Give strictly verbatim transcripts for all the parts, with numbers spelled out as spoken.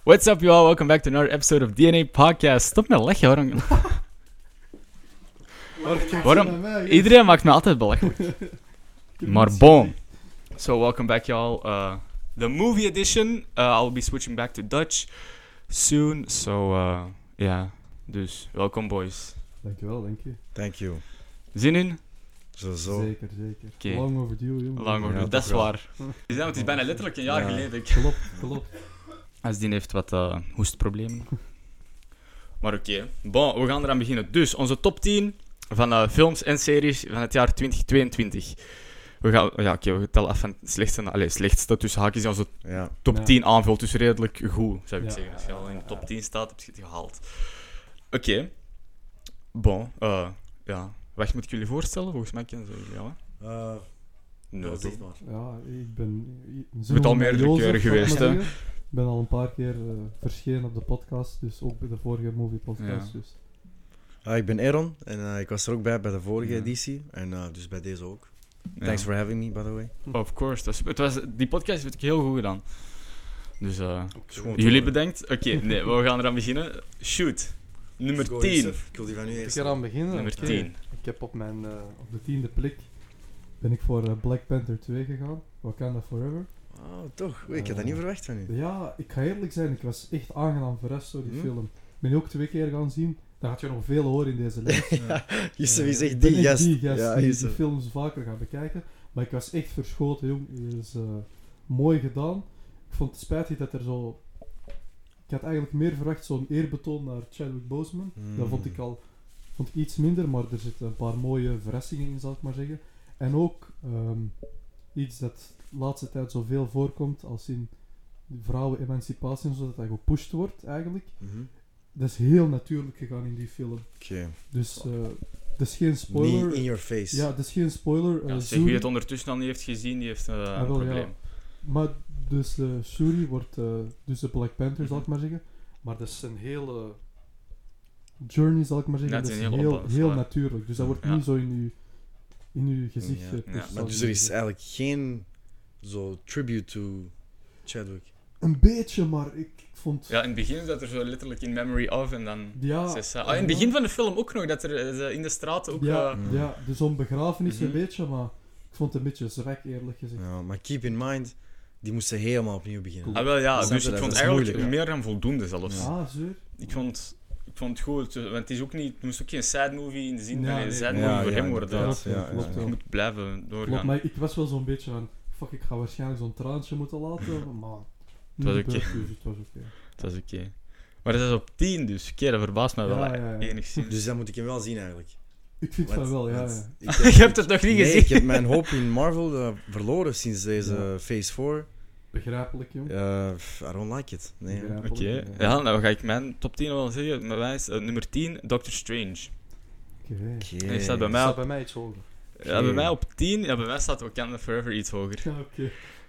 What's up, y'all? Welcome back to another episode of D N A Podcast. Stop met lachen, waarom? waarom? Iedereen maakt me altijd belachelijk. Maar bon. So, welcome back, y'all. Uh, the movie edition. Uh, I'll be switching back to Dutch soon. So, uh, yeah. Dus, welkom, boys. Dankjewel, dank je. Thank you. Zin in? Zo, zo. Zeker, zeker. Okay. Lang overdue, jongen. Lang overdue, Ja, dat is toch wel. waar. Ja, het is bijna letterlijk een jaar Ja. geleden. Klopt, klopt. Als die heeft wat uh, hoestproblemen. Maar oké. Okay. Bon, we gaan eraan beginnen. Dus, onze top tien van uh, films en series van het jaar twintig tweeëntwintig. We gaan... Ja, oké, okay, we tellen af van het slechtste... naar- Allee, slechtste tussen haakjes. Onze Ja. top Ja. tien aanvult, dus redelijk goed, zou ik Ja. zeggen. Als je al in de top tien staat, heb je het gehaald. Oké. Okay. Bon, uh, ja. Wat moet ik jullie voorstellen? Volgens mij kennen ze jullie al, hè? Uh, Nee, ja, toch? zeg maar. Ja, ik ben... Ik bent al meerdere keren geweest, hè? Ik ben al een paar keer uh, verschenen op de podcast, dus ook bij de vorige movie podcast. Ja. Dus. Ah, ik ben Aaron en uh, ik was er ook bij bij de vorige Ja. editie. En uh, dus bij deze ook. Ja. Thanks for having me, by the way. Of course. Het was, het was, die podcast heb ik heel goed gedaan. Dus, uh, Schoon jullie toren. bedankt. Oké, okay, nee, we gaan eraan beginnen. Shoot. Nummer Go, tien. Yusuf. Ik wil die van u Ik eerst. ga eraan beginnen. Nummer Oké. tien. Ik heb op mijn uh, op de tiende plek ben ik voor uh, Black Panther twee gegaan. Wakanda Forever. Oh, toch? Oei, ik had dat Uh, niet verwacht van u. Ja, ik ga eerlijk zijn, ik was echt aangenaam verrast door die Hm? film. Ik ben die ook twee keer gaan zien. Daar gaat je nog veel horen in deze lijst. Ja, Yusuf Eh, is ik echt ben die gast. die gast Ja, die, die Yusuf. films vaker gaan bekijken. Maar ik was echt verschoten, jong. Het is uh, mooi gedaan. Ik vond het spijtig dat er zo... Ik had eigenlijk meer verwacht, zo'n eerbetoon naar Chadwick Boseman. Mm. Dat vond ik al vond ik iets minder, maar er zitten een paar mooie verrassingen in, zal ik maar zeggen. En ook ehm, iets dat de laatste tijd zoveel voorkomt, als in vrouwen-emancipatie en zo, dat dat gepusht wordt eigenlijk. Mhm. Dat is heel natuurlijk gegaan in die film. Oké. Dus... Uh, dat is geen spoiler. Niet in your face. Ja, dat is geen spoiler. Ja, Uh, zeg, Shuri- wie het ondertussen al niet heeft gezien, die heeft uh, Ah, een wel, ja. probleem. Maar dus uh, Shuri wordt uh, dus de Black Panther, zal ik Mhm. maar zeggen. Maar dat is een hele journey, zal ik maar zeggen. Ja, het dat is is een heel heel, opbouw, heel zwaar. natuurlijk. Dus dat wordt Ja. niet zo in uw, in uw gezicht Ja. gepusht, Ja. zal Maar ik dus maar er is zeggen. eigenlijk geen zo tribute to Chadwick. Een beetje, maar ik vond... Ja, in het begin is dat er zo letterlijk in memory of en dan... Ja, Zes, uh, ah, in het begin van de film ook nog, dat er uh, in de straat ook... ja, uh, Mm. ja, dus zo'n begrafenis Mhm. een beetje, maar ik vond het een beetje zwak, eerlijk gezegd. Ja, maar keep in mind, die moesten helemaal opnieuw beginnen. Ah, wel ja, Snap dus je ik dat? vond Dat is eigenlijk moeilijk, meer dan voldoende zelfs. Ja. Ah, zo. Ik vond, ik vond het goed, want het is ook niet, het moest ook geen sad movie in de zin Ja, van nee, een sad nee. movie Ja, voor ja, hem worden. inderdaad. Klopt, Ja, ja, ja, klopt ja. Je wel. moet blijven Klopt, doorgaan. maar ik was wel zo'n beetje van... Fuck, ik ga waarschijnlijk zo'n traantje moeten laten, maar... Het was niet oké. gebeurd, dus het was oké. Dat is oké. Maar dat is op tien dus. Oké, dat verbaast mij wel Ja, ja, ja. enigszins. Dus dat moet ik hem wel zien eigenlijk. Ik vind Want- van wel, ja. want ja. ik Je heb- hebt het nog niet nee, gezien. ik heb mijn hoop in Marvel uh, verloren sinds deze Ja. Phase vier. Begrijpelijk, jong. Uh, I don't like it. Nee. Begrijpelijk. Oké, Ja. ja, nou ga ik mijn top tien wel zeggen. Bij mij is uh, nummer tien Doctor Strange. Oké. Oké. En die staat bij mij Staat op, bij mij iets hoger. ja, bij mij op tien. Ja, bij mij staat Wakanda Forever iets hoger. Ja, oké.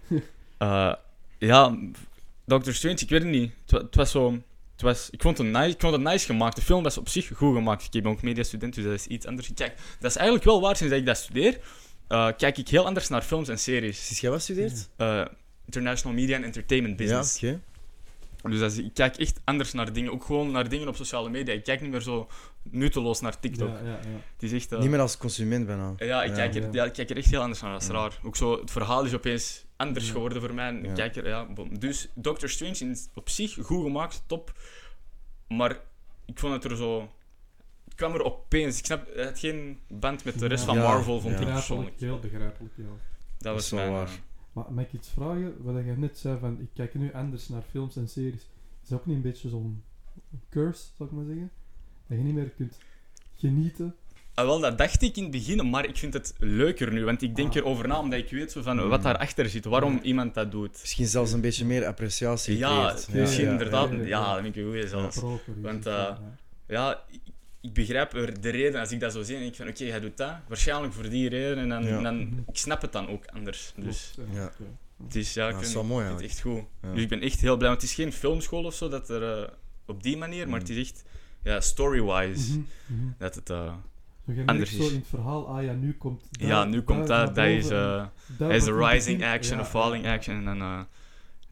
Uh, ja, Doctor Strange, ik weet het niet. Het, wa- het was zo... Het was, ik, vond het nice, ik vond het nice gemaakt. De film was op zich goed gemaakt. Ik ben ook mediastudent, dus dat is iets anders. Kijk, dat is eigenlijk wel waar sinds dat ik dat studeer. Uh, kijk ik heel anders naar films en series. Sinds jij wat studeert? Uh, International Media and Entertainment Business. Ja, oké. Dus dat is, ik kijk echt anders naar dingen. Ook gewoon naar dingen op sociale media. Ik kijk niet meer zo nuteloos naar TikTok. Ja, ja, ja. Het is echt... uh, Niet meer als consument bijna. Ja, ik, Ja. Kijk er, Ja. ja, ik kijk er echt heel anders naar. Dat is Ja. raar. Ook zo, het verhaal is opeens anders Ja. geworden voor mij. Ik Ja. Kijk er, ja, bon. Dus Doctor Strange is op zich goed gemaakt, top. Maar ik vond het er zo... Het kwam er opeens. Ik snap, het had geen band met de rest Ja. van Ja. Marvel, vond Ja. ik Begrijpelijk, persoonlijk. heel begrijpelijk, ja. Dat was is wel mijn... waar. uh, Maar mag ik iets vragen? Wat je net zei van, ik kijk nu anders naar films en series. Is dat ook niet een beetje zo'n curse, zou ik maar zeggen? Dat je niet meer kunt genieten. Ah, wel, dat dacht ik in het begin, maar ik vind het leuker nu. Want ik denk Ah. erover na, omdat ik weet zo van Mm. wat daarachter zit. Waarom Ja. iemand dat doet. Misschien zelfs een beetje meer appreciatie Ja, creëert. misschien ja, inderdaad. ja, Ja, ja, ja. dat vind ik een goeie zelfs. Proper, Want, is het, uh, Ja, ik, ik begrijp er de reden als ik dat zo zie. En ik van, oké, hij doet dat. Waarschijnlijk voor die reden. En dan, Ja. dan, Mhm. ik snap het dan ook anders. Dus Klopt, Ja. oké. het is, ja, ik dat is vind, wel mooi ik vind het eigenlijk. echt goed. Ja. Dus ik ben echt heel blij. Want het is geen filmschool of zo, dat er uh, op die manier. Maar Mhm. het is echt, ja, story-wise, Mhm, mhm. dat het... Uh, Zo, je Anders merkt zo is. in het verhaal, ah ja, nu komt dat, ja, nu komt naar dat. Dat is, boven en uh, dat dat is wordt een in het rising begin- action ja, of falling ja, ja. action. En dan, uh,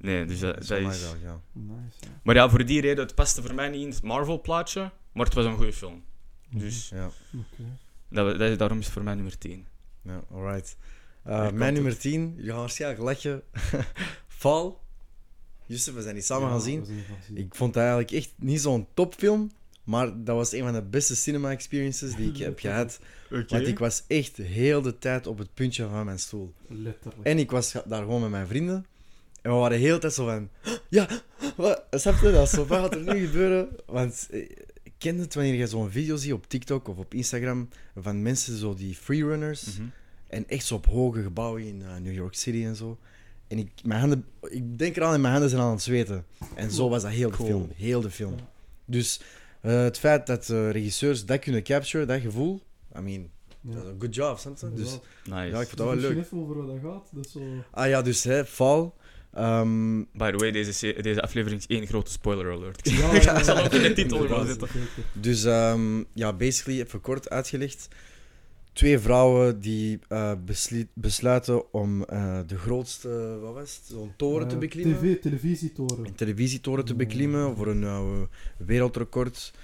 Nee, dus dat, Dat is dat wel is... nice, ja. Nice, ja. Maar ja, voor die reden, het paste voor mij niet in het Marvel-plaatje, maar het was een goede film. Dus Ja, Oké. dat, dat, daarom is het voor mij nummer tien. ja, alright. Hier Uh, komt mijn nummer het. tien, je gaat waarschijnlijk lachen. Fall. Justus, we zijn die samen Ja, gaan zien. we zijn die gaan zien. Ik vond het eigenlijk echt niet zo'n topfilm, maar dat was een van de beste cinema experiences die ik heb gehad. Oké. Want ik was echt heel de tijd op het puntje van mijn stoel. Letterlijk. En ik was ga- daar gewoon met mijn vrienden. En we waren de hele tijd zo van... Ja, wat? Snap je? Dat is zo, wat gaat er nu gebeuren? Want eh, ik ken het wanneer je zo'n video ziet op TikTok of op Instagram van mensen, zo die freerunners. Mhm. En echt zo op hoge gebouwen in uh, New York City en zo. En ik, mijn handen, ik denk eraan en mijn handen zijn aan het zweten. En zo was dat heel de Cool. film. Heel de film. Ja. Dus uh, het feit dat uh, regisseurs dat kunnen capturen, dat gevoel... I mean, Ja. dat is een good job, snap je? Dus Inderdaad. Nice. ja, ik vond Dus dat wel misschien leuk. even over wat dat gaat. Dat is zo... Ah ja, dus hè, Fall. Ehm, By the way, deze, se- deze aflevering is één grote spoiler alert. Ja, Ik zal ook in de titel Inderdaad. wel zitten. Zeker. Dus um, ja, basically, even kort uitgelegd. Twee vrouwen die uh, besli- besluiten om uh, de grootste, wat was het, zo'n toren te Eh, beklimmen. T V, televisietoren. Een televisietoren te beklimmen voor een uh, wereldrecord.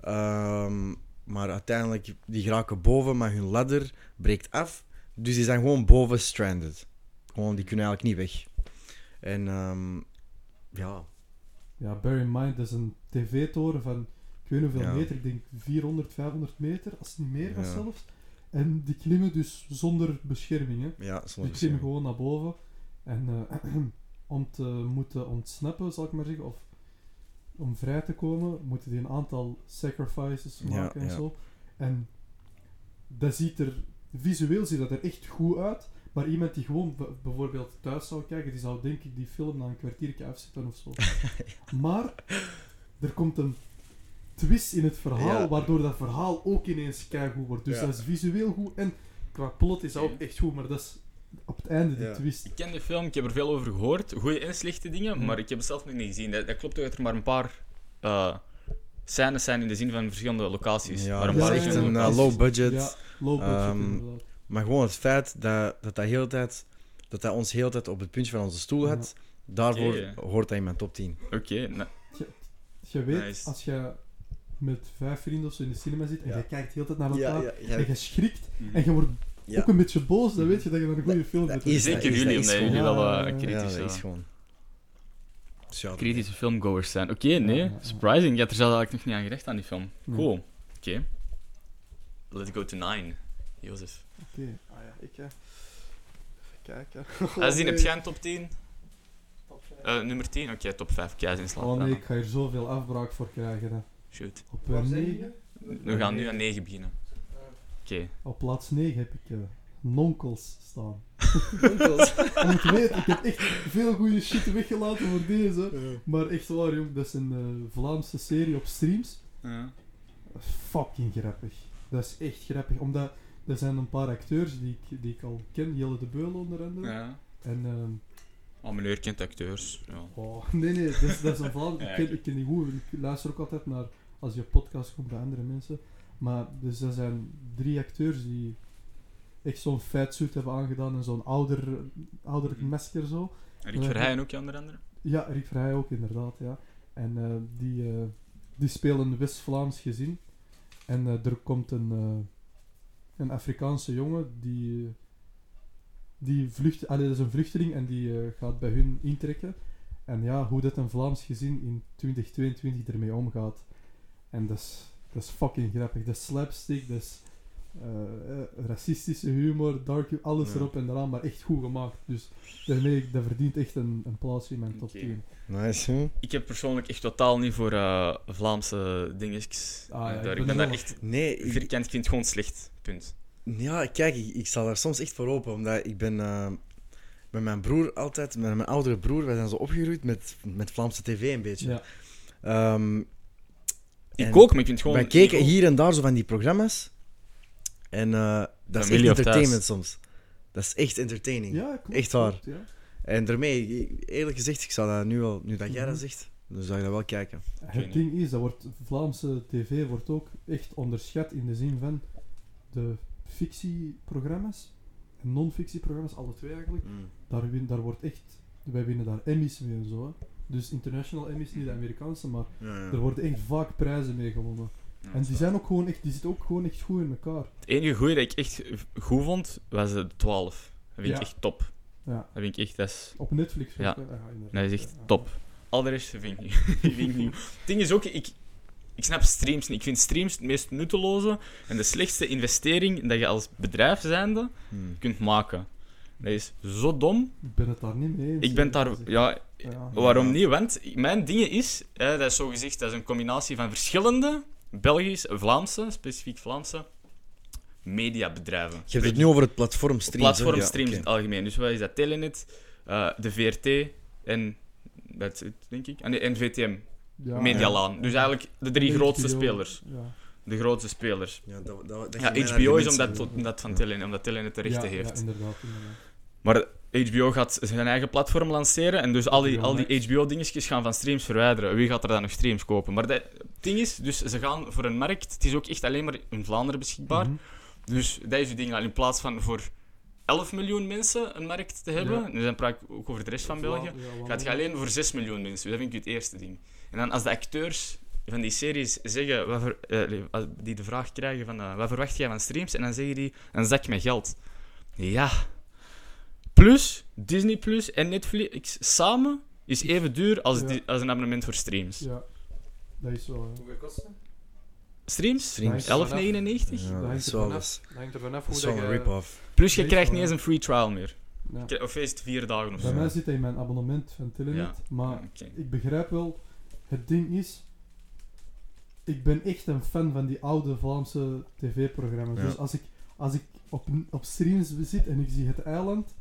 Um, maar uiteindelijk, die geraken boven, maar hun ladder breekt af. Dus die zijn gewoon boven stranded. Gewoon, die kunnen eigenlijk niet weg. En um, ja, Ja, bear in mind, dat is een tv-toren van, ik weet niet hoeveel Ja. meter, ik denk vierhonderd, vijfhonderd meter, als het niet meer was Ja. zelfs. En die klimmen dus zonder bescherming, hè. ja, Die soms klimmen gewoon naar boven. En eh, om te moeten ontsnappen, zal ik maar zeggen, of om vrij te komen, moeten die een aantal sacrifices Ja, maken en ja. zo. En dat ziet er, visueel ziet dat er echt goed uit. Maar iemand die gewoon b- bijvoorbeeld thuis zou kijken, die zou denk ik die film na een kwartiertje afzetten of zo. Maar er komt een twist in het verhaal, Ja. waardoor dat verhaal ook ineens keigoed wordt. Dus Ja. dat is visueel goed en qua plot is dat ook echt goed, maar dat is op het einde die Ja. twist. Ik ken de film, ik heb er veel over gehoord. Goede en slechte dingen, Ja. maar ik heb het zelf nog niet gezien. Dat, dat klopt toch dat er maar een paar uh, scènes zijn in de zin van verschillende locaties. Ja, maar een dat paar is echt verschillende een uh, locaties. low budget. Ja, low budget Ehm, inderdaad. Maar gewoon het feit dat, dat, dat, heel tijd, dat dat ons heel tijd op het puntje van onze stoel had, daarvoor Oké. hoort dat in mijn top tien. Oké, nou, Je weet, Nice. als je met vijf vrienden of zo in de cinema zit en Ja. je kijkt de hele tijd naar elkaar ja, en je schrikt mm. en je wordt ja. ook een beetje boos, dan weet je dat je naar een goede film dat bent. is- zeker dat jullie, dat is omdat jullie gewoon- wel Ja, uh, ja, ja. Ja, kritisch, dat uh, is gewoon... Dus ja, dat- kritische filmgoers zijn. Oké, nee, Ja, ja, ja. surprising. Je had er zelf eigenlijk nog niet aan gerecht aan die film. Nee. Cool. Oké. Let's go to nine. Jozef. Oké, ah ja, ik hè. Even kijken. Als die nee. heb jij een top tien? Uh, nummer tien? Oké, top vijf. Kijk, in slaap. Oh nee, ik ga hier zoveel afbraak voor krijgen. Hè. Shoot. Op uh, negen. We gaan nu aan negen beginnen. Oké. Op plaats negen heb ik uh, Nonkels staan. Je moet weten, ik heb echt veel goede shit weggelaten voor deze. Maar echt waar, jong, dat is een uh, Vlaamse serie op streams. Ja. Fucking grappig. Dat is echt grappig, omdat er zijn een paar acteurs die ik, die ik al ken, Jelle de Beul onder andere. Ja. En, ehm, Oh, meneer kent acteurs. Ja. oh, nee, nee, dat is, dat is een Vlaam. Ja, ik, ken, ik- ik ken die goed, ik luister ook altijd naar als je podcast komt bij andere mensen. Maar dus dat zijn drie acteurs die echt zo'n fatsuit hebben aangedaan en zo'n ouder, ouderlijk Mhm. masker zo. Rick Verheyen ook, onder andere. Ja, Rick Verheij ook inderdaad, ja. En eh, die, eh, die spelen een West-Vlaams gezin. En eh, er komt een, eh, een Afrikaanse jongen die, eh, die vlucht, allee, dat is een vluchteling en die eh, gaat bij hun intrekken. En ja, hoe dat een Vlaams gezin in twintig tweeëntwintig ermee omgaat. En dat is, dat is fucking grappig. Dat is slapstick, dat is eh, eh, racistische humor, dark humor, alles Ja. erop en eraan, maar echt goed gemaakt. Dus daarmee, dat verdient echt een, een plaatsje in mijn top Oké. tien. Nice, hè? Ik heb persoonlijk echt totaal niet voor uh, Vlaamse dingetjes. Ah, ja, daar. ik ik ben ben er daar wel- echt Nee, ik- vierkant. Ik vind het gewoon slecht. Punt. ja, kijk, ik, ik sta daar soms echt voor open, omdat ik ben uh, met mijn broer altijd, met mijn oudere broer, wij zijn zo opgegroeid met, met Vlaamse tv een beetje. Ja. Ehm, Ik en ook, maar ik vind het gewoon... wij keken niet hier en daar zo van die programma's en uh, dat is Familie echt of thuis. entertainment soms. Dat is echt entertaining. Ja, klopt, Echt waar. klopt, ja. En daarmee, ik- eerlijk gezegd, ik zou dat nu al, nu dat jij dat Mhm. zegt, dan zou ik dat wel kijken. Het niet. ding is, dat wordt, Vlaamse tv wordt ook echt onderschat in de zin van de fictieprogramma's en non-fictieprogramma's, alle twee eigenlijk. Daar, win- daar wordt echt wij winnen daar Emmys mee en zo. Hè. Dus international Emmys, niet de Amerikaanse, maar Ja, ja. er worden echt vaak prijzen mee gewonnen. Ja, En die zijn ook gewoon echt, die zitten ook gewoon echt goed in elkaar. Het enige goeie dat ik echt goed vond, was de twaalf. Dat vind ik Ja. echt top. Ja. Dat vind ik echt... Dat is, Op Netflix. Ja. ook, hè. Ja, inderdaad. dat is echt Ja. top. Al de rest vind ik niet. Ik vind ik niet. Het ding is ook, ik, ik snap streams niet. Ik vind streams het meest nutteloze en de slechtste investering dat je als bedrijf zijnde Hmm. kunt maken. Dat is zo dom. Ik ben het daar niet mee eens. Ik ben hè. daar... Dat is echt- Ja, ja. waarom niet? Want mijn ding is, hè, dat is zo gezegd, dat is een combinatie van verschillende Belgische, Vlaamse, specifiek Vlaamse, mediabedrijven. Je hebt het nu over het platform streams. hè? Platformstreams Ja, in oké. het algemeen. Dus wat is dat? Telenet, uh, de V R T en... Dat is het, denk ik. Ah, nee, en V T M. Ja, Medialaan. ja. Dus eigenlijk de drie En grootste H B O, spelers. Ja. De grootste spelers. Ja, dat, dat, dat Ja, ging mijn H B O is argument omdat, zijn. omdat van Ja. Telenet, omdat Telenet de rechten ja, heeft. Ja, inderdaad. inderdaad. Maar H B O gaat zijn eigen platform lanceren en dus al die, H B O al die Max. H B O-dingetjes gaan van streams verwijderen. Wie gaat er dan nog streams kopen? Maar dat- het ding is, dus ze gaan voor een markt... Het is ook echt alleen maar in Vlaanderen beschikbaar. Mhm. Dus dat is het ding. In plaats van voor elf miljoen mensen een markt te hebben, Ja. nu dan praat ik ook over de rest van België, Ja, gaat je alleen voor zes miljoen mensen. Dat vind ik het eerste ding. En dan als de acteurs van die series zeggen, wat voor, eh, als die de vraag krijgen van uh, wat verwacht jij van streams? En dan zeggen die, een zak met geld. Ja. Plus, Disney Plus en Netflix samen is even duur als, Ja. die, als een abonnement voor streams. Ja, dat is wel. hè. Hoeveel kost het? Streams? Streams. elf negenennegentig? Ja, Dat dat hangt is er wel, vanaf. dat is, Dat hangt er vanaf dat hoe is dat wel een je... rip-off. Plus je Nee, krijgt zo, niet eens ja. een free trial meer. Ja. Of is het vier dagen of Bij zo? mij zit hij in mijn abonnement van Telenet, Ja. maar Oké. ik begrijp wel, het ding is, ik ben echt een fan van die oude Vlaamse tv-programma's. Ja. Dus als ik, als ik op, op streams zit en ik zie het eiland,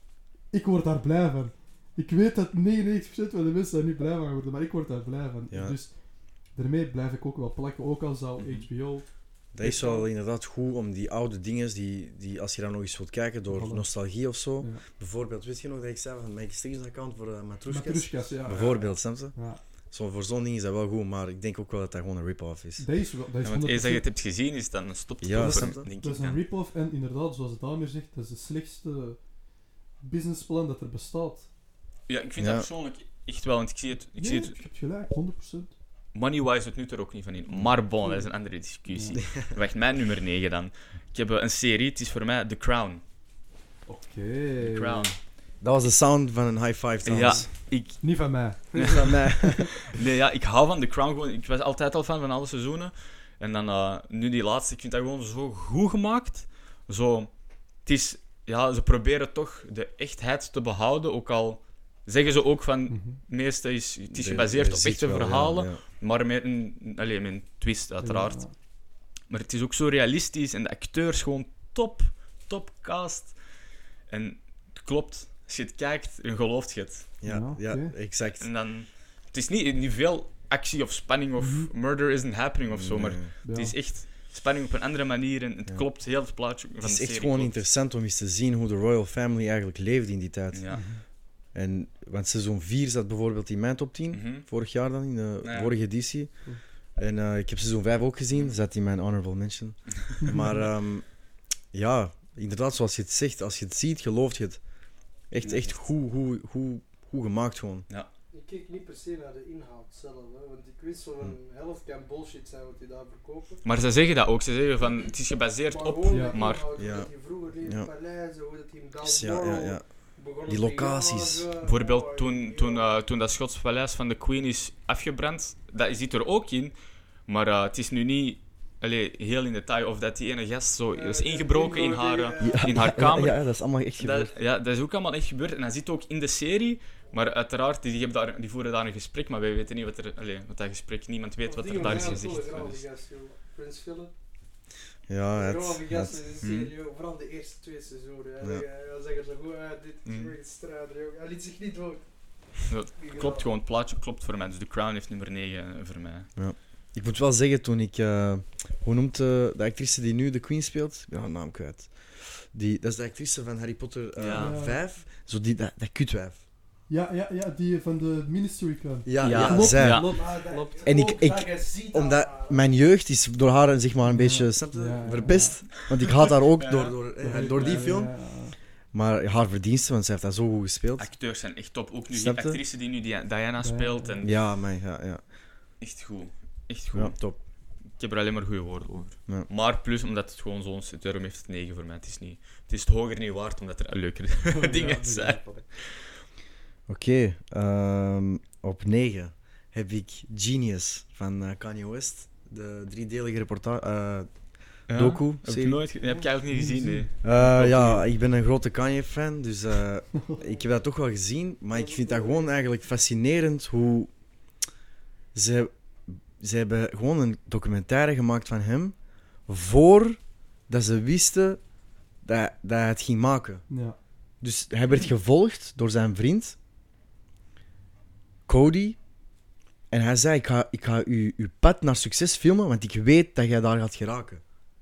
ik word daar blij van. Ik weet dat negenennegentig procent van de mensen daar niet blij van worden, maar ik word daar blij van. Ja. Dus daarmee blijf ik ook wel plakken, ook al zou H B O... Dat is wel inderdaad goed om die oude dingen, die, die, als je daar nog eens wilt kijken door Voilà. nostalgie of zo. Ja. Bijvoorbeeld, weet je nog dat ik zei van mijn streams-account voor uh, Matrushkas? Matrushkas, ja. Bijvoorbeeld, snap je? Ja. Zo, voor zo'n ding is dat wel goed, maar ik denk ook wel dat dat gewoon een rip-off is. Dat is wel... Dat is Ja, want eens dat je het honderd procent hebt gezien, is dan stopt het Ja, over, snap je? denk Dat ik. is een dan. rip-off en inderdaad, zoals het Damir zegt, dat is de slechtste businessplan dat er bestaat. Ja, ik vind Ja. dat persoonlijk echt wel, want ik zie het, ik zie Nee, het je hebt gelijk, honderd procent. money-wise het nu er ook niet van in. Maar bon, dat is een andere discussie. Wacht, mijn nummer negen dan. Ik heb eh, een serie, het is voor mij The Crown. Oké. The Crown. Dat was de sound van een high five trouwens. Ik, Niet van mij. Ja. Van mij. nee, ja, ik hou van The Crown gewoon. Ik was altijd al fan van alle seizoenen. En dan eh, nu die laatste, ik vind dat gewoon zo goed gemaakt. Zo, het is, ja, ze proberen toch de echtheid te behouden, ook al zeggen ze ook van, Mhm. het meeste is, het is Je- gebaseerd je op ziet echte wel, ja, verhalen, ja. maar met een, allee, met een twist uiteraard. Ja. Maar het is ook zo realistisch en de acteurs gewoon top, top cast. En het klopt, als je het kijkt, dan gelooft je het. Ja, Ja, ja, oké. exact. En dan, het is niet, niet veel actie of spanning of Mhm. murder isn't happening of zo, maar Nee. Ja. het is echt spanning op een andere manier en het Ja. klopt, heel het plaatje van Het is de echt serie gewoon klopt. interessant om eens te zien hoe de Royal Family eigenlijk leefde in die tijd. Ja. En, want seizoen vier zat bijvoorbeeld in mijn top tien, Mhm. vorig jaar dan, in de Ja. vorige editie. Cool. En eh, ik heb seizoen vijf ook gezien, zat in mijn honorable mention. Maar ehm, ja, inderdaad, zoals je het zegt, als je het ziet, geloof je het. Echt, echt goed, goed, goed, goed gemaakt gewoon. Ik keek niet per se naar de inhoud zelf, hè, want ik wist zo een helft kan bullshit zijn wat die daar verkopen. Maar ze zeggen dat ook, ze zeggen van, het is gebaseerd Maar op, gewoon Ja. de maar... inhoud, hoe Ja. dat die vroeger in Ja. het paleis, hoe dat die in Ja, ja, ja. Die locaties. Bijvoorbeeld toen, toen, eh, toen dat Schots paleis van de Queen is afgebrand, dat zit er ook in, maar eh, het is nu niet allee, heel in detail of dat die ene gast zo is ingebroken in haar, eh, in haar kamer. Ja, ja, dat is allemaal echt gebeurd. Dat, ja, dat is ook allemaal echt gebeurd en dat zit ook in de serie, maar uiteraard, die, hebben daar, die voeren daar een gesprek, maar wij weten niet wat er, allee, wat dat gesprek, niemand weet wat er daar is gezegd. Dus. Prins Philip. Ja, het, Grove gasten het- in de serie, joh. Vooral de eerste twee seizoenen. Hij Ja. ja. zag er zo goed uit, dit is Mm. weer een strijder, joh. Hij liet zich niet dood. Dat klopt gewoon, het plaatje klopt voor mij, dus The Crown heeft nummer negen voor mij. Ik moet wel zeggen, toen ik... eh, hoe noemt eh, de actrice die nu de Queen speelt? Ik ben haar naam kwijt. Die, dat is de actrice van Harry Potter eh, Ja. vijf. Zo die, dat, dat kutwijf. Ja, ja, ja, die van de Ministry Club. Ja, Ja, ja, klopt, zij. ja. klopt. Maar dat- Klopt. En ik- ook ik- dat je ziet Omdat dat- mijn jeugd is door haar zeg maar een Ja. beetje snap je, Ja, ja, verpest. Want ik haat haar ook door, door, eh, Ja, door die ja, film. ja, ja. Maar haar verdiensten, want zij heeft dat zo goed gespeeld. Acteurs zijn echt top. Ook nu die Snap je? actrice die nu Dia- Diana speelt. En Ja, maar ja, ja. echt goed. Echt goed. ja top. Ik heb er alleen maar goede woorden over. Ja. Maar plus, omdat het gewoon zo'n... Daarom heeft het negen voor mij. Het is, niet, het is het hoger niet waard, omdat er leukere dingen zijn. Oké, okay, um, op negen heb ik Genius van uh, Kanye West. De driedelige reportage... Uh, Ja? docu. Heb ik serie. nooit... ge- Heb ik eigenlijk niet gezien, nee. Uh, ja, ik ben een grote Kanye-fan, dus uh, ik heb dat toch wel gezien. Maar ik vind dat gewoon eigenlijk fascinerend hoe... Ze, ze hebben gewoon een documentaire gemaakt van hem voordat ze wisten dat, dat hij het ging maken. Ja. Dus hij werd gevolgd door zijn vriend, Cody. En hij zei, ik ga, ik ga uw, uw pad naar succes filmen, want ik weet dat jij daar gaat geraken.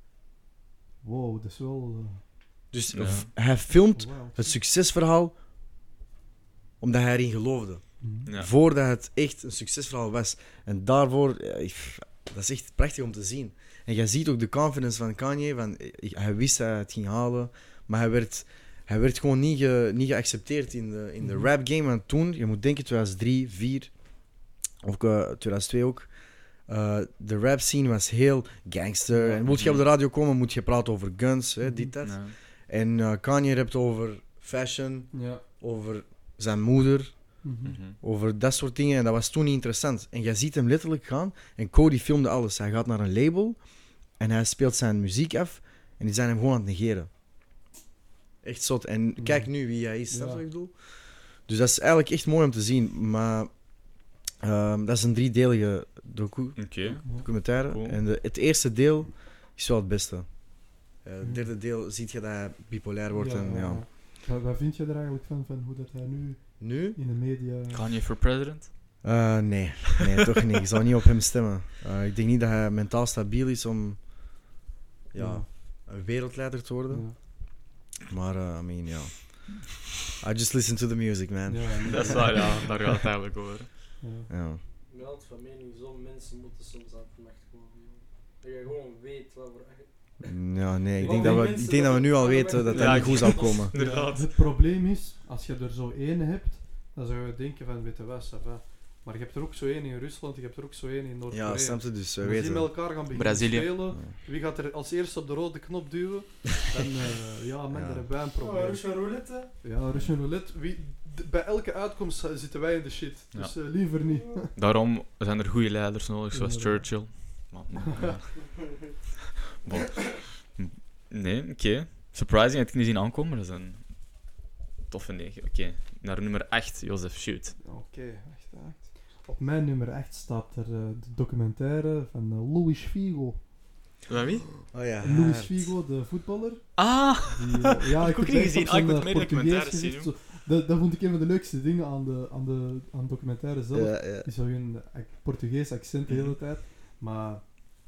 Wow, dat is wel... Uh, Dus Ja. v- hij filmt wow. het succesverhaal omdat hij erin geloofde. Mhm. Ja. Voordat het echt een succesverhaal was. En daarvoor, ja, ik- dat is echt prachtig om te zien. En je ziet ook de confidence van Kanye. Van, ik- hij wist dat hij het ging halen, maar hij werd, hij werd gewoon niet, ge, niet geaccepteerd in de, in de Mhm. rap game. Want toen, je moet denken tweeduizend drie, vier of uh, tweeduizend twee ook. Uh, de rap scene was heel gangster. Ja. En moet je op de radio komen, moet je praten over guns, hè, dit, dat. Ja. En uh, Kanye rapt over fashion, Ja. over zijn moeder, Mhm. Mhm. over dat soort dingen. En dat was toen niet interessant. En jij ziet hem letterlijk gaan. En Cody filmde alles. Hij gaat naar een label en hij speelt zijn muziek af. En die zijn hem gewoon aan het negeren. Echt zot. En kijk nu wie hij is. Snap je Ja. wat ik bedoel? Dus dat is eigenlijk echt mooi om te zien. Maar ehm, dat is een driedelige docu, Oké. documentaire. Cool. En de, het eerste deel is wel het beste. Eh, het Mhm. derde deel ziet je dat hij bipolair wordt. En, ja. Wat, wat vind je er eigenlijk van, van hoe dat hij nu Nu? in de media... Kanye for president? Uh, nee, nee, toch niet. Ik zou niet op hem stemmen. Uh, ik denk niet dat hij mentaal stabiel is om ja, een wereldleider te worden. Ja. Maar, uh, I mean, ja. I just listen to the music, man. Ja, ja, Dat is waar, ja. Daar gaat het eigenlijk over. ja. Ja. Ik ben altijd van mening, zo'n mensen moeten soms aan de macht komen. joh. Dat je gewoon weet wat voor... Ja, nee, ik Gewoon denk, dat die we, mensen ik denk dat we nu al weten dat dat Ja, niet goed zal komen. Inderdaad. Het probleem is, als je er zo één hebt, dan zou je denken van, weet je wat, ça va. Maar je hebt er ook zo één in Rusland, je hebt er ook zo één in Noord-Korea. Ja, snap je? Dus we Als die met weten. elkaar gaan beginnen Brazilië. spelen, wie gaat er als eerste op de rode knop duwen? Dan, uh, ja, man, Ja. daar hebben wij een Oh, probleem. Russian roulette? Ja, Russian roulette. Wie, d- bij elke uitkomst uh, zitten wij in de shit. Dus uh, liever niet. Daarom zijn er goede leiders nodig, zoals Inderdaad. Churchill. Maar, ja. Bon. Nee, oké. Surprising, had ik niet zien aankomen, maar dat is een toffe negen. Oké, naar nummer acht, Jozef, shoot. Oké, echt, echt. Op mijn nummer acht staat er uh, de documentaire van uh, Luis Figo. Van wie? Oh ja. Luis hard. Figo, de voetballer. Ah! Die, uh, ja, ik ook heb niet echt gezien. op Ah, ik zijn, moet uh, meer Portugees documentaires zien, gezegd, zo- Dat, dat vond ik een van de leukste dingen aan de, aan de, aan de documentaire zelf. Ja, ja. Die zo hun ac- Portugees accent de hele Mhm. tijd. Maar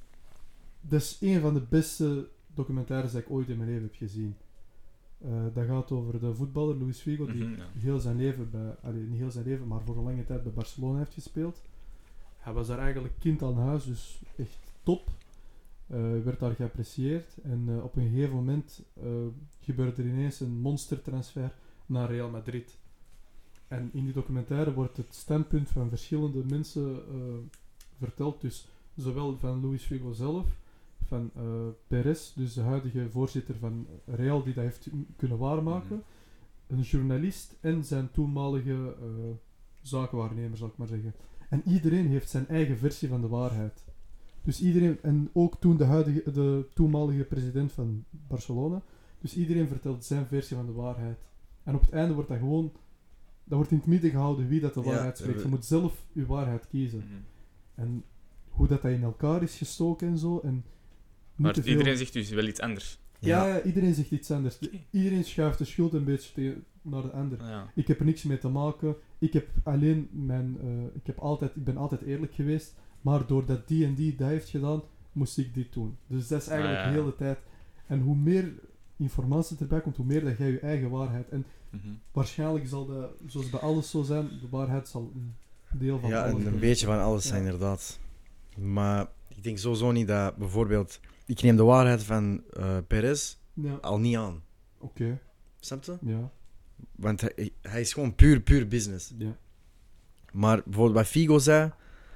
dat is een van de beste documentaires die ik ooit in mijn leven heb gezien. Eh, dat gaat over de voetballer Luis Figo, die Mhm, ja. heel zijn leven bij, allee, niet heel zijn leven, maar voor een lange tijd bij Barcelona heeft gespeeld. Hij was daar eigenlijk kind aan huis, dus echt top. Eh, werd daar geapprecieerd en eh, op een gegeven moment eh, gebeurde er ineens een monstertransfer naar Real Madrid. En in die documentaire wordt het standpunt van verschillende mensen eh, verteld, dus zowel van Luis Figo zelf, van eh Perez, dus de huidige voorzitter van Real die dat heeft m- kunnen waarmaken, een journalist en zijn toenmalige eh, zakenwaarnemer, zal ik maar zeggen. En iedereen heeft zijn eigen versie van de waarheid. Dus iedereen, en ook toen de, huidige, de toenmalige president van Barcelona, dus iedereen vertelt zijn versie van de waarheid. En op het einde wordt dat gewoon, dat wordt in het midden gehouden wie dat de Ja, waarheid spreekt. Je eh, moet zelf je waarheid kiezen. Mhm. En hoe dat, dat in elkaar is gestoken en zo. En niet Maar te veel- iedereen zegt dus wel iets anders. ja, Ja. ja, iedereen zegt iets anders. Oké. Iedereen schuift de schuld een beetje te- naar de ander. Ah, ja. Ik heb er niks mee te maken. Ik heb alleen mijn, eh, ik heb altijd, ik ben altijd eerlijk geweest. Maar doordat die en die dat heeft gedaan, moest ik dit doen. Dus dat is eigenlijk Ah, ja, ja. de hele tijd. En hoe meer informatie erbij komt, hoe meer dat jij je eigen waarheid. En Mhm. waarschijnlijk zal dat, zoals bij alles zo zijn, de waarheid zal een deel van Ja, alles en een zijn. beetje van alles Ja. zijn, inderdaad. Maar ik denk sowieso niet dat bijvoorbeeld... Ik neem de waarheid van eh Perez Ja, al niet aan. oké. Snap je? Ja, Want hij, hij is gewoon puur, puur business. ja. Maar bijvoorbeeld wat Figo zei,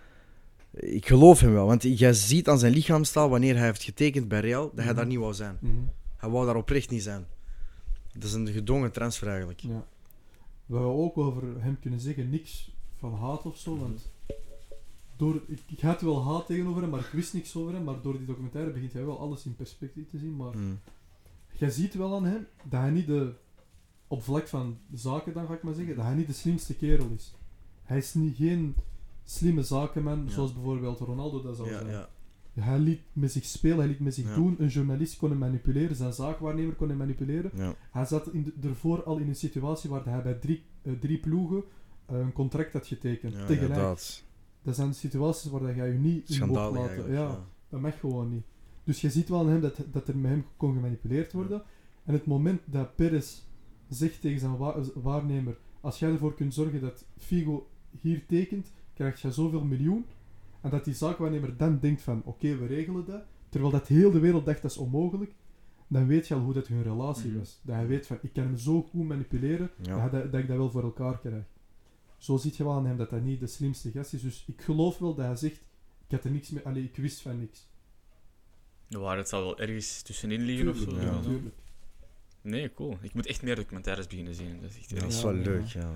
ik geloof hem wel. Want jij ziet aan zijn lichaamstaal, wanneer hij heeft getekend bij Real, dat hij Mhm. daar niet wou zijn. Mhm. Hij wou daar oprecht niet zijn. Dat is een gedwongen transfer eigenlijk. Ja. We hebben ook over hem kunnen zeggen niks van haat of zo, want door, ik, ik had wel haat tegenover hem, maar ik wist niks over hem, maar door die documentaire begint hij wel alles in perspectief te zien, maar Mm. jij ziet wel aan hem dat hij niet de, op vlak van zaken dan ga ik maar zeggen, dat hij niet de slimste kerel is. Hij is niet, geen slimme zakenman, Ja. zoals bijvoorbeeld Ronaldo dat zou Ja, zijn. ja. Hij liet met zich spelen, hij liet met zich Ja. doen, een journalist kon hem manipuleren, zijn zaakwaarnemer kon hem manipuleren. Ja. Hij zat in de, ervoor al in een situatie waar hij bij drie, eh, drie ploegen eh, een contract had getekend, Ja, tegelijk. inderdaad. Dat zijn situaties waar je je niet in mocht Schandalig laten. eigenlijk. Ja, Ja. dat mag gewoon niet. Dus je ziet wel aan hem dat, dat er met hem kon gemanipuleerd worden. En het moment dat Perez zegt tegen zijn wa- waarnemer, als jij ervoor kunt zorgen dat Figo hier tekent, krijg je zoveel miljoen. En dat die zaakwaarnemer dan denkt van, oké, we regelen dat. Terwijl dat heel de wereld dacht, dat is onmogelijk. Dan weet je al hoe dat hun relatie Mhm. was. Dat hij weet van, ik kan hem zo goed manipuleren, Ja. dat, hij dat, dat ik dat wel voor elkaar krijg. Zo ziet je wel aan hem dat hij niet de slimste gast is. Dus ik geloof wel dat hij zegt, ik had er niks mee, allee, ik wist van niks. De waarheid zal wel ergens tussenin liggen of zo. Tuurlijk, Ja. Ja. tuurlijk. Nee, cool. Ik moet echt meer documentaires beginnen zien. Dat is echt Ja, heel dat is Ja, wel ja. leuk, ja.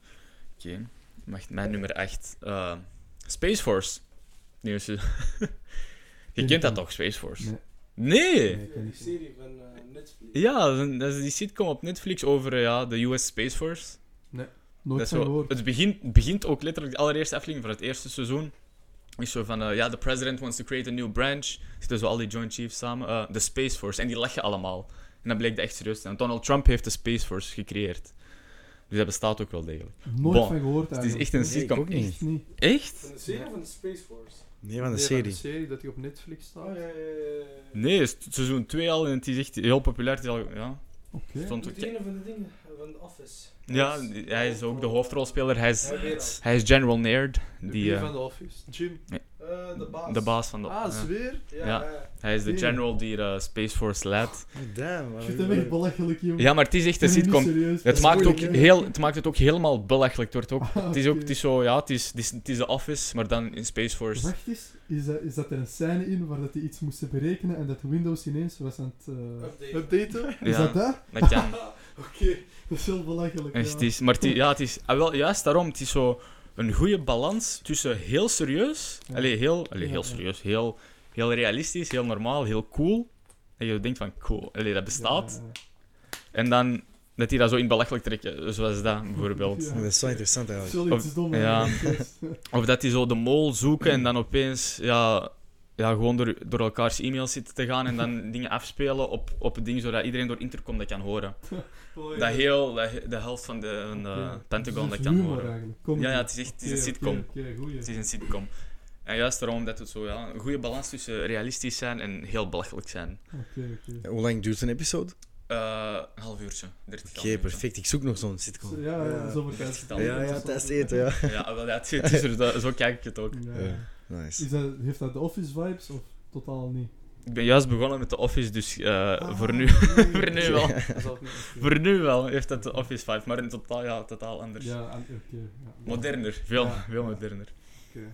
Oké. Mag mijn nummer acht. Uh, Space Force. Nieuwe seizoen. Je Ken kent ik dat niet. toch, Space Force? Nee. Nee! Nee, ik Ja, ken die niet. serie van eh, Netflix. Ja, dat is, een- dat is die sitcom op Netflix over eh, ja, de U S Space Force. Nooit Dat is van zo, gehoord. het begint, het begint ook letterlijk, de allereerste aflevering van het eerste seizoen. Is zo van, eh, ja, the president wants to create a new branch. Zitten zo al die Joint Chiefs samen. eh, de Space Force. En die lachen allemaal. En dat bleek echt serieus te zijn. Donald Trump heeft de Space Force gecreëerd. Dus dat bestaat ook wel degelijk. Nooit Bon, van gehoord Het is eigenlijk. echt een Nee, ik sitcom. ook niet. Echt niet. Echt? Van de serie of van de Space Force? Nee, van de Nee, serie. de serie dat hij op Netflix staat. Oh, ja, ja, ja, ja. Nee, het is seizoen twee al en het is echt heel populair. Het is al, ja. Oké. Stond Met ook, die ene van de dingen van The Office. ja, hij is ook de hoofdrolspeler. Hij is, Ja, weer al. hij is General Naird. Die, Wie eh, van The Office? Jim. Eh, de baas. de baas van de... Ah, ja. zweer? Ja, Ja. ja. Hij is de Oké. general die de Space Force leidt. Oh, damn. Ik vind hem echt belachelijk, jongen. Ja, maar het is echt een Ik vind hem sitcom. niet serieus. Het is maakt, ook moeilijk, hè? heel, het maakt het ook helemaal belachelijk. Het, wordt ook, Ah, het is ook oké. het is zo, ja, het is, het is, het is de Office, maar dan in Space Force. Wacht eens, is dat, is dat er een scène in waar dat die iets moesten berekenen en dat Windows ineens was aan het eh, Updaten. updaten? Is Ja. dat dat? Dat kan. Oké, dat is heel belachelijk. En ja. het is, maar het is, ja, het is ah, wel, juist daarom. Het is zo een goede balans tussen heel serieus, Ja. allee, heel, allee, Ja, heel ja. serieus, heel, heel realistisch, heel normaal, heel cool. En je denkt van, cool, allee, dat bestaat. Ja, En dan dat die dat zo in belachelijk trekken, zoals dat bijvoorbeeld. Ja. Dat is zo interessant ja. eigenlijk. Zoiets dom. Ja. eigenlijk. Of dat die zo de mol zoeken en dan opeens ja, ja, gewoon door, door elkaars e-mails zitten te gaan en dan dingen afspelen op, op het ding zodat iedereen door intercom dat kan horen. Oh, ja. Dat heel, dat, de helft van de, van de Oké. Pentagon Dus dat het is kan humor horen. eigenlijk. Comedy. Ja, ja, het is echt het is een Oké, sitcom. Oké, oké, goeie. Het is een sitcom. En juist daarom dat het zo ja, een goede balans tussen realistisch zijn en heel belachelijk zijn. Oké, oké. Hoe lang duurt een episode? Eh, een half uurtje, dertig Oké, perfect. Ik zoek nog zo'n sitcom. Ja, ja, zo wordt Echt het. dan. Ja, ja, tijdens het eten, ja. Ja, wel, ja, het is er, dat- zo kijk ik het ook. Ja. Ja. Nice. Is dat, heeft dat de Office vibes of totaal niet? Ik ben juist begonnen met The Office, dus eh, Ah, voor, nu, nee. voor nu wel. Dat zou ik niet Voor nu wel heeft dat de Office vibe, maar in totaal, ja, totaal anders. Ja, en- oké. ja. Moderner, veel, Ja. veel moderner. Oké.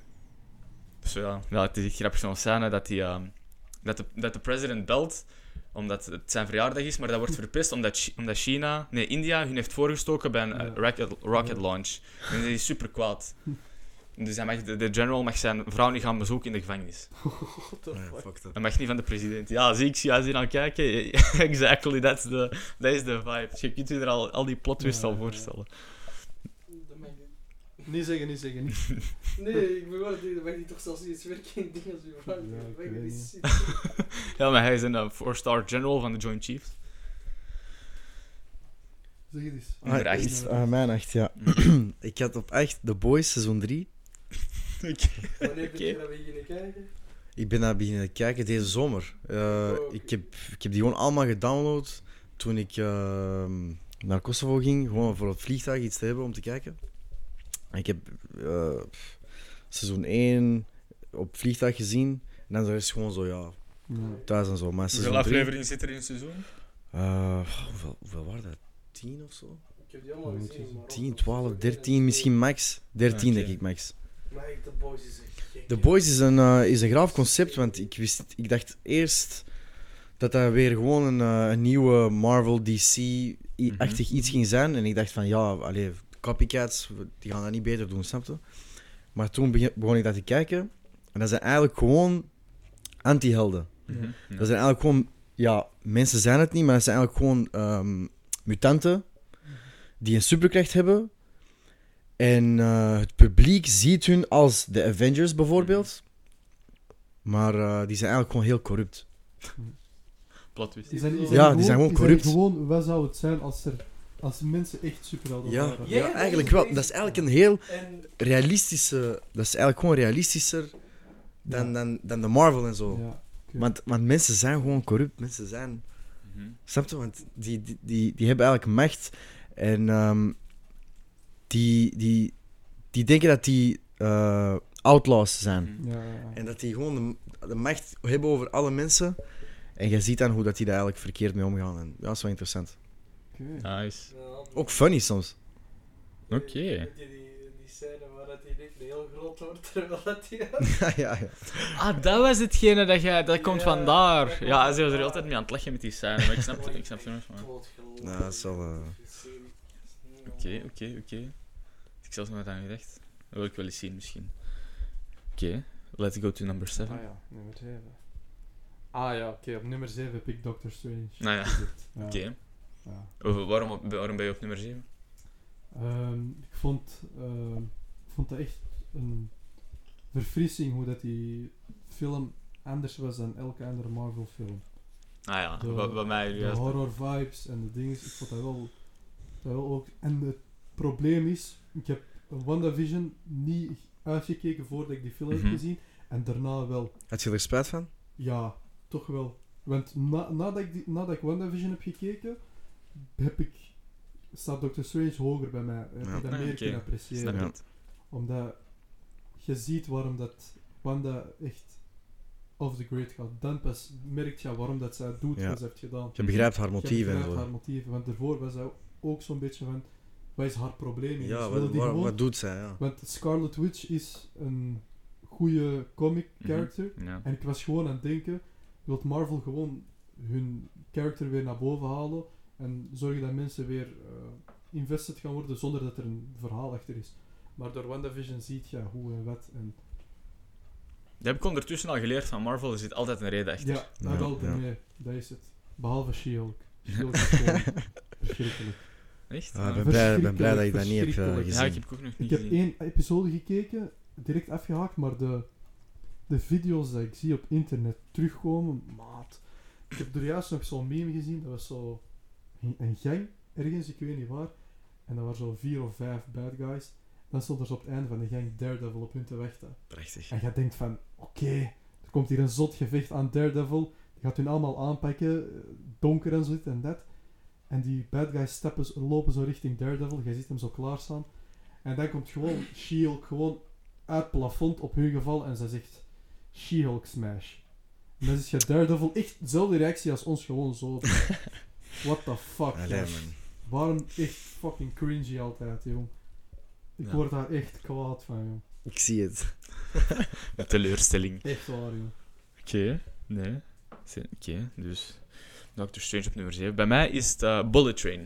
Dus ja, ja, het is echt grappig zo'n scène dat, die, ehm, dat, de, dat de president belt, omdat het zijn verjaardag is, maar dat wordt verpest omdat, Chi- omdat China, nee, India hun heeft voorgestoken bij een eh, Ja. rocket, rocket Ja. launch. En die is super kwaad. Dus hij mag, de, de general mag zijn vrouw niet gaan bezoeken in de gevangenis. What the Ja, fuck? fuck dat. Dat mag niet van de president. Ja, zie ik zie als je aan kijken. Exactly, that's the, that is the vibe. Je kunt je er al, al die plot twists Ja, al ja, ja. voorstellen. Dat mag niet. Niet zeggen, niet zeggen. Niet. Nee, ik begon het dat mag niet toch zelfs iets werken in dingen als uw vrouw. Ja, Dat ik mag weet niet niet. zitten. Ja, maar hij is een uh, four-star general van de Joint Chiefs. Zeg het eens. Nummer Ah, acht. iets- ah, mijn acht, ja. Ik had op echt The Boys seizoen drie. Wanneer ben Oké. je naar beginnen kijken? Ik ben naar beginnen kijken deze zomer. Eh, Oh, oké. ik, heb, ik heb die gewoon allemaal gedownload toen ik ehm, naar Kosovo ging. Gewoon voor het vliegtuig iets te hebben om te kijken. En ik heb eh, pff, seizoen één op het vliegtuig gezien. En dan is het gewoon zo, ja, Ja. thuis en zo. Maar Hoeveel seizoen drie... afleveringen zit er in het seizoen? eh, hoeveel, hoeveel waren dat? tien of zo. Ik heb die allemaal gezien, maar... tien, twaalf, dertien, misschien max. dertien Oké. denk ik max. Maar echt, The Boys is echt gek. The hè. Boys is een, uh, is een graaf concept, want ik, wist, ik dacht eerst dat dat weer gewoon een, uh, een nieuwe Marvel D C-achtig Mhm. iets ging zijn. En ik dacht van ja, allee, copycats, die gaan dat niet beter doen, snap je? Maar toen begin- begon ik dat te kijken. En dat zijn eigenlijk gewoon anti-helden. Mhm. Ja. Dat zijn eigenlijk gewoon, ja, mensen zijn het niet, maar dat zijn eigenlijk gewoon ehm, mutanten die een superkracht hebben. En uh, het publiek ziet hun als de Avengers bijvoorbeeld. Maar uh, die zijn eigenlijk gewoon heel corrupt. Plot twist. Die zijn, die Ja, zijn die zijn gewoon corrupt. Gewoon, wat zou het zijn als, er, als mensen echt superhelden Ja, waren? Ja, ja, dat eigenlijk is wel. bezig. Dat is eigenlijk een heel En realistische... Dat is eigenlijk gewoon realistischer dan, Ja. dan, dan de Marvel en zo. Ja, oké. Want, want mensen zijn gewoon corrupt. Mensen zijn... Mhm. Snap je? Want die, die, die, die hebben eigenlijk macht. En ehm, die, die, die denken dat die eh, outlaws zijn. Mhm. Ja, ja, ja. En dat die gewoon de, de macht hebben over alle mensen. En je ziet dan hoe dat die daar eigenlijk verkeerd mee omgaan. En ja, dat is wel interessant. Oké. Nice. ja, Ook funny soms. Oké. Die, die, die scène waar dat hij echt heel groot wordt, terwijl dat hij... ja, ja, ja. Ah, dat was hetgene dat jij... Dat komt Ja, vandaar. dat komt Ja, ze was er vandaar. altijd mee aan het lachen met die scène. Maar ik snap het, ik snap het niet van. Nou, dat is wel, eh, Oké, oké, oké. Ik heb zelfs nog wat aan gedacht. Dat wil ik wel eens zien, misschien. Oké, let's go to number seven. Ah ja, nummer zeven. Ah ja, oké, op nummer zeven heb ik Doctor Strange. Nou ja, gezet. Ja, oké. ja. Over- Waarom, op- waarom ben je op nummer zeven? Ehm, ik, vond, ehm, ik vond dat echt een verfrissing hoe dat die film anders was dan elke andere Marvel film. Ah ja, De- wat bij mij De juist. horror vibes en de dingen, ik vond dat wel, dat wel ook. En het probleem is, ik heb WandaVision niet uitgekeken voordat ik die film Mhm. heb gezien. En daarna wel. Had je er spijt van? Ja, toch wel. Want na, nadat, ik die, nadat ik WandaVision heb gekeken, heb ik, staat Doctor Strange hoger bij mij. Heb Ja. ik dat Ah, meer oké. kunnen appreciëren. Snap Ja. het. Omdat je ziet waarom dat Wanda echt off the grid gaat. Dan pas merk je waarom dat zij doet Ja. wat ze heeft gedaan. Je begrijpt haar Je motieven en begrijpt zo. haar motieven, want daarvoor was zij ook zo'n beetje van, wat is haar probleem? Ja, Dus wat, willen die wat, gewoon- wat doet zij? Ja. Want Scarlet Witch is een goede comic Mhm. character. Ja. En ik was gewoon aan het denken, wil Marvel gewoon hun character weer naar boven halen en zorgen dat mensen weer eh, invested gaan worden zonder dat er een verhaal achter is. Maar door WandaVision ziet je hoe en wat. En Dat heb ik ondertussen al geleerd van Marvel, er zit altijd een reden achter. ja, dat Ja, altijd ja. mee. Dat is het. Behalve She-Hulk. She-Hulk is gewoon verschrikkelijk. Echt? Ah, ik Ja. ben blij, ben blij dat ik dat niet heb eh, Verschrikkelijk. Ja, gezien. ik heb ook nog Ik niet heb gezien. één episode gekeken, direct afgehaakt, maar de, de video's die ik zie op internet terugkomen, maat. Ik heb er juist nog zo'n meme gezien, dat was zo een, een gang, ergens, ik weet niet waar. En dat waren zo vier of vijf bad guys. Dan stond er zo op het einde van de gang Daredevil op hun te wachten. Prachtig. En je denkt van, oké, er komt hier een zot gevecht aan Daredevil. Die gaat hun allemaal aanpakken, eh, donker en zo dit en dat. En die bad guys steppen, zo- lopen zo richting Daredevil. Je ziet hem zo klaarstaan. En dan komt gewoon She-Hulk gewoon uit het plafond op hun geval en ze zegt She-Hulk smash. En dan is je Daredevil echt dezelfde reactie als ons, gewoon zo. What the fuck, Allee, gast. man. Waarom echt fucking cringy altijd, jong. Ik Ja. word daar echt kwaad van, jong. Ik zie het. Een teleurstelling. Echt waar, jong. Oké, nee. Oké, okay, dus Doctor Strange op nummer zeven. Bij mij is het uh, Bullet Train.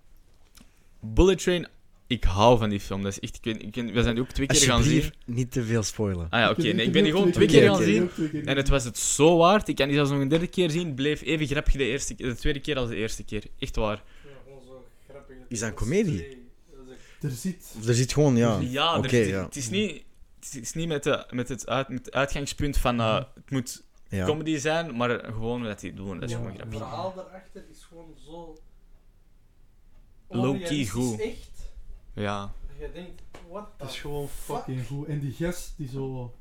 Bullet Train, ik hou van die film. Dat is echt, ik weet, ik weet, we zijn die ook twee keer gaan zien. Alsjeblieft, niet te veel spoilen. Ah ja, oké. heb nee, die ik ben die ook gewoon twee keer keer gaan gaan zien. zien. Ook twee keer En het was het zo waard. Ik kan die zelfs nog een derde keer zien. Bleef even grappig de, eerste, de tweede keer als de eerste keer. Echt waar. Ja, gewoon zo grappig. Is dat een comedie? Dat is echt- Er zit... Er zit gewoon, ja. Ja, er Oké, is- ja. het is niet, het is niet met, de, met, het uit, met het uitgangspunt van uh, het moet ja. comedy zijn, maar gewoon wat die doen. Dat is Ja. gewoon Het grappig. verhaal daarachter is gewoon zo... Low-key onrealistisch goed. echt. Ja. Dat je denkt, what the Het is gewoon fuck? fucking goed. En die gast die zo...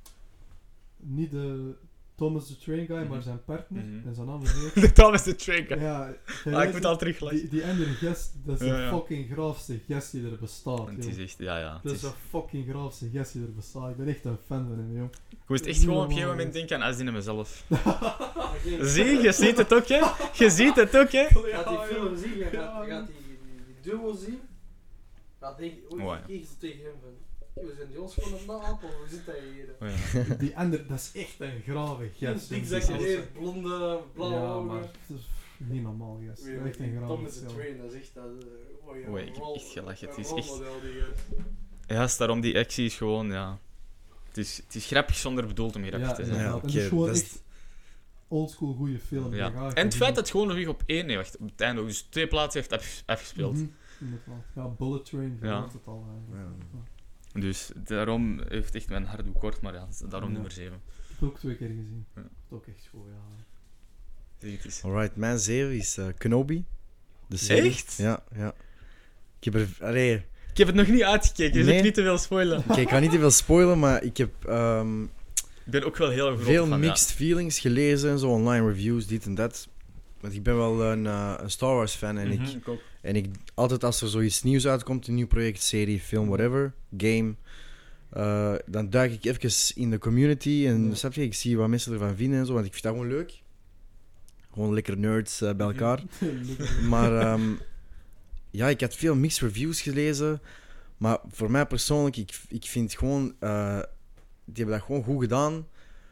Niet de Thomas the Train Guy, Mhm. maar zijn partner. Mhm. En zijn naam vergeet. De Thomas the Train Guy. Ja, jij Ah, ik weet moet het, al terug lachen. die, die andere gast, dat is Ja, de ja. fucking graafste gast die er bestaat. Het is joh. echt, ja, ja. Dat Het is is, de fucking graafste gast die er bestaat. Ik ben echt een fan van hem, joh. ik moest echt gewoon op een gegeven moment denken aan Asdin en mezelf. Oké. Zie, je ziet het ook, hè? Je ziet het ook, hè? Je gaat die film zien, je gaat, je gaat die, duo zie, dan denk ik, oei, Oh, ja. ik kies tegen hem van, we zijn die ons gewoon een naap, of hoe zit hij hier? Oh, ja. Die ander, dat is echt een grave gast. Dik jongen. zak leer, blonde, blauwe Ja, ogen. maar het is niet normaal, gast. Weer Echt een grave Tom is gast, de ja. train, dat is echt dat, uh, oh ja, Oei, ik heb rol- echt gelachen. Het een is echt- rolmodel, die gast. Ja, is daarom die actie is gewoon, ja... Het is, het is grappig zonder bedoeld om grappig Ja, te zijn. Ja, inderdaad. oké, En het is gewoon dat is- echt oldschool goede film. Ja. Daar ga ik En het voor feit dat het gewoon nog weer op één, nee, wacht, op het einde ook dus twee plaatsen heeft af- afgespeeld. Mhm, inderdaad. Ja, Bullet Train, je Ja. hoort het al eigenlijk. Ja. Ja. Dus daarom heeft echt mijn hart kort, maar ja, daarom Ja. nummer zeven. Ik heb het ook twee keer gezien. Ja. Het is ook echt goed, ja. Zeg het eens. Alright, mijn zeven is uh, Kenobi. De serie. Echt? Ja, ja. Ik heb er... Allee, Ik heb het nog niet uitgekeken, dus Nee. ik niet te veel spoilen. oké, ik ga niet te veel spoilen, maar ik heb ehm, Ik ben ook wel heel groot veel van, mixed feelings gelezen en zo, online reviews, dit en dat. Want ik ben wel een, uh, een Star Wars fan ja. en Mhm, ik... ik ook. En ik, altijd als er zoiets nieuws uitkomt, een nieuw project, serie, film, whatever, game, uh, dan duik ik even in de community en Ja. snap je, ik zie wat mensen ervan vinden en zo, want ik vind dat gewoon leuk. Gewoon lekker nerds uh, bij elkaar. Maar ehm, ja, ik had veel mixed reviews gelezen, maar voor mij persoonlijk, ik, ik vind gewoon, uh, die hebben dat gewoon goed gedaan.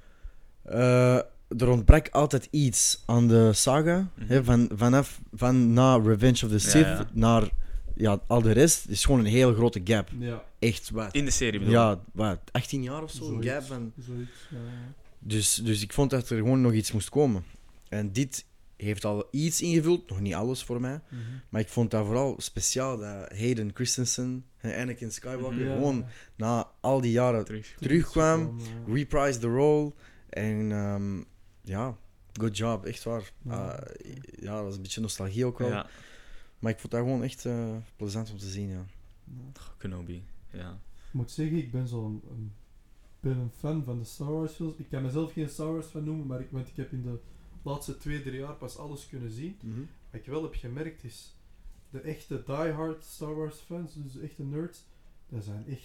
Uh, er ontbrak altijd iets aan de saga. Mhm. Hè, van, vanaf van na Revenge of the Sith ja. naar ja, al de rest is gewoon een heel grote gap. Ja, Echt wat? In de serie bedoel ik. Ja, wat, achttien jaar of zo? Een zoiets. gap van... Zoiets, ja. dus, dus ik vond dat er gewoon nog iets moest komen. En dit heeft al iets ingevuld, nog niet alles voor mij. Mhm. Maar ik vond dat vooral speciaal dat Hayden Christensen, hè, Anakin Skywalker, Mhm. Ja. gewoon na al die jaren Terug. terugkwam, Ja. reprise the role. En ehm, ja, good job, echt waar. Ja. Uh, ja, dat was een beetje nostalgie ook wel. Ja, Maar ik vond dat gewoon echt uh, plezant om te zien, ja. Ja. Kenobi. Ja. Ik moet zeggen, ik ben zo'n een, ben een fan van de Star Wars films. Ik kan mezelf geen Star Wars fan noemen, maar ik, want ik heb in de laatste twee, drie jaar pas alles kunnen zien. Wat ik wel heb gemerkt is, de echte diehard Star Wars fans, dus de echte nerds, dat zijn echt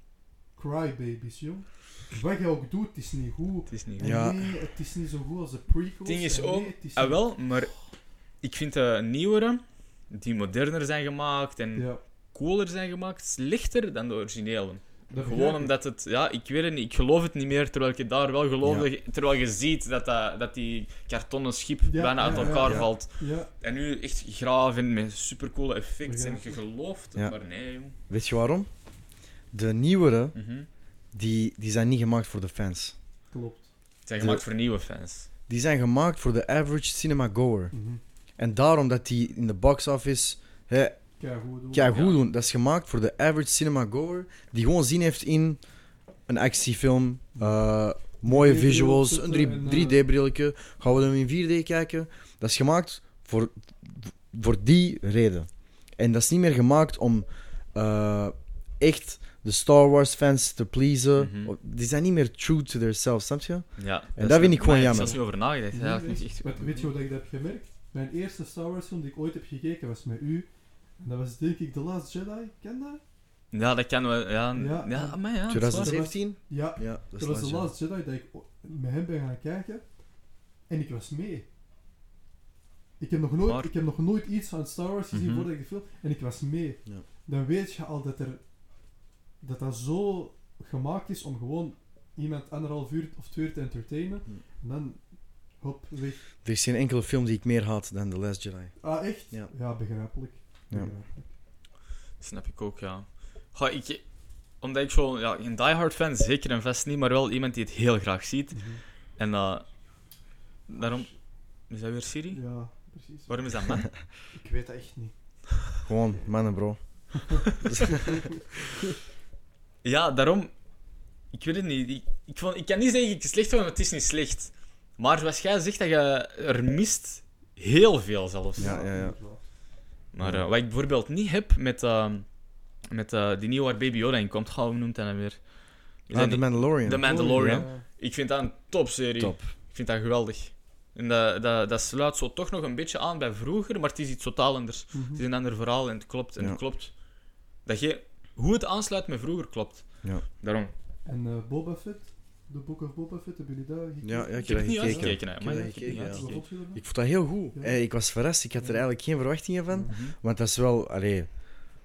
crybabies, jong. Wat je ook doet, het is niet goed. Het is niet... En Ja. nee, het is niet zo goed als de prequels. Het ding is en ook... nee, het is Ah, niet- wel, maar ik vind de nieuwere, die moderner zijn gemaakt en Ja, cooler zijn gemaakt, slechter dan de originele. dat Gewoon begrijp ik. omdat het... Ja, ik weet het niet. Ik geloof het niet meer, terwijl ik het daar wel geloofde. Terwijl je ziet dat, dat, dat die kartonnen schip Ja, bijna uit ja, ja, elkaar ja. valt. Ja, En nu echt graven met supercoole effecten. En Begrijp je ik. gelooft het, Ja. maar nee, jong. Weet je waarom? De nieuwere, Mhm. die, die zijn niet gemaakt voor de fans. klopt. Het zijn De- gemaakt voor nieuwe fans. Die zijn gemaakt voor de average cinema goer. Mhm. En daarom dat die in de box office hè, Kijk goed doen. kei goed Ja. doen. Dat is gemaakt voor de average cinema goer die gewoon zin heeft in een actiefilm, uh, mooie drie D-bril visuals, zetten een en, uh, drie D-brilletje. Gaan we hem in vier D kijken? Dat is gemaakt voor, voor die reden. En dat is niet meer gemaakt om uh, echt de Star Wars fans te pleasen. Mhm. Die zijn niet meer true to themselves, snap je? Ja, dat vind ik gewoon maar jammer. Ik heb er zelfs niet over nagedacht. Nee, Eigenlijk weet, niet echt weet, weet je wat ik dat heb gemerkt? Mijn eerste Star Wars film die ik ooit heb gekeken was met u. En dat was denk ik The Last Jedi. Ken dat? Ja, dat kan wel. Ja, Ja. ja, maar ja. dat is waar. twintig zeventien? Ja, Ja, dat is dat was laatst, The ja. Last Jedi dat ik o- met hem ben gaan kijken. En ik was mee. Ik heb nog nooit, Maar- ik heb nog nooit iets van Star Wars gezien Mhm. voordat ik de film... En ik was mee. Ja. Dan weet je al dat er... Dat dat zo gemaakt is om gewoon iemand anderhalf uur of twee uur te entertainen. Hm. En dan... Hop, weg. Er is geen enkele film die ik meer haat dan The Last Jedi. Ah, echt? Ja. Ja, begrijpelijk. Ja. Begrijpelijk. Snap ik ook, ja. Ga ik, omdat ik zo, ja, een diehard fan, zeker en vast niet, maar wel iemand die het heel graag ziet. Mhm. En uh, daarom... Is dat weer Siri? Ja, precies. Waarom is dat man? Ik weet dat echt niet. Gewoon mannen, bro. Ja, daarom... Ik weet het niet. Ik, ik, vond, ik kan niet zeggen, het is slecht, want het is niet slecht. Maar zoals jij zegt, dat je er mist heel veel zelfs. Ja, ja, ja. Maar uh, wat ik bijvoorbeeld niet heb met, uh, met uh, die nieuwe waar Baby Yoda in komt, gaan we noemt hij dan weer? Is Ah, dat The niet- Mandalorian. The Mandalorian. Ja. Ik vind dat een topserie. Top. Ik vind dat geweldig. En dat, dat, dat sluit zo toch nog een beetje aan bij vroeger, maar het is iets totaal anders. Mhm. Het is een ander verhaal en het klopt. En Ja. het klopt. Dat je, hoe het aansluit met vroeger klopt. Ja. Daarom. En eh, Boba Fett, The Book of Boba Fett, hebben jullie daar gekeken? Ja, ja, ik Ik heb heb het dat niet gekeken. uitgekeken, hè. Ik Maar heb ik dat heb het niet gekeken, ja. Wat uitgekeken. vond je ervan? Ik vond dat heel goed. Ja. Eh, ik was verrast, ik had er eigenlijk geen verwachtingen van. Mhm. Want dat is wel, allee,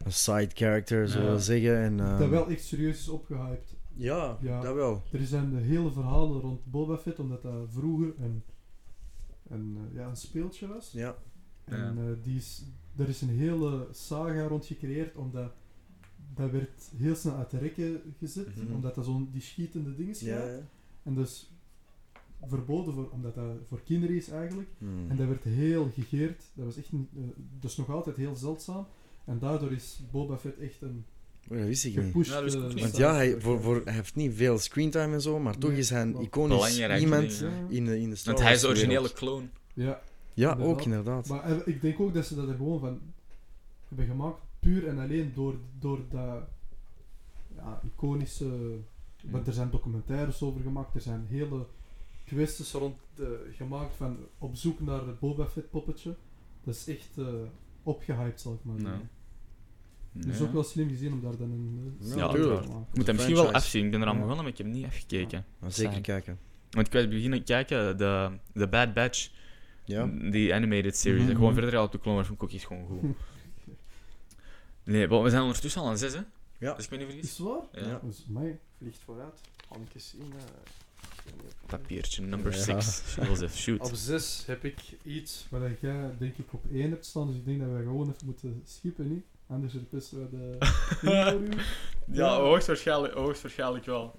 een side character, zo Ja. zeggen. En, dat ehm, wel echt serieus is opgehyped. Ja, Ja. dat wel. Er zijn de hele verhalen rond Boba Fett, omdat dat vroeger een, een, eh, ja, een speeltje was. Ja. En Ja. eh, die is, er is een hele saga rond gecreëerd, omdat dat werd heel snel uit de rekken gezet, Mhm. omdat dat zo'n die schietende dingen Ja, schijnt. ja. En dus verboden, voor, omdat dat voor kinderen is eigenlijk. Hmm. En dat werd heel gegeerd. Dat was echt een, eh, dus nog altijd heel zeldzaam. En daardoor is Boba Fett echt een Oh, dat wist ik niet. gepusht. Ja, dat wist ik ook eh, niet. Want side ja, hij, character. voor, voor, hij heeft niet veel screentime en zo, maar toch Nee, is hij een maar iconisch belangrijk iemand ding, Ja. in de, in de Star Want hij is de Wars originele wereld. clone. Ja, Ja, inderdaad. ook inderdaad. maar eh, ik denk ook dat ze dat er gewoon van hebben gemaakt, puur en alleen door, door dat ja, iconische... Want er zijn documentaires over gemaakt, er zijn hele kwesties rond eh, gemaakt van op zoek naar het Boba Fett poppetje. Dat is echt eh opgehyped, zal ik maar Ja. zeggen. Nee. Het is ook wel slim gezien om daar dan een eh, Ja, serie tuurlijk. te maken. Ik moet hem misschien wel Franchise. afzien. Ik ben eraan Ja. begonnen, maar ik heb niet afgekeken. Maar zeker Saai. kijken. Want ik was beginnen kijken, de, de Bad Batch, Ja. die animated series. Mhm. En gewoon verder gaat op de Clone Wars, vond ik ook echt gewoon goed. Nee, maar we zijn ondertussen al aan zes, hè? Ja. Als ik me niet vergis. Is het waar? Ja. Dus mij. Vliegt vooruit. Kan ik eens zien. eh. Papiertje, number Ja. six. Joseph, shoot. Op zes heb ik iets. Maar dat jij denk ik op één hebt staan, dus ik denk dat wij gewoon even moeten skippen, niet? Anders verpesten we de intro nu. Ja, hoogstwaarschijnlijk, hoogstwaarschijnlijk wel.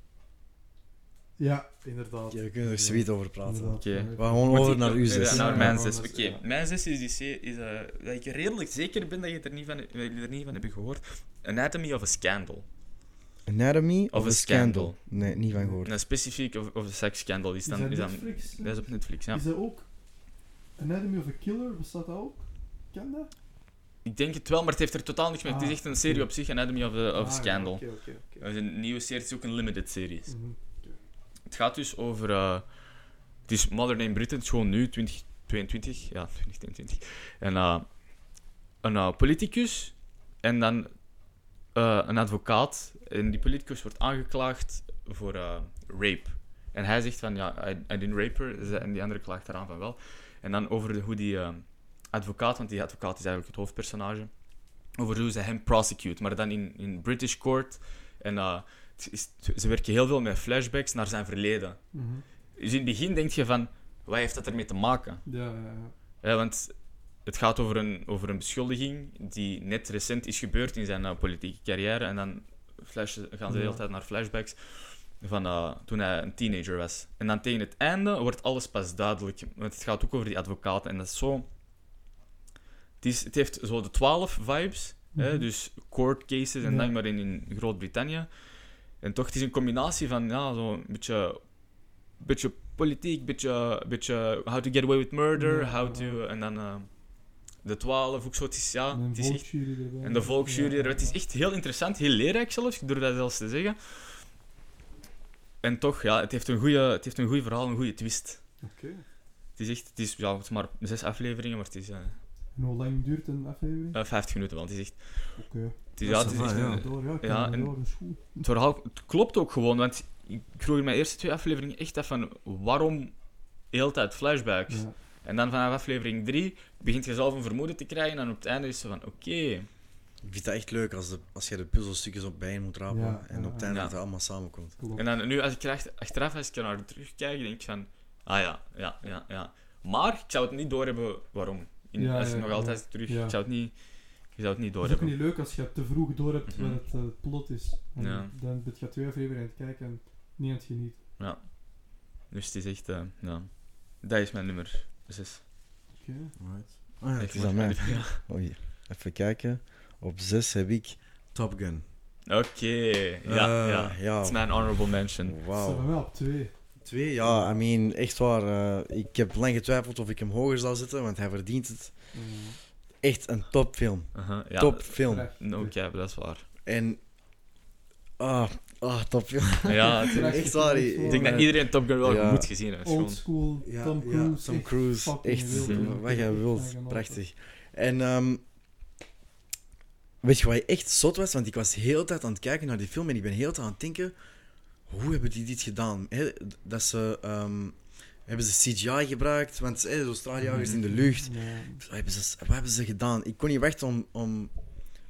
Ja, inderdaad. Ja, we kunnen er zoiets over praten. Inderdaad. Oké. Ja, We gaan gewoon over naar uw Ja, zes. naar Ja, mijn ja, zes. ja. Oké, mijn zes is, die se- is uh, dat ik redelijk zeker ben dat je het er niet van, dat jullie er niet van hebben gehoord. Anatomy of a Scandal. Anatomy Of of a a Scandal? Scandal. Nee, niet van gehoord. Nou, specifiek of, of a sex scandal is Is dan... dat Is dan Netflix? dat is op Netflix, ja. Is dat ook Anatomy of a Killer? Bestaat dat ook? Ken dat? Ik denk het wel, maar het heeft er totaal niks mee. Het is Ah, echt een serie oké. op zich, Anatomy of a, of a Ah, ja, Scandal. Oké, oké, oké. Dat is een nieuwe serie, het is ook een limited series. Mhm. Het gaat dus over... eh, het is Modern Day Britain, het is gewoon nu, twintig tweeëntwintig. Ja, twintig tweeëntwintig. En eh, een eh, politicus en dan eh, een advocaat. En die politicus wordt aangeklaagd voor eh, rape. En hij zegt van, ja, I, I didn't rape her. Ze- En die andere klaagt eraan van wel. En dan over de, hoe die eh, advocaat, want die advocaat is eigenlijk het hoofdpersonage, over hoe ze hem prosecute, maar dan in, in British court. En eh, het is, ze werken heel veel met flashbacks naar zijn verleden. Mhm. Dus in het begin denk je van, wat heeft dat ermee te maken? Ja, ja, ja. Ja, want het gaat over een, over een beschuldiging die net recent is gebeurd in zijn eh, politieke carrière. En dan flash, gaan ze de hele tijd naar flashbacks van eh, toen hij een teenager was. En dan tegen het einde wordt alles pas duidelijk. Want het gaat ook over die advocaten. En dat is zo... Het, is, het heeft zo de twaalf vibes. Hè, Mhm. dus court cases en Ja. dan maar in, in Groot-Brittannië. En toch, het is een combinatie van ja, zo een beetje, beetje politiek, beetje, beetje how to get away with murder, Ja, how to... ja. En dan eh, de twaalf, ook zo. Het is, ja, En een het is echt, volksjury erbij. en de volksjury. Ja, er- Het is echt heel interessant, heel leerrijk zelfs, ik durf dat zelfs te zeggen. En toch, ja, het heeft een goede, het heeft een goede verhaal, een goede twist. Oké. Het is echt, het is, ja, het is maar zes afleveringen, maar het is eh, En hoe lang duurt een aflevering? eh, vijftig minuten wel. Het is echt, Oké. het is, Dat ja, is het is wel, echt ja. een- Door, ja, ik Ja, kan en- door, dat is goed. het verhaal het klopt ook gewoon, want ik vroeg in mijn eerste twee afleveringen echt af van waarom de hele tijd flashbacks. Ja. En dan vanaf aflevering drie begint je zelf een vermoeden te krijgen en op het einde is het van oké. Ik vind dat echt leuk als, de, als je de puzzelstukjes op bijeen moet rapen Ja, en ja, op het einde ja. dat het allemaal samenkomt. Klopt. En dan nu, als ik er achteraf als ik er naar terugkijk, denk ik van ah ja, ja, ja, ja. Maar ik zou het niet doorhebben waarom. In, Ja, als ik ja, nog ja. altijd terug, Ja. ik zou het niet, ik zou het niet Het is ook doorhebben. niet leuk als je te vroeg door hebt Mhm. wat het eh, plot is. En Ja. Dan ben je twee afleveringen aan het kijken en niet aan het genieten. Dus het is echt, eh, ja. Dat is mijn nummer zes. Oké. Right. Oh ja, het is maar- aan mij. Ja. Oei, even kijken. Op zes heb ik Top Gun. Oké, ja, Eh, ja. ja. Het is mijn honorable mention. Ze Wauw. hebben mij op twee. Twee, ja, I mean, echt waar. eh, ik heb lang getwijfeld of ik hem hoger zou zetten, want hij verdient het. Uh, Echt een topfilm. Uh-huh, ja, Topfilm. terecht. No cap, dat is waar. En. Ah, ah topfilm. Ja, het- Terecht. Echt waar. Ik ik denk dat iedereen Top Gun wel Ja. goed gezien heeft. Old Gewoon. school, Ja, Tom ja, Cruise. Tom echt Cruise. fucking Echt, wild, Mhm. man. wat je Echt wilt. van Prachtig. En ehm, weet je wat je echt zot was? Want ik was de hele tijd aan het kijken naar die film en ik ben de hele tijd aan het denken: hoe hebben die dit gedaan? Hè, dat ze. ehm, hebben ze C G I gebruikt? Want hè, zo straaljagers in de lucht. Ja. Wat hebben, ze, wat hebben ze gedaan? Ik kon niet wachten om, om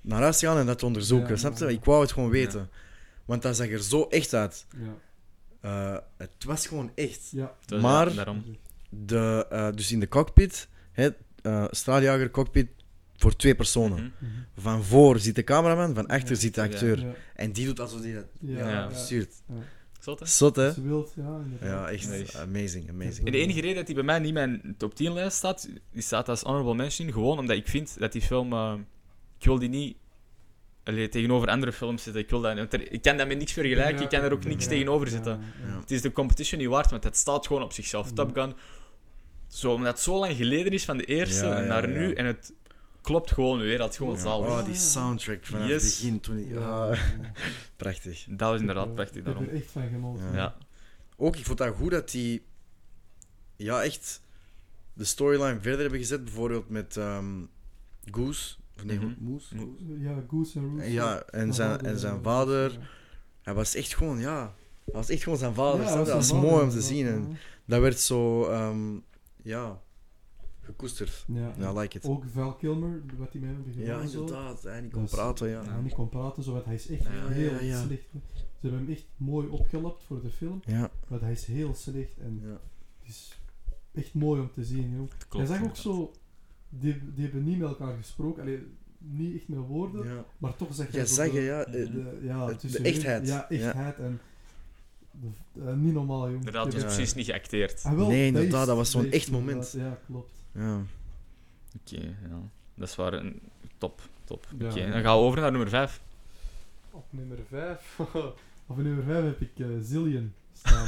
naar huis te gaan en dat te onderzoeken. Ja, Snap je? ja. Ik wou het gewoon Ja. weten. Want dat zag er zo echt uit. Ja. Uh, het was gewoon echt. Ja. Dus, Maar- ja, daarom. De, uh, dus in de cockpit, hè, uh, straaljager cockpit voor twee personen. Mhm. Mhm. Van voor zit de cameraman, van achter Ja. zit de acteur. Ja. En die doet alsof die dat Ja. Ja. stuurt. Zot, hè? Zot, hè? Ze wilt, ja, inderdaad. Ja, echt Nice. amazing, En amazing. de enige reden dat hij bij mij niet in mijn top tien lijst staat, die staat als honorable mention, gewoon omdat ik vind dat die film... Uh, ik wil die niet allee, tegenover andere films zetten. Ik, wil dat, want er- ik kan dat met niks vergelijken, ik kan er ook niks Ja, tegenover ja, zetten. ja. Ja. Het is de competition niet waard, want het staat gewoon op zichzelf. Ja. Top Gun, zo, omdat het zo lang geleden is van de eerste Ja, en ja, naar ja. nu, en het klopt gewoon weer, dat is gewoon Ja. zalig. Oh, die soundtrack vanaf het Yes. begin. Toen, Ja, ja, ja. prachtig. Dat was inderdaad Ik, eh, prachtig Ik heb daarom. er echt van genoten. Ja. Ja. Ook, ik vond dat goed dat die... Ja, echt... De storyline verder hebben gezet. Bijvoorbeeld met ehm, Goose. Of nee, Mhm. Moose? Mo- Ja, Goose en Rooster. Ja, en zijn, en zijn vader. Hij was echt gewoon, ja... Hij was echt gewoon zijn vader. snap je? Dat was mooi om te zien. En dat werd zo... ehm, ja... Gekoesterd. Ja. Ja, I like it. Ook Val Kilmer, wat hij mee hebben gedaan. Ja, en zo. inderdaad. Hij niet Dat kon is- praten, ja. Ja, niet kon praten, zo, want hij is echt Ja, heel ja, ja. slecht. hè. Ze hebben hem echt mooi opgelapt voor de film, Ja. maar hij is heel slecht en Ja. het is echt mooi om te zien, joh. Dat Hij klopt, zag ook inderdaad. zo, die, die hebben niet met elkaar gesproken, allee, niet echt met woorden, Ja. maar toch zeg Ja, zo zeggen, de- ja. Mhm. eh, de, ja, Het- tussen de hun- echtheid. Ja, echtheid en de- eh, niet normaal, joh. Inderdaad, het Ik was heb- Ja. precies niet geacteerd. Ah, wel, Nee, inderdaad, is- dat was zo'n is echt inderdaad- moment. Ja, klopt. Ja. Oké, ja. Dat is waar een top, top. Ja. Oké, dan gaan we over naar nummer vijf. Op nummer vijf. Op nummer vijf heb ik eh, Zillion staan.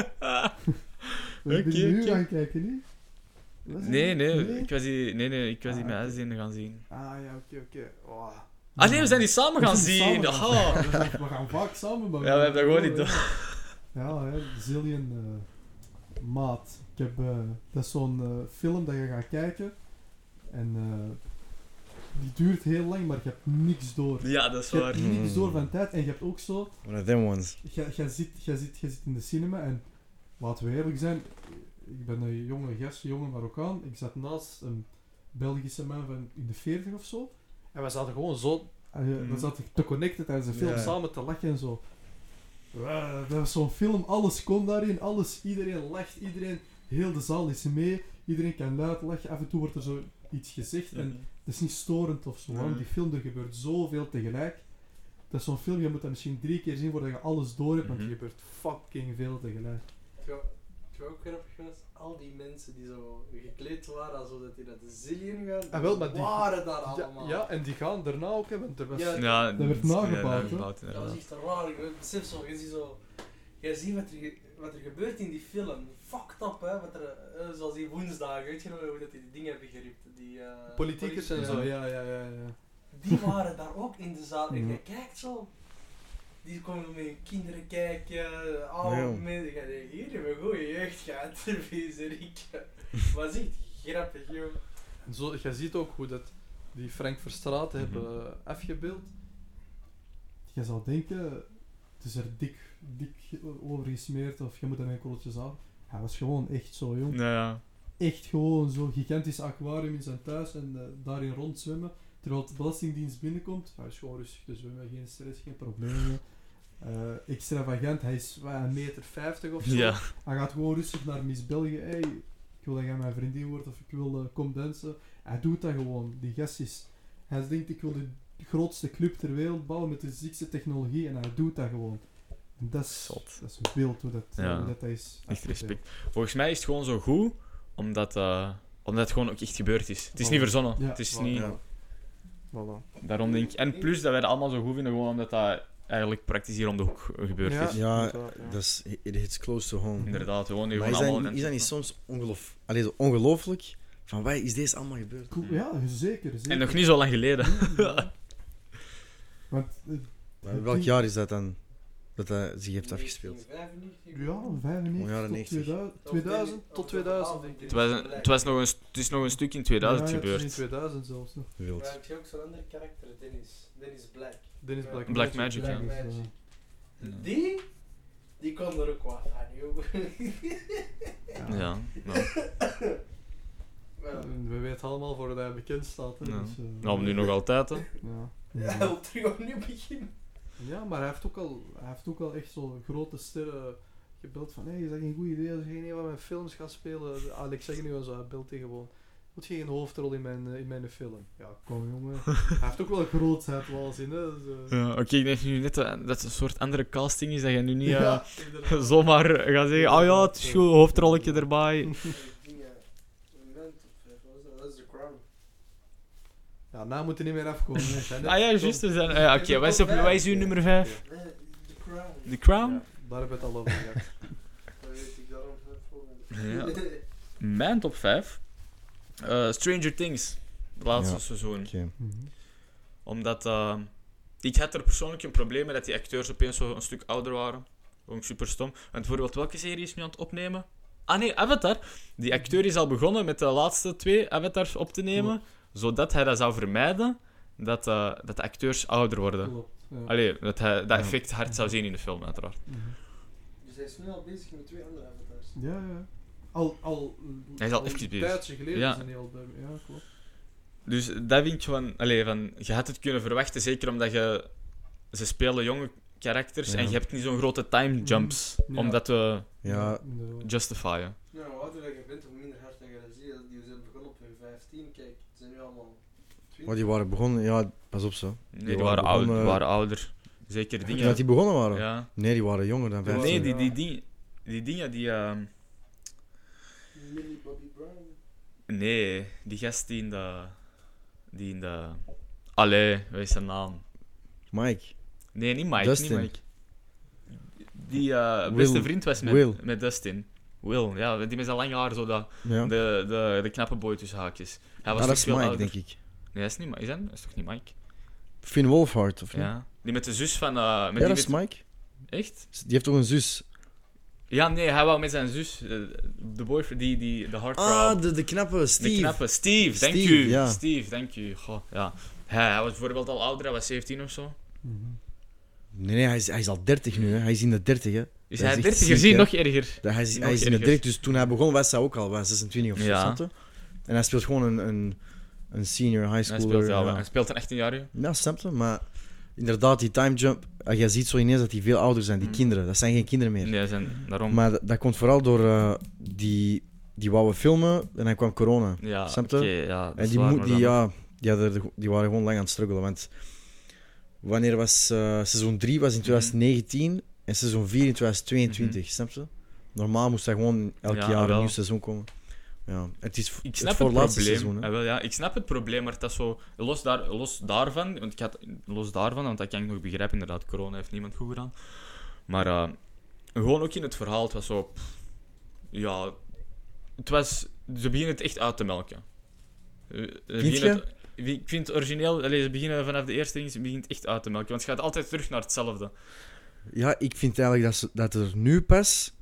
Ben Oké, je nu oké. gaan kijken, niet? Was het Nee, niet? nee, ik was die, nee, nee, ik was die Ah, met oké. Asdien gaan zien. Ah ja, oké, oké. Oh. Ah nee, we zijn die samen We gaan zijn zien. samen gaan Oh. zien. We gaan- We gaan vaak samen, maar... Ja, we hebben dat gewoon niet Ja, ja, hè, Zillion eh, maat. Ik heb, eh, dat is zo'n eh, film dat je gaat kijken en eh, die duurt heel lang, maar je hebt niks door. Ja, dat is Je waar. hebt niks Mm. door van tijd en je hebt ook zo... One of them ones. Je, je, zit, je, zit, je zit in de cinema en laten we eerlijk zijn, ik ben een jonge gast, een jonge Marokkaan. Ik zat naast een Belgische man van in de veertig of zo. En we zaten gewoon zo, uh, we Mhm. zaten te connecten tijdens de film, Ja. samen te lachen en zo. Uh, dat was zo'n film, alles kon daarin, alles, iedereen lacht, iedereen, heel de zaal is mee, iedereen kan luid lachen, af en toe wordt er zo iets gezegd en het is niet storend of zo, Nee. want die film, er gebeurt zoveel tegelijk. Dat is zo'n film, je moet dat misschien drie keer zien voordat je alles door hebt, want Mhm. er gebeurt fucking veel tegelijk. Het was ook grappig was, al die mensen die zo gekleed waren alsof dat die naar de Zillion gaan, Ah, wel, maar die- waren daar allemaal. Ja, en die gaan daarna ook hebben, er was... Ja, Ja, Dat werd nagebouwd, hè? Dat was inderdaad. echt raar. Ik besef zo, je ziet zo... Je ziet wat er, ge- wat er gebeurt in die film. Fucked up, hè. Wat er, eh, zoals die woensdagen, weet je nog hoe dat die die dingen hebben geript? Die, eh, Politiekers en politie- zo, ja, ja, ja, ja. Die waren daar ook in de zaal. En Mhm. je kijkt zo... Die komen met hun kinderen kijken, oude Ja. mensen. Je denkt, hier hebben we goede jeugd gehad, Viezerik. Was echt grappig, joh. En zo, je ziet ook hoe dat die Frank Verstraeten Mhm. hebben uh, afgebeeld. Je zou denken, het is er dik, dik over gesmeerd of je moet hem een kooltjes aan. Hij was gewoon echt zo, jong. Ja, ja. Echt gewoon zo'n gigantisch aquarium in zijn thuis en uh, daarin rondzwemmen. Terwijl de Belastingdienst binnenkomt, hij is gewoon rustig te zwemmen, geen stress, geen problemen. Uh, extravagant, hij is wat, een meter vijftig of zo. Ja. Hij gaat gewoon rustig naar Miss België. Hey, ik wil dat jij mijn vriendin wordt of ik wil uh, kom dansen. Hij doet dat gewoon. Die gast is... Hij denkt ik wil de grootste club ter wereld bouwen met de ziekste technologie en hij doet dat gewoon. En dat is, Zot. dat is een beeld hoe dat, Ja. hoe dat, dat is. Echt respect. Volgens mij is het gewoon zo goed, omdat, uh, omdat het gewoon ook echt gebeurd is. Het is niet verzonnen. Ja, Het is voilà. niet... Ja. Voilà. Daarom denk ik... En plus dat wij dat allemaal zo goed vinden, gewoon omdat dat eigenlijk praktisch hier om de hoek gebeurd Ja. is. Ja, inderdaad, ja. dat is, it hits close to home. Inderdaad, we wonen hier Maar is gewoon dat, allemaal... niet- is dat niet soms ongeloof, allee, zo ongelooflijk? Van, waar is deze allemaal gebeurd? Cool. Ja, zeker, zeker. En nog niet zo lang geleden. Ja. Want, uh, Maar welk jaar is dat dan? Dat hij zich heeft afgespeeld? negentienvijfennegentig. ja, vijfennegentig Oh, jaren tot negentig. tweeduizend, tweeduizend tot tweeduizend. denk ik. Het was, een- het, was nog een, st- het is nog een stuk in tweeduizend Ja, ja, het is gebeurd. in tweeduizend zelfs nog. Maar Wild. heb je ook zo'n andere karakter, Dennis. Dennis Black. Dennis Ja. Black, Black Magic, Black ja. dus, uh, Magic. Ja. Die? Die kon er ook wat van, joh. ja. Ja, ja. Ja. En we weten allemaal voor dat hij bekend staat. Hè, Ja. dus, uh, Nou, nu nog altijd, hè. Ja. Ja, hij wil terug opnieuw beginnen. Ja, maar hij heeft ook al, hij heeft ook al echt zo'n grote sterren gebeld van hé, hey, is dat geen goed idee als je in een van mijn films gaat spelen? Ah, ik zeg het nu wel zo, hij belt hij gewoon. Moet je geen hoofdrol in mijn, in mijn film? Ja, kom jongen. Hij heeft ook wel grootheid wel in, hè. Dus, uh... Ja, oké, ik denk nu net dat dat het een soort andere casting is, dat je nu niet ja, uh, inderdaad. zomaar gaat zeggen, oh ja, het is goed, hoofdrolletje erbij. Dingen, een band of vijf, wat is dat? Dat is The Crown. Ja, nou moet er niet meer afkomen. Hè. Zijn net- Ah ja, juist. er zijn- uh, Oké, wat is op- wat is uw nummer vijf? Nee, The Crown. The Crown? Ja, daar hebben we het al over gehad. Dat weet ik daarom volgende. Ja. Mijn top vijf? Uh, Stranger Things, het laatste Ja. seizoen. Oké. Mhm. Omdat uh, ik had er persoonlijk een probleem mee dat die acteurs opeens zo een stuk ouder waren. Gewoon super stom. Want bijvoorbeeld, welke serie is nu aan het opnemen? Ah nee, Avatar. Die acteur is al begonnen met de laatste twee Avatars op te nemen, zodat hij dat zou vermijden dat, uh, dat de acteurs ouder worden. Klopt. Ja. Allee, dat hij dat Ja. effect hard zou zien in de film, uiteraard. Mhm. Dus hij is nu al bezig met twee andere avatars. Ja, ja. Al, al, Hij is al al even een bezig. tijdje geleden Ja. zijn die al bij Ja, klopt. Dus dat vind je van, allee, van... Je had het kunnen verwachten, zeker omdat je... Ze spelen jonge karakters Ja. en je hebt niet zo'n grote time jumps Ja. om dat te Ja, inderdaad. justifyen. Nou, hoe ouder dat je bent, hoe minder hard dat je dat ziet. Die zijn begonnen op hun vijftien, kijk, ze zijn nu allemaal twintig. maar die waren begonnen, ja, pas op zo. Nee, die, Die waren, waren oud, begonnen- die waren ouder. Zeker Ja, dingen. dat die begonnen waren? Ja. Nee, die waren jonger dan Ja, vijftien. Nee, die, die, ja. die, die dingen die... ehm, Millie Bobby Brown. nee, die gast die in de... Die in de... Allee, wat is zijn naam? Mike. Nee, niet Mike, Dustin. niet Mike. Die eh, Will. beste vriend was met, Will. met Dustin. Will, ja, die met zijn lange haar, zo dat... Ja. De, de, de knappe boy tussen haakjes. Hij was Ah, toch dat is veel Mike, ouder. denk ik. Nee, dat is niet Mike. Is dat, dat is toch niet Mike? Finn Wolfhard, of niet? Ja. Die met de zus van... eh met Ja, die dat is met- Mike. Echt? Die heeft toch een zus? Ja, nee, hij wou met zijn zus, eh, de boyfriend, die, die, de hardcore... Ah, de, de knappe Steve. De knappe Steve, dank Steve, u. ja. Steve, dank u. Goh, ja. Hij, hij was bijvoorbeeld al ouder, hij was zeventien of zo. Mhm. Nee, nee, hij is, hij is al dertig nu, hè. Hij is in de dertig, hè. Is Dat hij is echt dertig ziek, gezien? hè. Nog erger. Dat hij is, Nog hij is in de erger. dertig, dus toen hij begon was hij ook al was zesentwintig of zo, Ja. snap je? En hij speelt gewoon een, een, een senior high Hij schooler. speelt, ja, ja. hij speelt een achttienjarige. Ja, snap je? Maar inderdaad, die time jump, ah, je ziet zo ineens dat die veel ouder zijn, die Mm. kinderen. Dat zijn geen kinderen meer. Nee, zijn, daarom... Maar dat, dat komt vooral door uh, die, die wouden filmen en dan kwam corona. ja, snap oké, je? ja, dat En is die, waar, moet, maar die, dan- ja, die, hadden er- die waren gewoon lang aan het struggelen. Want wanneer was uh, seizoen drie was in twintig negentien en seizoen vier in twintig tweeëntwintig, Mhm. snap je? Normaal moest er gewoon elk Ja, jaar een wel. nieuw seizoen komen. Ja, het is Ik het snap het, voorlaatste probleem. seizoen. Hè? Ah, wel, ja, ik snap het probleem, maar dat is zo... Los, daar, los daarvan, want ik had... Los daarvan, want dat kan ik nog begrijpen, inderdaad, corona heeft niemand goed gedaan. Maar uh, gewoon ook in het verhaal, het was zo... pff, ja... Het was... Ze beginnen het echt uit te melken. Eh, ze beginnen je? het- ik vind het origineel... Allee, ze beginnen vanaf de eerste ding, ze begint het echt uit te melken. Want je gaat altijd terug naar hetzelfde. Ja, ik vind eigenlijk dat, ze, dat er nu pas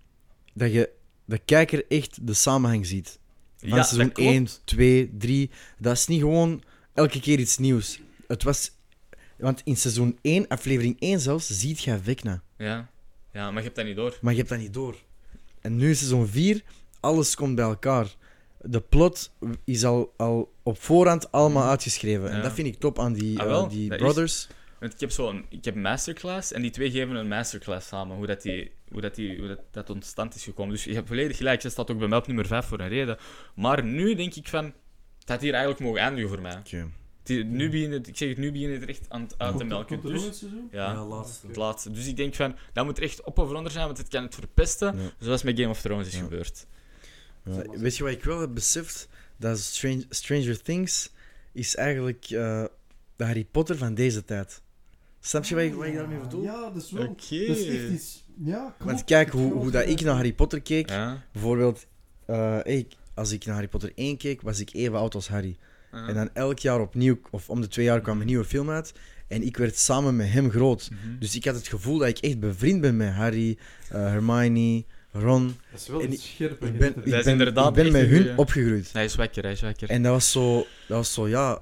dat je de kijker echt de samenhang ziet. Van Ja, seizoen dat klopt. één, twee, drie. Dat is niet gewoon elke keer iets nieuws. Het was... Want in seizoen één, aflevering één zelfs, ziet je Vecna. Ja. Ja, maar je hebt dat niet door. Maar je hebt dat niet door. En nu in seizoen vier, alles komt bij elkaar. De plot is al, al op voorhand allemaal Mhm. uitgeschreven. En Ja. dat vind ik top aan die, Ah, eh, wel, die dat is- brothers. Want ik heb zo'n... Ik heb masterclass en die twee geven een masterclass samen. Hoe dat, die, hoe dat, die, hoe dat, dat tot stand is gekomen. Dus je hebt volledig gelijk. Ze staat ook bij mij op nummer vijf voor een reden. Maar nu denk ik van... Het had hier eigenlijk mogen eindigen voor mij. Oké. Die- nu begint het, ik zeg het, nu begint het er echt aan het uit te Komt er- melken. komt er nog Dus, een seizoen? ja, laatste. het laatste. Dus ik denk van, dat moet er echt op of onder zijn, want het kan het verpesten. Ja. Zoals met Game of Thrones is Ja. gebeurd. Ja, weet je wat ik wel heb beseft? Dat Strange, Stranger Things is eigenlijk eh, de Harry Potter van deze tijd. Snap je wat ik, wat ik daarmee bedoel? Ja, dat is wel... Oké. Dat is echt iets... Ja, klopt. Want kijk, Ik hoe, geloof hoe dat ik naar Harry Potter keek. Ja. Bijvoorbeeld, eh, ik, als ik naar Harry Potter één keek, was ik even oud als Harry. Ja. En dan elk jaar opnieuw, of om de twee jaar, kwam een nieuwe film uit. En ik werd samen met hem groot. Mhm. Dus ik had het gevoel dat ik echt bevriend ben met Harry, eh, Hermione, Ron. Dat is wel En iets scherper. Ik ben, Dat ik is ben, inderdaad ik ben echt met een hun goeie. opgegroeid. Hij is wekker, hij is wekker. En dat was zo, dat was zo ja.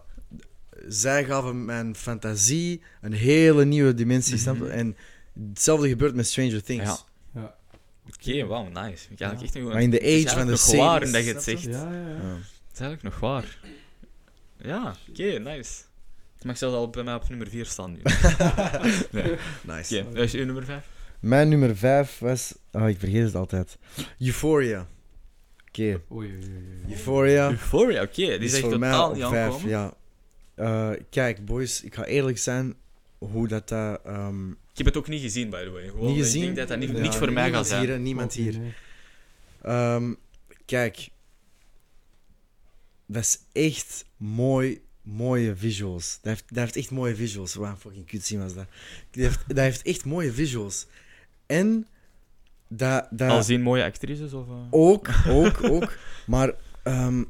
Zij gaven mijn fantasie een hele nieuwe dimensie. snap je? Mhm. En hetzelfde gebeurt met Stranger Things. Ja. Ja. Oké, wauw, nice. Ik eigenlijk Ja. echt een Maar in de het is age van de eigenlijk nog waar series, dat je het snap zegt. je? Ja, ja, ja. Ja. Het is eigenlijk nog waar. Ja, oké, nice. Het mag zelfs al bij mij op nummer vier staan nu. nee. Nice. Oké, dat is uw nummer vijf? Mijn nummer vijf was... Oh, ik vergeet het altijd. Euphoria. Oké. Oei, oei, oei, oei. Euphoria. Euphoria, oké. Die is is echt voor mij totaal op niet vijf, aankomen. ja. Uh, kijk, boys, ik ga eerlijk zijn hoe dat... dat um, Ik heb het ook niet gezien, by the way. Gewoon, niet Ik gezien? denk dat dat niet, Ja, niks voor mij gaat niemand zijn. Hier, hè, niemand Ook niet, hier. nee. Um, kijk, dat is echt mooi, mooie visuals. Dat heeft, dat heeft echt mooie visuals. Wat een fucking cutscene was dat. Dat heeft, dat heeft echt mooie visuals. En dat... dat Al zien mooie actrices? Of, uh... Ook, ook, ook. Maar, um,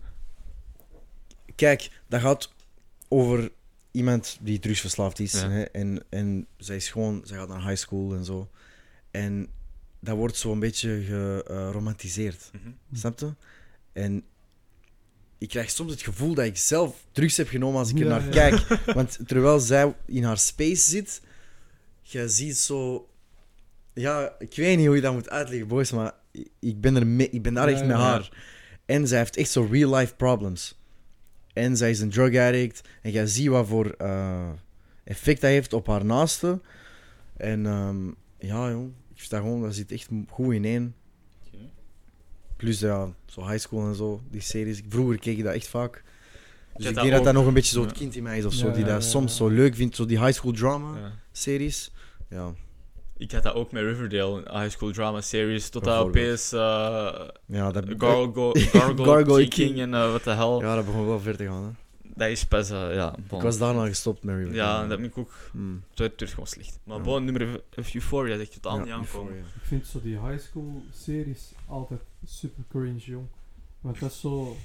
kijk, dat gaat over iemand die drugsverslaafd is. Ja. Hè, en, en zij is gewoon... Zij gaat naar high school en zo. En dat wordt zo een beetje geromantiseerd. Mm-hmm. Snap je? En ik krijg soms het gevoel dat ik zelf drugs heb genomen als ik er Ja, naar ja. kijk. Want terwijl zij in haar space zit, je ziet zo... Ja, ik weet niet hoe je dat moet uitleggen, boys, maar ik ben, er mee, ik ben daar Ja, echt ja, met ja. haar. En zij heeft echt zo real-life problems. En zij is een drug addict. En jij ziet wat voor uh, effect dat heeft op haar naaste. En um, ja, jong, ik sta gewoon, dat zit echt goed in één. Okay. Plus ja, zo high school en zo, die series. Vroeger keek ik dat echt vaak. Dus heb ik dat denk dat ook. dat nog een beetje zo het Ja. kind in mij is of zo, Ja, die ja, dat ja, soms ja. zo leuk vindt, zo die high school drama Ja. series. Ja, Ik had dat ook met Riverdale, een high school drama series, tot dat Bijvoorbeeld. opeens uh, ja dat, Gargo, Gargo, Gargoyle kicking King. en uh, wat de hel. ja, dat begon wel ver te gaan. Hè. Dat is pas, uh, ja. Bon. Ik was daarna gestopt met Riverdale. Ja, dat ben ik ook. Hmm. Het werd dus gewoon slecht. Maar Ja. bon, nummer vijf, Euphoria, dat ik totaal Ja, niet aankomen. Euphoria. Ik vind zo die high school series altijd super cringe, jong. Want dat is zo...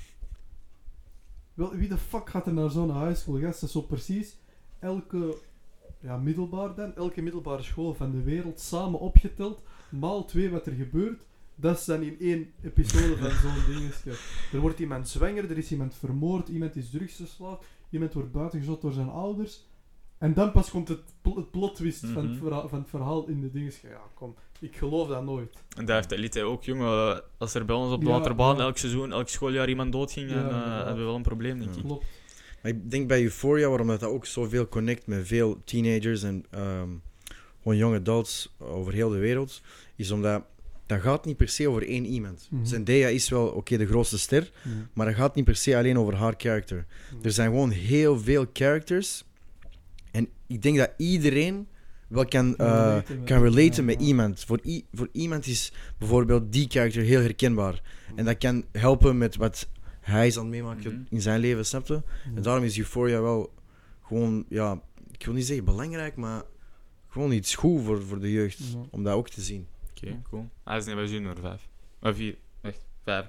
Wel, wie de fuck gaat er naar zo'n high school, gast? Dat is zo precies elke... Ja, middelbaar dan. Elke middelbare school van de wereld samen opgeteld. Maal twee wat er gebeurt. Dat is dan in één episode van zo'n dingetje. Er wordt iemand zwanger, er is iemand vermoord, iemand is drugsverslaafd, iemand wordt buitengezet door zijn ouders. En dan pas komt het, pl het plot twist van, het Mhm. verhaal, van het verhaal in de dingetje. Ja, kom, ik geloof dat nooit. En daar heeft Elite ook, jongen. Als er bij ons op de Ja, waterbaan ja. elk seizoen, elk schooljaar iemand doodging, Ja, en, uh, inderdaad. hebben we wel een probleem, denk Ja. ik. Klopt. Maar ik denk bij Euphoria, waarom dat, dat ook zoveel connect met veel teenagers en um, gewoon young adults over heel de wereld, is omdat dat gaat niet per se over één iemand. Mhm. Zendaya is wel, oké, okay, de grootste ster, Ja. maar dat gaat niet per se alleen over haar character. Ja. Er zijn gewoon heel veel characters en ik denk dat iedereen wel kan, Kan uh, relaten met- kan relaten ja, met ja. iemand. Voor, i voor iemand is bijvoorbeeld die character heel herkenbaar. En dat kan helpen met wat hij is aan het meemaken Mhm. in zijn leven, snap je? Ja. En daarom is Euphoria wel gewoon, ja, ik wil niet zeggen belangrijk, maar gewoon iets goed voor, voor de jeugd. Ja. Om dat ook te zien. Oké, cool. Hij is niet bij nummer vijf. Maar vier. Echt, vijf.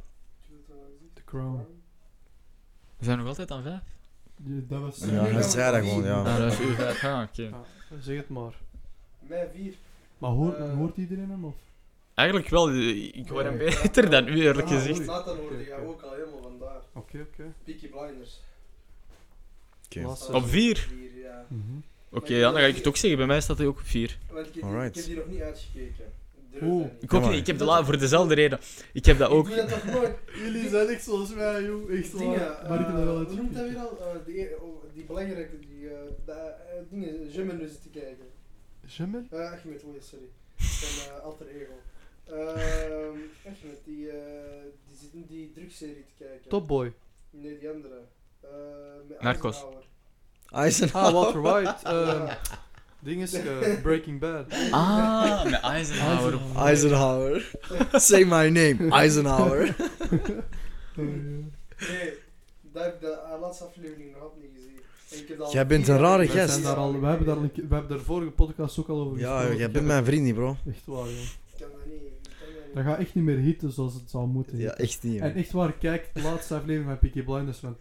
The Crown. We zijn nog altijd aan vijf? Ja, dat was... Ja, hij zei dat gewoon, ja. Ah, dat is uw vijf. Ah, oké. Ja, zeg het maar. Mij vier. Maar hoort, Eh. hoort iedereen hem? Of? Eigenlijk wel, ik hoor hem beter dan u, eerlijk Ah, gezegd. oei. Nathan hoorde Oké, jij oké. ook al helemaal vandaar. Oké, oké. Peaky Blinders. Oké. Laatste. Op vier? Vier, ja. Mhm. Oké, ja, dan ga ik het ook zeggen. Bij mij staat hij ook op vier. Want ik, ik, Alright. ik heb die nog niet uitgekeken. Durf Oeh. dat niet. Ik ook maar. niet. Ik heb de la voor dezelfde reden. Ik heb dat Ik ook. doe dat toch nooit. Jullie zijn echt zoals mij, joh. Echt waar. Dingen, Maar ik heb dat wel eh, hoe noemt dat uitgekeken. weer al? Eh, die, oh, die belangrijke, die, eh de, eh, dingen, Jummen dus te kijken. Jammer? Eh Ahmed, oei, sorry. Zijn uh, alter ego. Ehm Ahmed, die, eh die zit in die drugsserie te kijken. Topboy. Nee, die andere. Eh met Narcos. Eisenhower. Eisenhower. Ah, Walter White. ehm ding is eh, Breaking Bad. Ah, met Eisenhower. Eisenhower. Say my name. Eisenhower. Oh, ja. Nee, dat heb ik de uh, laatste aflevering nog altijd niet gezien. En ik heb dat al Jij bent vier een rare jaar- Wij gast. zijn daar al, we, hebben daar een, keer- we hebben daar vorige podcast ook al over Ja, gesproken. jij Ik bent heb mijn vriend niet, bro. het- Echt waar, joh. Ik kan dat niet. Ik kan dat niet. Dat gaat echt niet meer hitten zoals het zou moeten Ja, hitten. echt niet. En echt waar, kijk de laatste aflevering van Peaky Blinders, want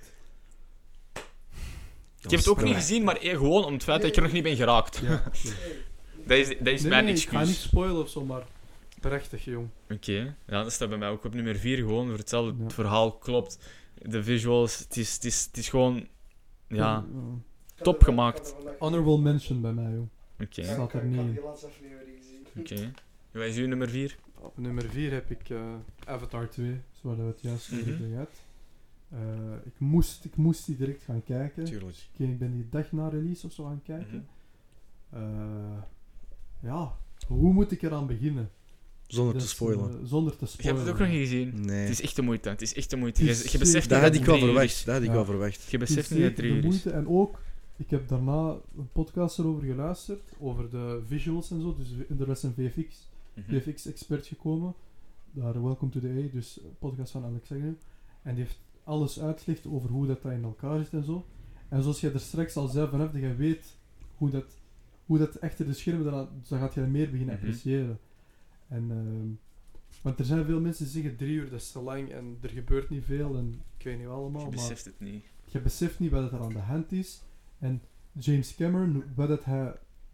Ik heb het ook niet gezien, maar eh, gewoon om het feit dat ik er nog niet ben geraakt. ja. Dat is, dat is Nee, mijn nee, ik ga niet excuus. spoilen of zo, maar prachtig, jong. Oké, ja, dat staat bij mij ook op nummer vier. Gewoon voor hetzelfde. Ja. Het verhaal klopt. De visuals, het is, het is, het is gewoon. Ja, Uh, Ik top had er- gemaakt. ik had er vandaag- honorable mention bij mij, joh. oké. Ja, Staat ik- er ik niet had in. die laatste aflevering gezien. Oké. Wat is uw nummer vier? Op nummer vier heb ik eh, Avatar twee, zoals we het juist over Mhm. hebben gehad. Uh, ik, moest, ik moest die direct gaan kijken. Tuurlijk. Ik, ik ben die dag na release of zo gaan kijken. Mhm. Uh, ja, hoe moet ik eraan beginnen? Zonder Dus, te spoilen. Uh, zonder te Je spoilen. hebt het ook nog niet gezien. Nee. Het is echt de moeite. Het is echt de moeite. Je, Het is je beseft Dat niet had dat ik het al drie uur is. verwacht. Dat had ik Ja. al verwacht. Je Het is beseft niet dat het zeker drie de uur is. moeite. En ook, ik heb daarna een podcast erover geluisterd, over de visuals en zo. Dus er was een V F X, Mhm. V F X-expert gekomen. Daar, Welcome to the A, dus een podcast van Alex Agnew. En die heeft alles uitgelegd over hoe dat, dat in elkaar zit en zo. En zoals jij er straks al zei, vanaf dat je weet hoe dat, hoe dat achter de schermen, dan, dan gaat je dat meer beginnen Mhm. appreciëren. En, ehm, want er zijn veel mensen die zeggen drie uur, dat is te lang en er gebeurt niet veel en ik weet niet allemaal. Je maar beseft het niet. je beseft niet wat er aan de hand is. En James Cameron, wat het hij...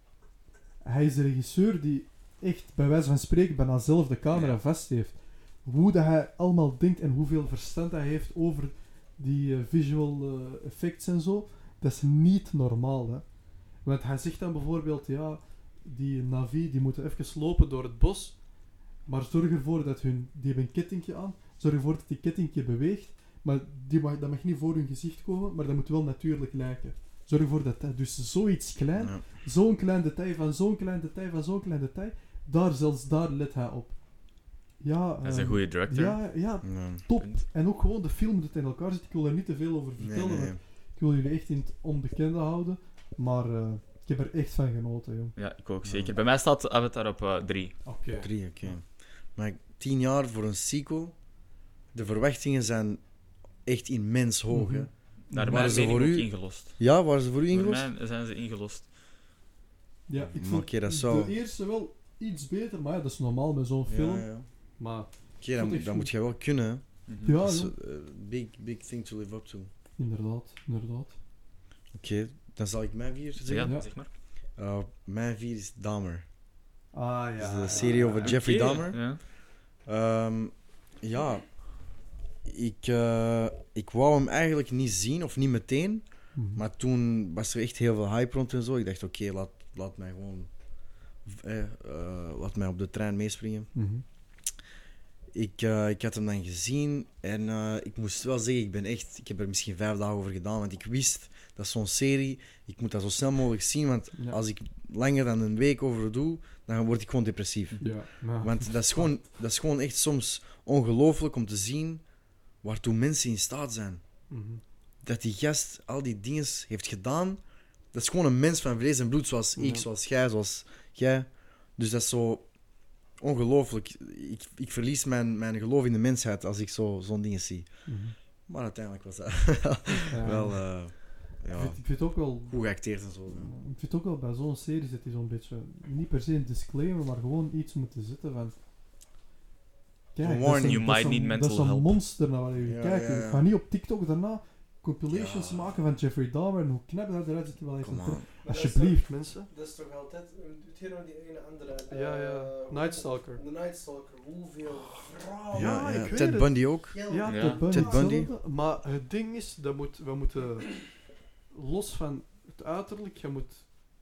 Hij is de regisseur die echt, bij wijze van spreken, bijna zelf de camera Ja. vast heeft. Hoe dat hij allemaal denkt en hoeveel verstand hij heeft over die uh, visual uh, effects en zo, dat is niet normaal, hè. Want hij zegt dan bijvoorbeeld, ja, die Navi, die moeten even lopen door het bos, maar zorg ervoor dat hun... Die hebben een kettingje aan, zorg ervoor dat die kettingje beweegt, maar die mag, dat mag niet voor hun gezicht komen, maar dat moet wel natuurlijk lijken. Zorg ervoor dat dat... Dus zoiets klein, Ja. zo'n klein detail van zo'n klein detail van zo'n klein detail, daar zelfs daar let hij op. Ja, Dat is een ehm, goede director. Ja, ja, Ja. top. Punt. En ook gewoon de film dat in elkaar zit. Ik wil er niet te veel over Nee, vertellen, nee, nee. want ik wil jullie echt in het onbekende houden. Maar uh, ik heb er echt van genoten, joh. Ja, ik ook Ja. zeker. Bij mij staat Avatar op uh, drie. Oké. Drie, oké. Maar tien jaar voor een sequel, de verwachtingen zijn echt immens hoog, hè. Mhm. Naar Waren mijn ze mening voor ook u- ingelost. Ja, waren ze voor u Voor ingelost? mij zijn ze ingelost. Ja, ik Maar vond oké, dat zou- de eerste wel iets beter, maar ja, dat is normaal met zo'n film. Ja, ja. Maar Oké, dan, Vond ik dan goed. moet je wel kunnen, hè. Mhm. ja, Dat is ja, een big, big thing to live up to. Oké, inderdaad, inderdaad. dan zal ik mijn vier Ja, zeggen. Ja. zeg maar. Uh, mijn vier is Dahmer. Ah Dat is de serie over Jeffrey Oké, Dahmer. Ja. Ehm, ja, ik, eh, ik wou hem eigenlijk niet zien, of niet meteen. Mhm. Maar toen was er echt heel veel hype rond en zo. Ik dacht, oké, laat, laat mij gewoon... Eh, eh, laat mij op de trein meespringen. Mhm. Ik, eh, ik had hem dan gezien en eh, ik moest wel zeggen, ik ben echt... Ik heb er misschien vijf dagen over gedaan, want ik wist, dat is zo'n serie, ik moet dat zo snel mogelijk zien, want Ja. als ik langer dan een week over doe, dan word ik gewoon depressief. Ja, maar... Want dat is gewoon, dat is gewoon echt soms ongelooflijk om te zien waartoe mensen in staat zijn. Mhm. Dat die gast al die dingen heeft gedaan, dat is gewoon een mens van vlees en bloed, zoals ik, Ja. zoals jij, zoals jij. Dus dat is zo ongelooflijk. Ik, ik verlies mijn, mijn geloof in de mensheid als ik zo, zo'n dingen zie. Mhm. Maar uiteindelijk was dat Ja. wel eh, Ik ja, vind, ik vind ook wel... goed geacteerd en zo. Ik vind ook wel bij zo'n serie zit hij zo'n beetje, niet per se een disclaimer, maar gewoon iets moeten zitten van... Kijk, Een dat is warning, een- you dat is might een- need mental Dat is een help. monster naar waar je Ja, kijkt. ja, ja. Ik ga niet op TikTok daarna compilations Ja. maken van Jeffrey Dahmer en hoe knap dat eruit ziet. Wel echt Come een on. tra- Maar dat is Alsjeblieft, mensen. toch- Dat is toch altijd... Hetgeen met die ene andere... eh, Ja, ja. hoe- Night Stalker. De Night Stalker. Hoeveel vrouwen... Ja, Ja, ja. ik weet Ted het. Bundy ook. Ja, Ja. Ted Bundy. Ted Bundy. hetzelfde. Maar het ding is, dat moet, we moeten... Los van het uiterlijk, je moet...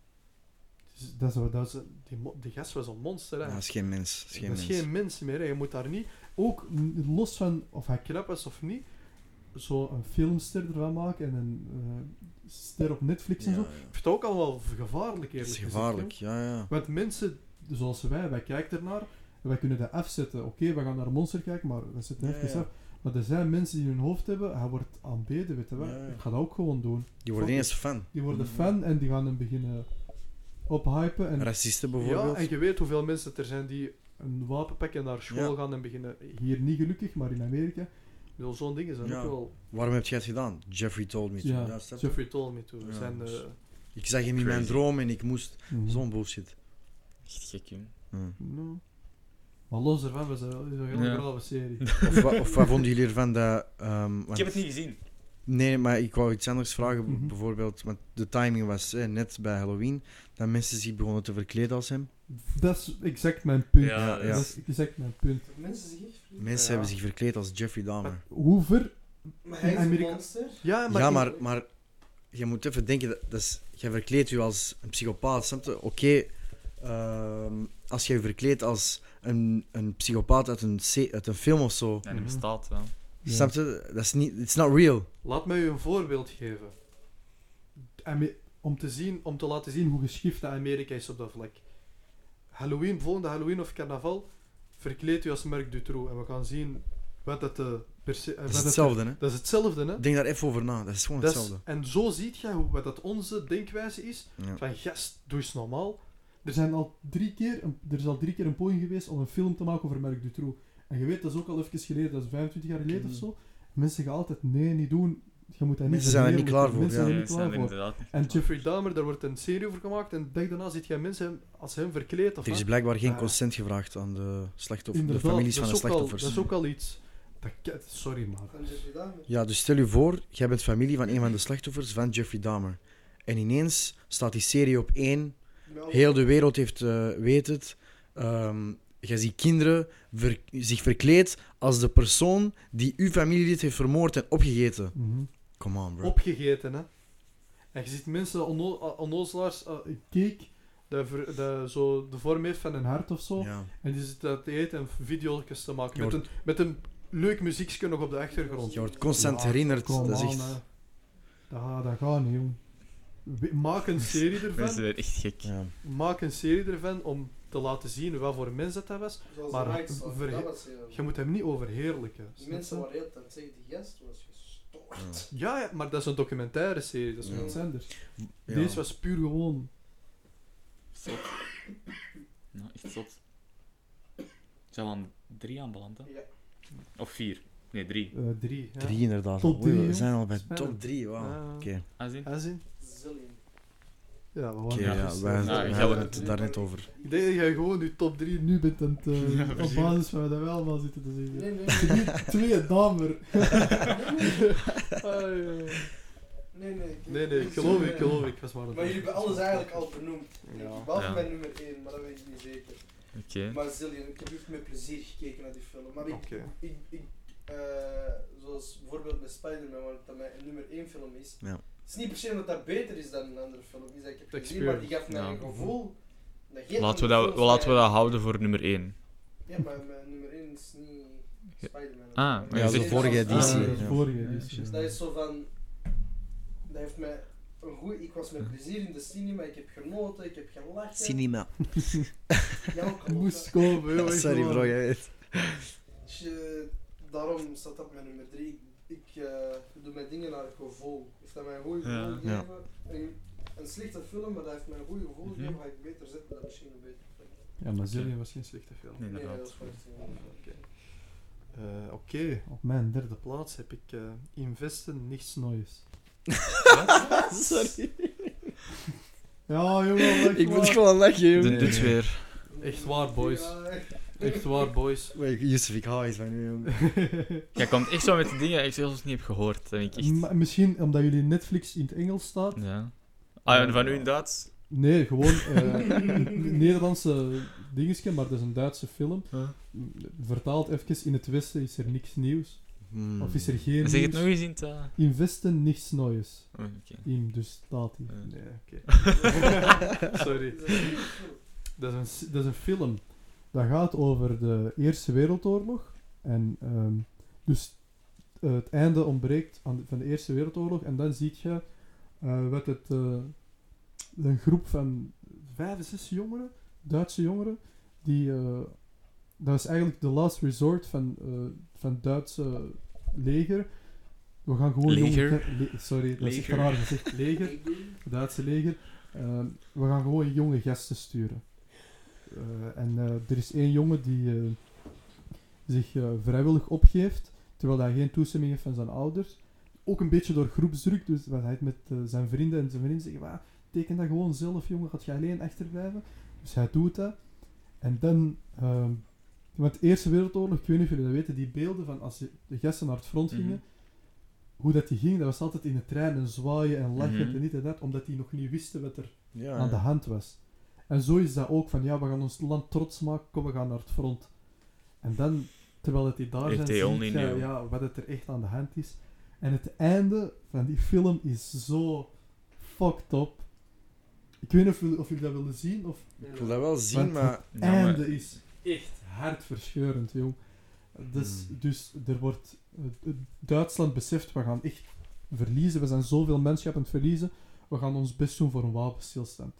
Dat is, dat is, die, mo- die gast was een monster, hè. Ja, dat is geen mens. Dat is geen dat is mens. geen mens meer. Hè. Je moet daar niet, ook n- los van of hij knap is of niet, zo een filmster ervan maken en een eh, ster op Netflix en Ja, zo. ja. Ik vind het ook allemaal gevaarlijk, Het eerlijk is gezegd, gevaarlijk, hè. ja, ja. Want mensen zoals wij, wij kijken ernaar en wij kunnen dat afzetten. Oké, we gaan naar een monster kijken, maar we zetten Ja, even ja. af. Maar er zijn mensen die in hun hoofd hebben, hij wordt aanbeden, weet je wel. Ja, ja. Ik ga dat ook gewoon doen. Die worden Fuck ineens fan. Die worden Mhm. fan en die gaan hem beginnen ophypen. En Racisten ja, bijvoorbeeld. en je weet hoeveel mensen er zijn die een wapen pakken en naar school Ja. gaan en beginnen. Hier niet gelukkig, maar in Amerika. Ik bedoel, zo'n dingen zijn Ja. ook wel... Waarom heb jij het gedaan? Jeffrey told me to. Ja, Ja, snap je? Jeffrey told me to. Ja, zijn, dus- eh, Ik zag hem in mijn Crazy. droom en ik moest... mhm. Zo'n bullshit. Echt gek, jong. Hmm. No. Maar los ervan was het een hele Ja. brave serie. Of, wa- of wat vonden jullie ervan dat... ehm, want- Ik heb het niet gezien. Nee, maar ik wou iets anders vragen. Mhm. Bijvoorbeeld, want de timing was eh, net bij Halloween, dat mensen zich begonnen te verkleden als hem. Dat is exact mijn punt. Ja, ja. Dat is exact mijn punt. Mensen zich echt verliezen. Mensen Ja. hebben zich verkleed als Jeffrey Dahmer. Maar hoe ver... Maar hij is een Amerika- monster. Ja, maar... Ja, in- maar, maar je moet even denken, dat, dat is, je verkleedt je als een psychopaat, snap je? Oké, ehm, als je je verkleedt als een, een psychopaat uit een, se- uit een film of zo, Ja, die Mhm. bestaat wel. Ja. Snap je? Dat is niet... It's not real. Laat mij u een voorbeeld geven. Ame- om, te zien, om te laten zien hoe geschift dat Amerika is op dat vlak. Halloween, volgende Halloween of carnaval, verkleed u als Marc Dutroux. En we gaan zien wat dat de... perce- eh, Dat wat is dat hetzelfde, hè. de- dat is hetzelfde, hè. Denk daar even over na. Dat is gewoon Dat is- hetzelfde. en zo ziet je hoe, wat dat onze denkwijze is. Ja. Van, gast, doe eens normaal. Er, zijn al drie keer een, er is al drie keer een poging geweest om een film te maken over Marc Dutroux. En je weet, dat is ook al even geleden, dat is vijfentwintig jaar geleden of zo. Mensen gaan altijd, nee, niet doen. Je moet dat niet Mensen zijn er niet verheerlijken. klaar voor, Mensen ja. zijn er Ja, niet zijn klaar er voor. inderdaad niet En klaar Jeffrey Dahmer, daar wordt een serie over gemaakt. En de dag daarna ziet je mensen hem, als hem verkleed. Of Er is wat. blijkbaar geen Ah. consent gevraagd aan de, slachtoffers, de Inderdaad, families dat van de is ook al- slachtoffers. Dat is ook al iets... Dat, ke- sorry, maar... Van Jeffrey Dahmer. Ja, dus stel je voor, jij bent familie van een van de slachtoffers van Jeffrey Dahmer. En ineens staat die serie op één. Heel de wereld heeft, uh, weet het. Um, jij ziet kinderen ver- zich verkleed als de persoon die uw familielid heeft vermoord en opgegeten. Mhm. Come on, bro. Opgegeten, hè. En je ziet mensen, onno- onnozelaars, uh, een cake, dat, ver- dat zo de vorm heeft van een hart of zo. Ja. En die zitten dat te eten en video's te maken. Je Met, wordt- een, met een leuk muziekje nog op de achtergrond. Je wordt constant Ja, herinnerd. come Dat is on, echt... hè. Dat, gaat- dat gaat niet, jong. We- Maak een serie Mensen ervan. zijn echt gek. Ja. Maak een serie ervan om te laten zien wat voor mens dat, dat was. Zoals Maar de Night Stalker, verhe- dat was heel- Je moet hem niet overheerlijken. Die snap mensen je? waren heel tijd zeggen, die gast was gestoord. Ja, ja, maar dat is een documentaire serie, dat is Ja. iets anders. Ja. Deze was puur gewoon... Zot. Nou, echt zot. Zijn we aan drie aanbeland, hè? Ja. Of vier? Nee, drie. eh, drie. Ja. Drie inderdaad. Top Oei, drie, we jong. zijn al bij Spannend. top drie. Wauw. Ja. Oké, Ah, zien? Aanzien? Zillion. Ja, we Oké, waren ja, even, wij eh, Ja, we ik hadden ga- het daar net over. Ik denk dat jij gewoon je top drie nu bent aan het, eh, Ja, op precies. basis van wat we allemaal zitten te zeggen. Nee, nee, nee. Twee damer. Ah, ja. Nee, nee. Nee, nee, ik geloof ik, ik geloof ik. Was maar Maar jullie hebben alles eigenlijk al benoemd. Ja. Behalve Ja. bij nummer één, maar dat weet ik niet zeker. Oké. Maar Zillion, ik heb echt met plezier gekeken naar die film. Maar ik, Oké. ik, ik eh, zoals bijvoorbeeld met Spider-Man, waar dat mijn nummer één film is. Ja. Het is niet per se omdat dat beter is dan een andere film. Is dat ik heb De gezien, maar die gaf mij Ja. een gevoel. Dat geen Laten we andere dat, films laten we mij- dat houden voor nummer één. Ja, maar mijn nummer één is niet Spider-Man. Ah, Maar maar Ja, je de zegt- vorige dat is- editie. Ah, ja. de vorige Ja, editie. juist. Dat is zo van. Dat heeft mij een goed. Ik was met plezier in de cinema, ik heb genoten, ik heb gelachen. Cinema. Ja, ook Je moest komen, joh. echt Sorry waar. bro, jij weet. Dus, eh, daarom staat dat op mijn nummer drie. Ik eh, doe mijn dingen naar het gevoel. Heeft dat mij een goed gevoel Ja. gegeven? Ja. Een, een slechte film, maar dat heeft mij een goed gevoel Mhm. gegeven. Ga ik beter zetten dan misschien een beter film. Ja, maar Zillion was geen slechte film. Nee, Nee, dat inderdaad. is wel echt een- Oké. Eh, Oké, op mijn derde plaats heb ik eh, Investen Nichts Neues. Sorry. Ja, jongen, echt Ik moet waar. gewoon lachen, De jongen. Duts weer. Echt waar, boys. Ja, echt. Echt waar, boys. Wait, Yusuf, ik hou iets van u, jongen. Jij komt echt zo met de dingen die ik zelfs niet heb gehoord. Dat denk ik echt... Ma- misschien omdat jullie Netflix in het Engels staat. Ja. Ah, ja, van u in Duits? Nee, gewoon eh, een Nederlandse dingetje, maar dat is een Duitse film. Vertaald even, in het Westen is er niks nieuws. Hmm. Of is er geen Zeg het nieuws. nog eens in het... uh, Investen Nichts Neues. oh, oké. In, dus staat hij. Ja. Nee, oké. Sorry. Dat is een goede film. Dat is, een, s- dat is een film. Dat gaat over de Eerste Wereldoorlog. En ehm, dus eh, het einde ontbreekt aan de- van de Eerste Wereldoorlog. En dan zie je eh, wat het, eh, een groep van vijf, zes jongeren, Duitse jongeren, die... eh, dat is eigenlijk de last resort van, eh van het Duitse leger. We gaan gewoon... Leger? jonge ge- le- sorry, dat is echt Leger. raar gezegd. Leger. Het Duitse leger. Ehm, we gaan gewoon jonge gasten sturen. Eh, en eh, er is één jongen die eh, zich eh, vrijwillig opgeeft, terwijl hij geen toestemming heeft van zijn ouders. Ook een beetje door groepsdruk, dus wat hij met eh, zijn vrienden en zijn vrienden zeggen, "Wa, teken dat gewoon zelf, jongen, gaat je alleen achterblijven?" Dus hij doet dat. En dan, ehm want de Eerste Wereldoorlog, ik weet niet of jullie dat weten, die beelden van als de gasten naar het front gingen, Mhm. hoe dat die ging, dat was altijd in de trein en zwaaien en lachen Mhm. en dit en dat, omdat die nog niet wisten wat er Ja, aan de ja. hand was. En zo is dat ook van, ja, we gaan ons land trots maken, kom, we gaan naar het front. En dan, terwijl het die daar If zijn, they zie only je, knew. ja, wat het er echt aan de hand is. En het einde van die film is zo fucked up. Ik weet niet of jullie, of jullie dat willen zien, of Ik wil dat wel zien, Want- maar... het Ja, maar- einde is echt hartverscheurend, jong. Dus, Mm. dus er wordt... Uh, Duitsland beseft, we gaan echt verliezen. We zijn zoveel mensen aan het verliezen. We gaan ons best doen voor een wapenstilstand.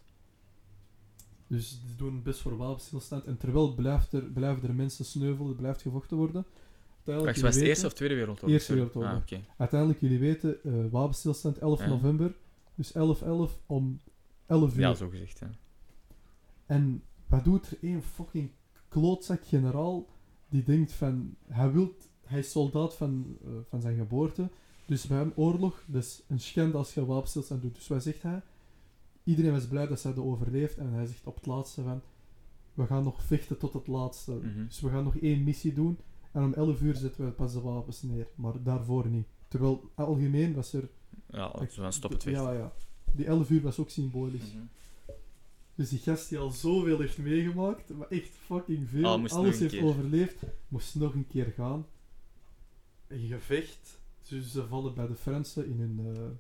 Dus die doen best voor een wapenstilstand. En terwijl blijft er, blijven er mensen sneuvelen, er blijft gevochten worden. Uiteindelijk, Wacht, was het jullie Eerste weten- of Tweede Wereldoorlog? Eerste Wereldoorlog. Ah, oké. Uiteindelijk, jullie weten, uh, wapenstilstand elf Ja. november. Dus elf elf om elf uur. Ja, zo gezegd, ja. En wat doet er één fucking klootzak generaal die denkt van... Hij, wilt, hij is soldaat van, uh, van zijn geboorte. Dus bij hem oorlog, dus een schande als je wapenstilstand doet. Dus wat zegt hij? Iedereen was blij dat ze hadden overleefd. En hij zegt op het laatste van... We gaan nog vechten tot het laatste. Mhm. Dus we gaan nog één missie doen. En om elf uur zetten we pas de wapens neer. Maar daarvoor niet. Terwijl algemeen was er... Ja, zo van stop het vechten. Ja, ja. Die elf uur was ook symbolisch. Mhm. Dus die gast die al zoveel heeft meegemaakt, maar echt fucking veel, Ah, moest nog alles een heeft keer. overleefd, moest nog een keer gaan. Een gevecht. Dus ze vallen bij de Fransen in hun... eh,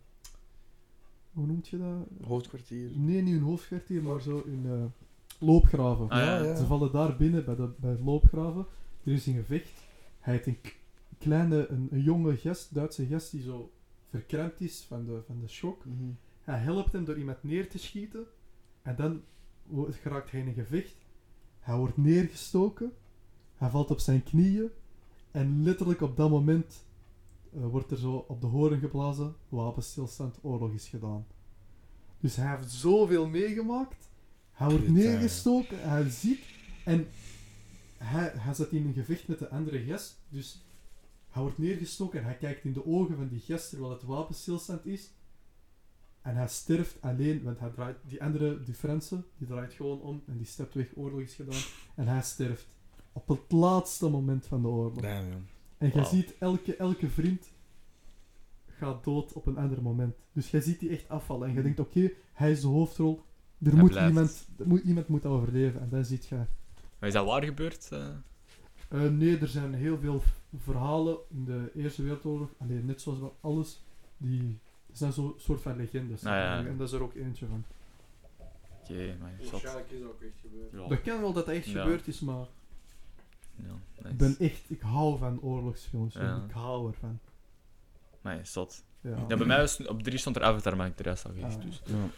hoe noemt je dat? Hoofdkwartier. Nee, niet hun hoofdkwartier, maar zo hun eh, loopgraven. Ah, ja, ja. Ze vallen daar binnen bij de, bij de loopgraven. Er is een gevecht. Hij heeft een k- kleine, een, een jonge gast, Duitse gast, die zo verkrampt is van de, van de shock. Mhm. Hij helpt hem door iemand neer te schieten. En dan wo- geraakt hij in een gevecht. Hij wordt neergestoken. Hij valt op zijn knieën. En letterlijk op dat moment uh, wordt er zo op de horen geblazen. Wapenstilstand, oorlog is gedaan. Dus hij heeft zoveel meegemaakt. Hij wordt Putain. neergestoken. Hij ziet. En hij, hij zit in een gevecht met de andere gast. Dus hij wordt neergestoken en hij kijkt in de ogen van die gast terwijl het wapenstilstand is. En hij sterft alleen, want hij draait, die andere, die Franse, die draait gewoon om en die stept weg, oorlog is gedaan. En hij sterft. Op het laatste moment van de oorlog. Damn, man. En je Wauw. ziet, elke, elke vriend gaat dood op een ander moment. Dus je ziet die echt afvallen. En je denkt, oké, hij is de hoofdrol. Er Hij moet blijft. iemand, er moet, iemand moet dat overleven. En dan ziet je... Maar is dat waar gebeurd? eh? Eh, nee, er zijn heel veel v- verhalen in de Eerste Wereldoorlog. Alleen net zoals wel alles, die zijn zo'n soort van legendes. Nou ja. En dat is er ook eentje van. Oké, maar zat. Waarschijnlijk is dat ook echt gebeurd. Ja. Dat kan wel dat dat echt Ja. gebeurd is, maar Ja, nice. ik ben echt, ik hou van oorlogsfilms. Ja. Ik hou ervan. Nee, zot. Ja. Ja, bij mij was op drie stond er Avatar, maar ik de rest al Ah, gezegd. Dus Ja.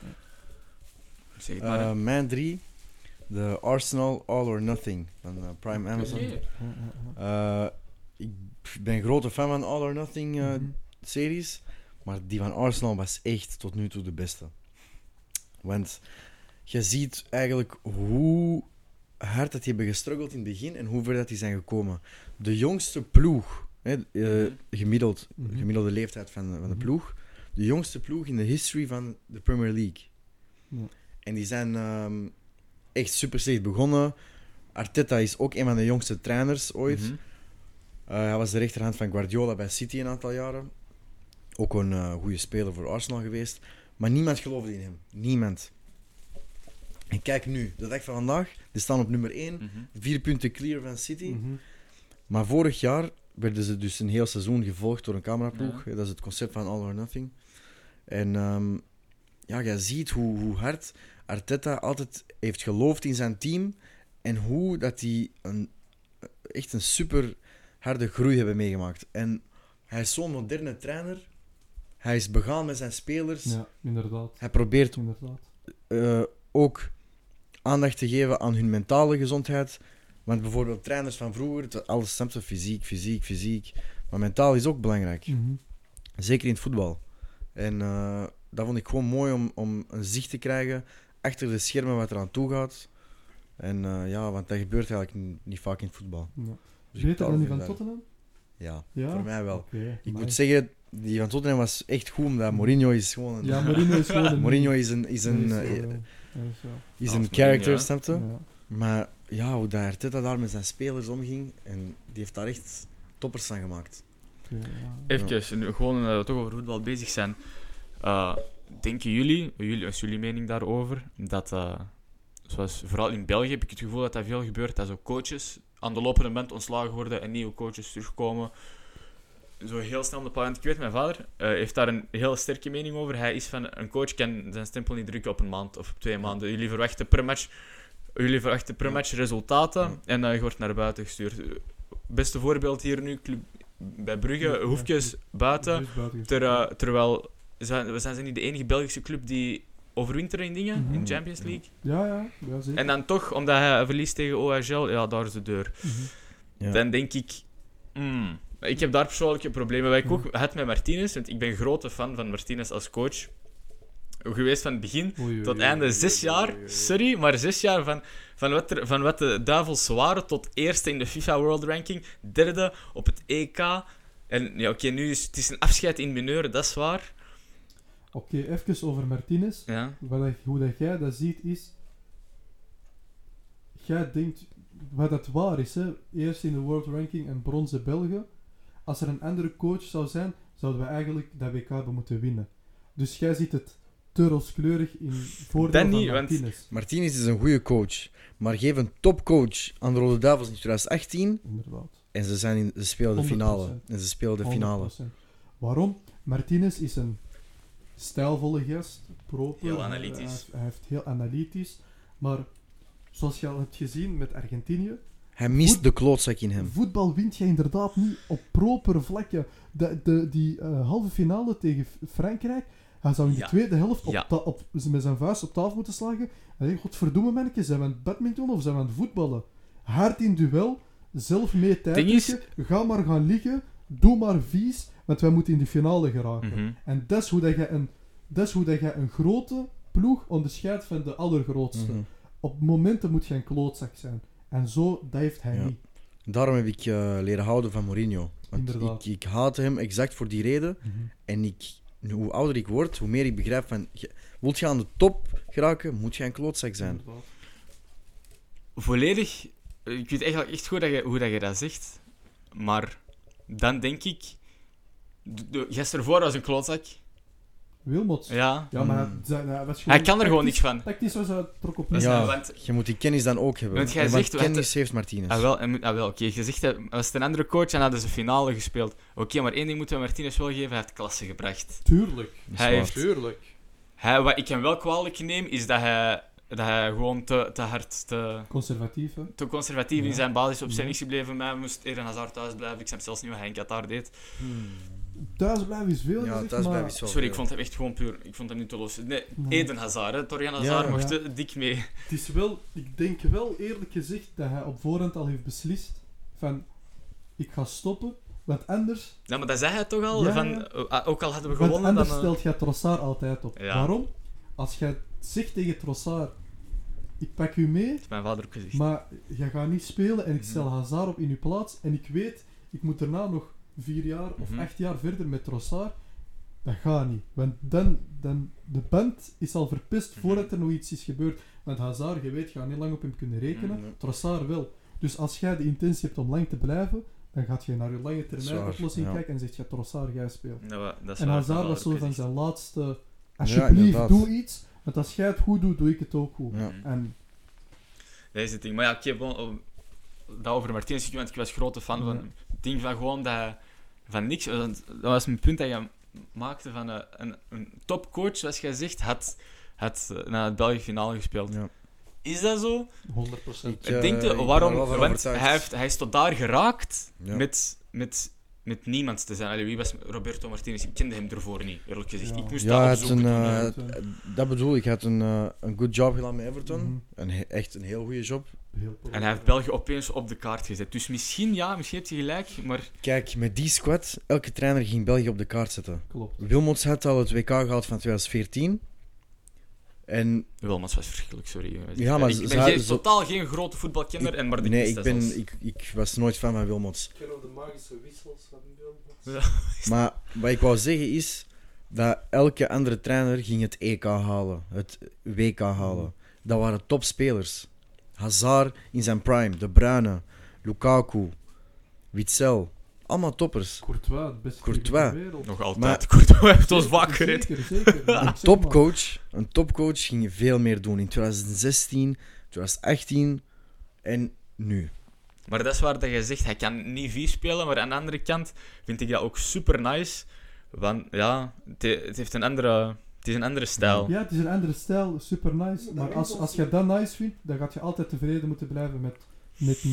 zeg het maar. Eh, hè. mijn drie. De Arsenal All or Nothing van eh, Prime Amazon. Oké. Ja, ja, ja. Eh, ik ben grote fan van All or Nothing eh, Mhm. series. Maar die van Arsenal was echt tot nu toe de beste. Want je ziet eigenlijk hoe hard dat die hebben gestruggeld in het begin en hoe ver dat die zijn gekomen. De jongste ploeg, hè, eh, gemiddeld, Mhm. gemiddelde leeftijd van, van de Mhm. ploeg, de jongste ploeg in de history van de Premier League. Ja. En die zijn ehm, echt super slecht begonnen. Arteta is ook een van de jongste trainers ooit. Mhm. Uh, hij was de rechterhand van Guardiola bij City een aantal jaren. Ook een uh, goede speler voor Arsenal geweest. Maar niemand geloofde in hem. Niemand. En kijk nu, de dag van vandaag. Die staan op nummer één. Mhm. Vier punten clear van City. Mhm. Maar vorig jaar werden ze dus een heel seizoen gevolgd door een cameraploeg. Ja. Dat is het concept van All or Nothing. En ehm, ja, je ziet hoe, hoe hard Arteta altijd heeft geloofd in zijn team. En hoe dat hij een, echt een super harde groei hebben meegemaakt. En hij is zo'n moderne trainer. Hij is begaan met zijn spelers. Ja, inderdaad. Hij probeert Inderdaad. eh, ook aandacht te geven aan hun mentale gezondheid. Want bijvoorbeeld trainers van vroeger, het- alles snap je, fysiek, fysiek, fysiek. Maar mentaal is ook belangrijk. Mhm. Zeker in het voetbal. En eh, dat vond ik gewoon mooi om, om een zicht te krijgen achter de schermen wat er aan toe gaat. En eh, ja, want dat gebeurt eigenlijk n- niet vaak in het voetbal. Ja. Dus Beter dan daarom die vind van ik dat- Tottenham? Ja, Ja? voor mij wel. Oké, Ik amai. moet zeggen, die van Tottenham was echt goed, omdat Mourinho is gewoon een... Ja, Mourinho is gewoon een... Mourinho is een, is een, Hij is eh, wel- hij is wel- is Ja, een als character, Mourinho, snap je? Ja. Maar ja, hoe dat Arteta daar met zijn spelers omging, en die heeft daar echt toppers van gemaakt. Oké, ja. Even, nu gewoon dat we toch over voetbal bezig zijn. Uh, denken jullie, jullie, is jullie mening daarover, dat, uh, zoals vooral in België heb ik het gevoel dat dat veel gebeurt, dat zo coaches aan de lopende band ontslagen worden en nieuwe coaches terugkomen. Zo heel snel op de paal. Ik weet, mijn vader uh, heeft daar een heel sterke mening over. Hij is van, een coach kan zijn stempel niet drukken op een maand of op twee maanden. Jullie verwachten per match, jullie verwachten per Ja. match resultaten Ja. en uh, je wordt naar buiten gestuurd. beste voorbeeld hier nu, club, bij Brugge, Ja, ja, hoefjes ja. buiten. Dus buiten Ter, uh, terwijl, zijn, we zijn ze niet de enige Belgische club die overwinteren in dingen, Mhm. in Champions League. Ja, ja, ja, zeker. En dan toch, omdat hij verliest tegen O H L, ja, daar is de deur. Mhm. Ja. Dan denk ik... mm, ik heb daar persoonlijke problemen. Wat ik ook had met Martinez, want ik ben grote fan van Martinez als coach. Geweest van het begin Oei, oei, tot oei, einde oei, zes oei, jaar. oei, oei. Sorry, maar zes jaar van, van, wat er, van wat de duivels waren tot eerste in de FIFA World Ranking, derde op het E K. En ja, oké, nu is het is een afscheid in mineur, dat is waar. Oké, even over Martinez. Ja. Wat dat- hoe dat jij dat ziet is... Jij denkt... Wat het waar is, hè. Eerst in de World Ranking en bronzen Belgen. Als er een andere coach zou zijn, zouden we eigenlijk dat W K hebben moeten winnen. Dus jij ziet het te rooskleurig in voordeel Dat niet, van want- Martinez. Martinez is een goede coach. Maar geef een topcoach aan de Rode Duivels in twintig achttien Inderdaad. en ze, zijn in, ze spelen de honderd finale. procent. En ze spelen de finale. honderd procent. Waarom? Martinez is een stijlvolle gast, proper. Heel hij- analytisch. Hij, hij heeft heel analytisch. Maar zoals je al hebt gezien met Argentinië, Hij mist Voet- de klootzak in hem. voetbal wint je inderdaad niet op proper vlakken. De, de, die eh, halve finale tegen F- Frankrijk, hij zou in de Ja. tweede helft op Ja. ta- op, met zijn vuist op tafel moeten slagen. Hij denkt, godverdomme manneke, zijn we aan het badminton of zijn we aan het voetballen? Hard in duel, zelf mee tijd Ding is- trekken, ga maar gaan liggen, doe maar vies, want wij moeten in de finale geraken. Mhm. En dat is hoe dat je een, dat is hoe dat je een grote ploeg onderscheidt van de allergrootste. Mhm. Op momenten moet je een klootzak zijn. En zo, dat heeft hij Ja. niet. Daarom heb ik eh, leren houden van Mourinho. Want Inderdaad. ik, ik haatte hem exact voor die reden. En ik, hoe ouder ik word, hoe meer ik begrijp van... Je, wilt je aan de top geraken, moet je een klootzak zijn. Inderdaad. Volledig... Ik weet eigenlijk echt goed dat je, hoe dat je dat zegt. Maar dan denk ik... De, de gast ervoor was een klootzak. Wilmots. Ja. Ja, maar Mm. hij- hij was Hij kan er gewoon niks van. Tactisch was hij trok op Dat is- Ja, want- je moet die kennis dan ook hebben. Want jij En zegt, wat kennis heeft Martinez. Ah wel, en moet- ah, wel oké. Je zegt, dat was het een andere coach en hadden ze finale gespeeld. Oké, maar één ding moeten we Martinez wel geven. Hij heeft klasse gebracht. Tuurlijk. Dat is Hij waar. heeft... Tuurlijk. Hij, wat ik hem wel kwalijk neem, is dat hij, dat hij gewoon te, te hard, te, Conservatief, hè. te conservatief Ja. in zijn basisopstelling Ja. is gebleven. Mij moest Eden Hazard thuis blijven. Ik snap zelfs niet wat hij in Qatar deed. Thuis blijven is veel Ja, gezegd, thuis maar... blijven is wel Sorry, ik veel. vond hem echt gewoon puur... Ik vond hem niet te los. Nee, Nee. Eden Hazard, hè. Torgan Hazard Ja, mocht ja. eh, dik mee. Het is wel... Ik denk wel, eerlijk gezegd, dat hij op voorhand al heeft beslist van... Ik ga stoppen, want anders... Ja, maar dat zei hij toch al? Ja, Van, ja. eh, ook al hadden we Want gewonnen, anders dan... eh, stelt jij Trossard altijd op. Ja. Waarom? Als jij zegt tegen Trossard... Ik pak u mee, heeft mijn vader ook gezegd. maar je gaat niet spelen en ik Mhm. stel Hazard op in uw plaats en ik weet, ik moet daarna nog vier jaar of Mhm. acht jaar verder met Trossard. Dat gaat niet. Want dan, dan de band is al verpest Mhm. voordat er nog iets is gebeurd. Want Hazard, je weet, je gaat niet lang op hem kunnen rekenen. Mhm. Trossard wel. Dus als jij de intentie hebt om lang te blijven, dan gaat je naar je lange termijn Zwaar, oplossing ja. kijken en zegt je Trossard, jij speelt. Ja, wa- dat is En waar, Hazard dat was is zo ook van gezegd. zijn laatste... Alsjeblieft, inderdaad. doe iets. Want als jij het goed doet, doe ik het ook goed. Ja. Mhm. En Dat is het ding. Maar ja, oké, bon, oh, dat over Martinez, want ik was grote fan van Ja. het ding van gewoon dat hij van niks... want Dat was mijn punt dat je maakte van een, een, een topcoach, zoals jij zegt, had, had eh, naar het België finale gespeeld. Ja. Is dat zo? honderd procent. Ik, Ik denk eh, je, ik ben waarom? er wel van Want overtuigd. hij, heeft, hij is tot daar geraakt Ja. met, met, met niemand te zijn. Allee, wie was Roberto Martinez? Ik kende hem ervoor niet, eerlijk gezegd. Ja. Ik moest Ja, daar hij op had zoek een, doen. eh, Ja. dat bedoel ik. Hij had een, eh, een good job gedaan met Everton. Mhm. Een he- echt een heel goede job. Heel En hij heeft België opeens op de kaart gezet. Dus misschien, ja, misschien heb je gelijk, maar... Kijk, met die squad, elke trainer ging België op de kaart zetten. Klopt. Wilmots had al het W K gehaald van twintig veertien. En Wilmots was verschrikkelijk, sorry. Ja, maar ik ze- ben ze- geen- ze- totaal geen grote voetbalkenner, en maar de nee, is ik, dat ben, zelfs. ik, ik was nooit fan van Wilmots. Ik ken ook de magische wissels van Wilmots. Ja. Maar wat ik wou zeggen is dat elke andere trainer ging het E K halen, het W K halen. Dat waren topspelers. Hazard in zijn prime, De Bruyne, Lukaku, Witsel. Allemaal toppers. Courtois, het beste Courtois. ter wereld. Nog altijd. Maar- Courtois heeft ons vaak Zeker, gered. Zeker, zeker. Maar Een ik zeg maar, topcoach, een topcoach ging veel meer doen in twintig zestien, twintig achttien en nu. Maar dat is waar dat je zegt, hij kan niet vies spelen, maar aan de andere kant vind ik dat ook super nice. Want ja, het, he- het heeft een andere... Het is een andere stijl. Ja, het is een andere stijl, super nice. Maar als, als je dat nice vindt, dan gaat je altijd tevreden moeten blijven met, met niet.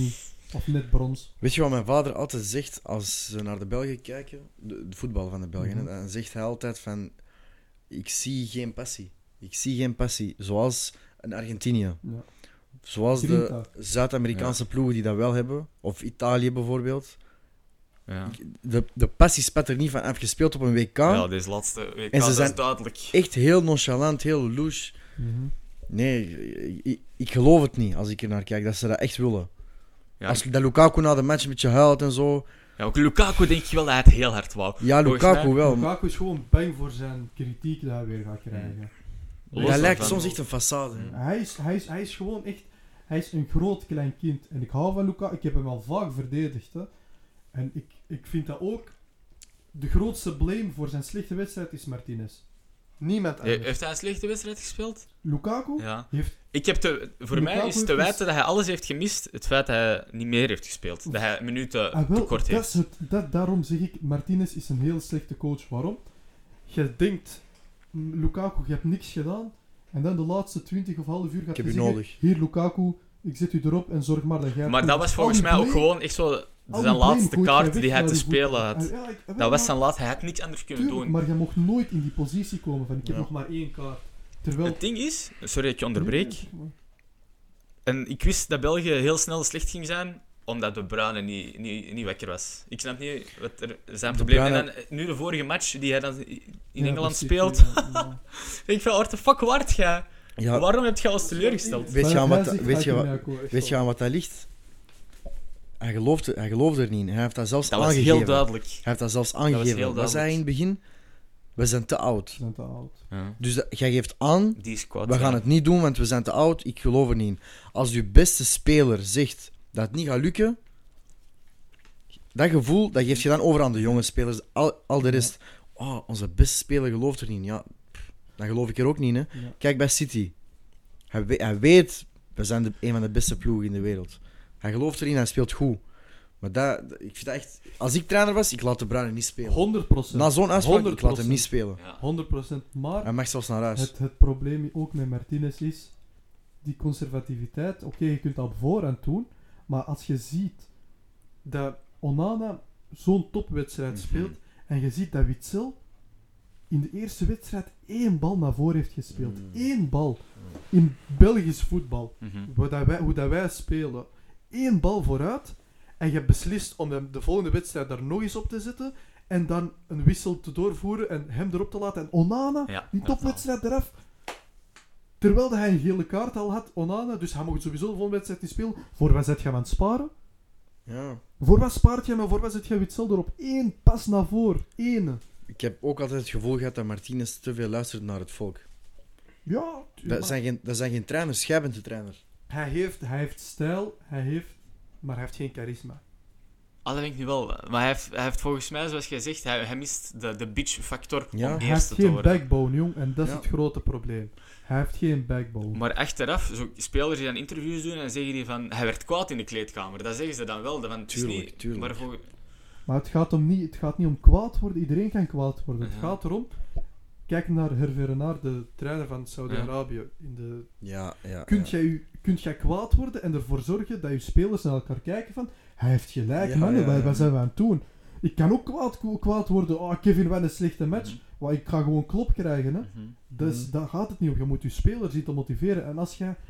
Of net brons. Weet je wat mijn vader altijd zegt als ze naar de Belgen kijken? De, de voetbal van de Belgen. Mhm. hè? Dan zegt hij altijd van... Ik zie geen passie. Ik zie geen passie. Zoals een Argentinië. Ja. Zoals de Grinta. Zuid-Amerikaanse ploegen die dat wel hebben. Of Italië bijvoorbeeld. Ja. De, de passie spat er niet van afgespeeld op een W K. Ja, deze laatste W K, En ze dat zijn is duidelijk. Echt heel nonchalant, heel louche. Mhm. Nee, ik, ik geloof het niet als ik er naar kijk, dat ze dat echt willen. Ja, Als dat Lukaku na de match een beetje huilt en zo. ja, ook Lukaku denk je wel dat hij het heel hard wou. Ja, Volgens Lukaku mij- wel. Lukaku is gewoon bang voor zijn kritiek dat hij weer gaat krijgen. Los Dat lijkt daarvan- soms echt een façade. hè. Hij is, hij, is, hij is gewoon echt... Hij is een groot klein kind. En ik hou van Lukaku. Ik heb hem al vaak verdedigd. Hè. En ik, ik vind dat ook... De grootste blame voor zijn slechte wedstrijd is Martinez. Niemand He- anders. Heeft hij een slechte wedstrijd gespeeld? Lukaku Ja. heeft... Ik heb te, voor Lukaku mij is te heeft wijten dat hij alles heeft gemist. Het feit dat hij niet meer heeft gespeeld. Dat hij minuten Ah, wel, tekort dat heeft. is het, dat, daarom zeg ik, Martinez is een heel slechte coach. Waarom? Je denkt, mm, Lukaku, je hebt niks gedaan. En dan de laatste twintig of half uur gaat heb je u zeggen, nodig. hier Lukaku, ik zet u erop en zorg maar dat jij... Maar dat was volgens mij ook gewoon echt zo Alle zijn blame laatste gooit jij kaart weg die hij naar te die spelen voetbal. had. Ah, ja, ik- wel, Dat was maar- zijn laatste. Hij had niks anders kunnen Tuurlijk, doen. maar je mocht nooit in die positie komen van ik heb Ja. nog maar één kaart. Terwijl... Het ding is, sorry dat ik je onderbreek, en ik wist dat België heel snel slecht ging zijn, omdat De Bruyne niet, niet, niet wakker was. Ik snap niet wat er zijn De probleem is. Bruyne- En dan, nu de vorige match die hij dan in Ja, Engeland precies, speelt, ja, ja. denk ik van, what the fuck waard jij? Ja, Waarom heb je ons teleurgesteld? Weet je Maar aan wat- hij zegt, weet ga je ik wat- ermee akkoord, echt weet je wel. aan wat dat ligt? Hij geloofde, hij geloofde er niet in. Hij heeft dat zelfs Dat was aangegeven. heel duidelijk. Hij heeft dat zelfs was aangegeven. heel Was hij in het begin? We zijn te oud. Ze zijn te oud. Ja. Dus dat- jij geeft aan, Die is kwaad. we gaan ja. het niet doen, want we zijn te oud. Ik geloof er niet in. Als je beste speler zegt dat het niet gaat lukken, dat gevoel, dat geeft je dan over aan de jonge spelers. Al, al de rest, oh, onze beste speler gelooft er niet in. Ja, pff, dan geloof ik er ook niet in. Hè. Ja. Kijk bij City. Hij, we- hij weet, we zijn de, een van de beste ploegen in de wereld. Hij gelooft erin, hij speelt goed. Maar dat, ik vind dat echt... Als ik trainer was, ik laat de Bruyne niet spelen. honderd procent. Na zo'n uitspraak, ik laat hem niet procent. spelen. Ja. honderd procent. Maar Hij mag zelfs naar huis. het, het probleem ook met Martinez is die conservativiteit. Oké, je kunt dat op voorhand doen, maar als je ziet dat Onana zo'n topwedstrijd Mhm. speelt en je ziet dat Witsel in de eerste wedstrijd één bal naar voren heeft gespeeld. Mhm. Eén bal. In Belgisch voetbal. Mhm. Hoe, dat wij, hoe dat wij spelen. Eén bal vooruit en je hebt beslist om hem de volgende wedstrijd daar nog eens op te zetten en dan een wissel te doorvoeren en hem erop te laten. En Onana, Ja, die dat topwedstrijd eraf. Terwijl dat hij een gele kaart al had, Onana, dus hij mocht sowieso de volgende wedstrijd niet spelen. Voor wat zet je hem aan het sparen? Ja. Voor wat spaart je hem en voor wat zet je Witsel erop? Eén pas naar voren. Eén. Ik heb ook altijd het gevoel gehad dat Martinez te veel luistert naar het volk. Ja, Dat maar zijn geen, dat zijn geen trainers, jij bent de trainer. hij, heeft, hij heeft stijl, hij heeft, maar hij heeft geen charisma. Ah, dat denk ik nu wel. Maar hij heeft, hij heeft volgens mij, zoals jij zegt, hij, hij mist de, de bitch-factor Ja. om Hij heeft eerste te geen worden. backbone, jong, en dat is Ja. het grote probleem. Hij heeft geen backbone. Maar achteraf, zo spelers die dan interviews doen en zeggen die van hij werd kwaad in de kleedkamer. Dat zeggen ze dan wel. Van, het is Tuurlijk, niet, tuurlijk. Maar voor, Maar het gaat, om niet, het gaat niet om kwaad worden. Iedereen kan kwaad worden. Het Ja. gaat erom... Kijk naar Hervé Renard, de trainer van Saudi-Arabië. In de... Ja, ja. Kunt, ja. jij, u- kunt jij kwaad worden en ervoor zorgen dat je spelers naar elkaar kijken van... Hij heeft gelijk, Ja, mannen. ja, Wat, ja. wat zijn we aan het doen? Ik kan ook kwaad, kwaad worden. Oh, Kevin, wat een slechte match. Mhm. Maar ik ga gewoon klop krijgen. Hè. Mhm. Dus Mhm. daar gaat het niet om. Je moet je spelers zien te motiveren. En als jij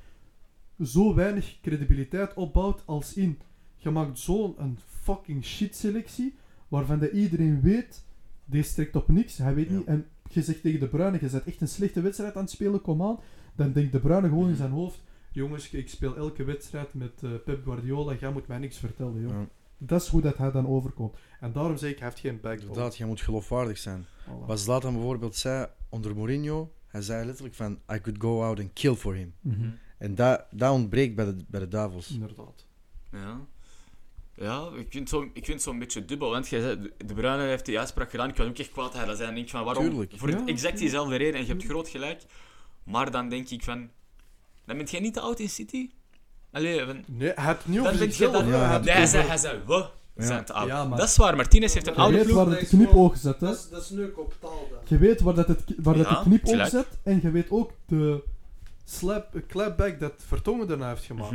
zo weinig credibiliteit opbouwt als in... Je maakt zo'n een fucking shit selectie, waarvan dat iedereen weet, deze trekt op niks, hij weet Ja. niet. En je zegt tegen De Bruyne, je bent echt een slechte wedstrijd aan het spelen, kom aan. Dan denkt De Bruyne gewoon in zijn hoofd, jongens, ik speel elke wedstrijd met eh, Pep Guardiola, jij moet mij niks vertellen, joh. Ja. Dat is hoe dat hij dan overkomt. En daarom zeg ik, hij heeft geen backbone. Inderdaad, jij moet geloofwaardig zijn. Voilà. Wat Zlatan bijvoorbeeld zei onder Mourinho, hij zei letterlijk van, I could go out and kill for him. Mhm. En dat, dat ontbreekt bij de, bij de Duivels. Inderdaad. Ja. Ja, ik vind het zo- ik vind het zo'n beetje dubbel. Want jij zei, De Bruyne heeft die uitspraak gedaan. Ik was ook echt kwaad dat hij dat zei. En denk ik van, waarom? Tuurlijk. Voor Ja, exact tuurlijk. diezelfde reden. En je hebt groot gelijk. Maar dan denk ik van... Dan ben jij niet te oud in City? Allee, van, Nee, hij had niet dan over denk je zichzelf. dat... Ja, hij hij had nee, hij over- zei, hij zei, we Ja. zijn te oud. Ja, maar- Dat is waar. Martinez heeft een Je oude weet ploeg. waar Dat het is knipoog zet, hè. Dat is, dat is nu op taal dan. Je weet waar, dat het, waar dat Ja, de knip gelijk. op zet en je weet ook de slap, clapback dat Vertongen daarna heeft gemaakt. Mhm.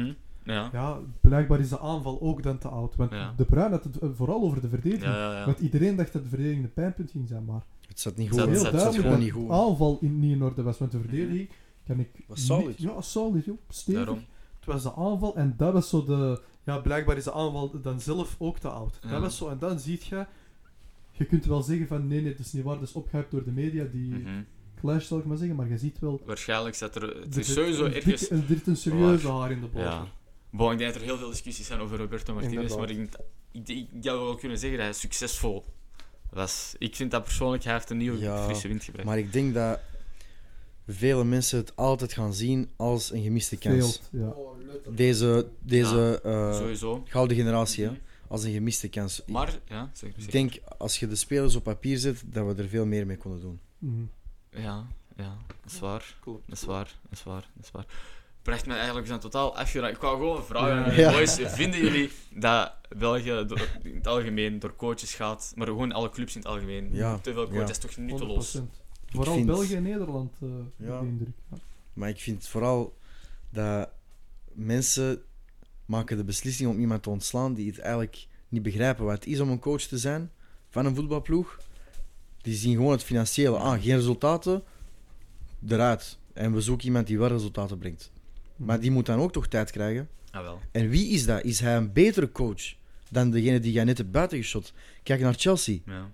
Ja. Ja, blijkbaar is de aanval ook dan te oud. Want Ja. De Bruyne had het eh, vooral over de verdediging. Ja, ja, ja. Want iedereen dacht dat de verdediging de pijnpunt ging zijn, maar Het zat niet Het goed. zat- heel het Het zat duidelijk gewoon dat niet de goed. aanval in, niet in orde was. Want de verdediging kan ik... Was niet- solid. Ja, solid, joh. Stevig. Daarom. Het was de aanval en dat was zo de... Ja, blijkbaar is de aanval dan zelf ook te oud. Ja. Dat was zo, en dan zie je... Je kunt wel zeggen van nee, nee, dat is niet waar, dat is opgehyped door de media, die Mhm. clash zal ik maar zeggen, maar je ziet wel... Waarschijnlijk zat er... Het er is zit sowieso een ergens... dikke- Er zit een serieuze haar in de boter. Ja. Bon, ik denk dat er heel veel discussies zijn over Roberto Martinez, Inderdaad. maar ik, denk dat- ik, ik, ik zou wel kunnen zeggen dat hij succesvol was. Ik vind dat persoonlijk, hij heeft een nieuwe Ja, frisse wind gebracht. Maar ik denk dat vele mensen het altijd gaan zien als een gemiste kans. Veelt, ja. Oh, letterlijk. Deze, deze Ja, eh, Sowieso. gouden generatie, hè, Mhm. als een gemiste kans. Maar, ja, zeg, zeg. Ik denk, als je de spelers op papier zet, dat we er veel meer mee konden doen. Mhm. Ja, ja, dat is waar. Klopt. Dat is waar, dat is waar, dat is waar. Bracht mij eigenlijk zijn totaal afgeraakt. Ik wou gewoon vragen, Ja. aan Ja. de boys, vinden jullie dat België door, in het algemeen door coaches gaat, maar gewoon alle clubs in het algemeen, Ja, te veel coaches, ja. dat is toch honderd nutteloos? procent. Vooral vind- België en Nederland, eh Ja. de indruk. Ja. Maar ik vind vooral dat mensen maken de beslissing om iemand te ontslaan die het eigenlijk niet begrijpen wat het is om een coach te zijn van een voetbalploeg. Die zien gewoon het financiële. Ah, geen resultaten, eruit. En we zoeken iemand die wel resultaten brengt. Maar die moet dan ook toch tijd krijgen. Ah, wel. En wie is dat? Is hij een betere coach dan degene die jij net hebt buitengeschot? Kijk naar Chelsea. Ja.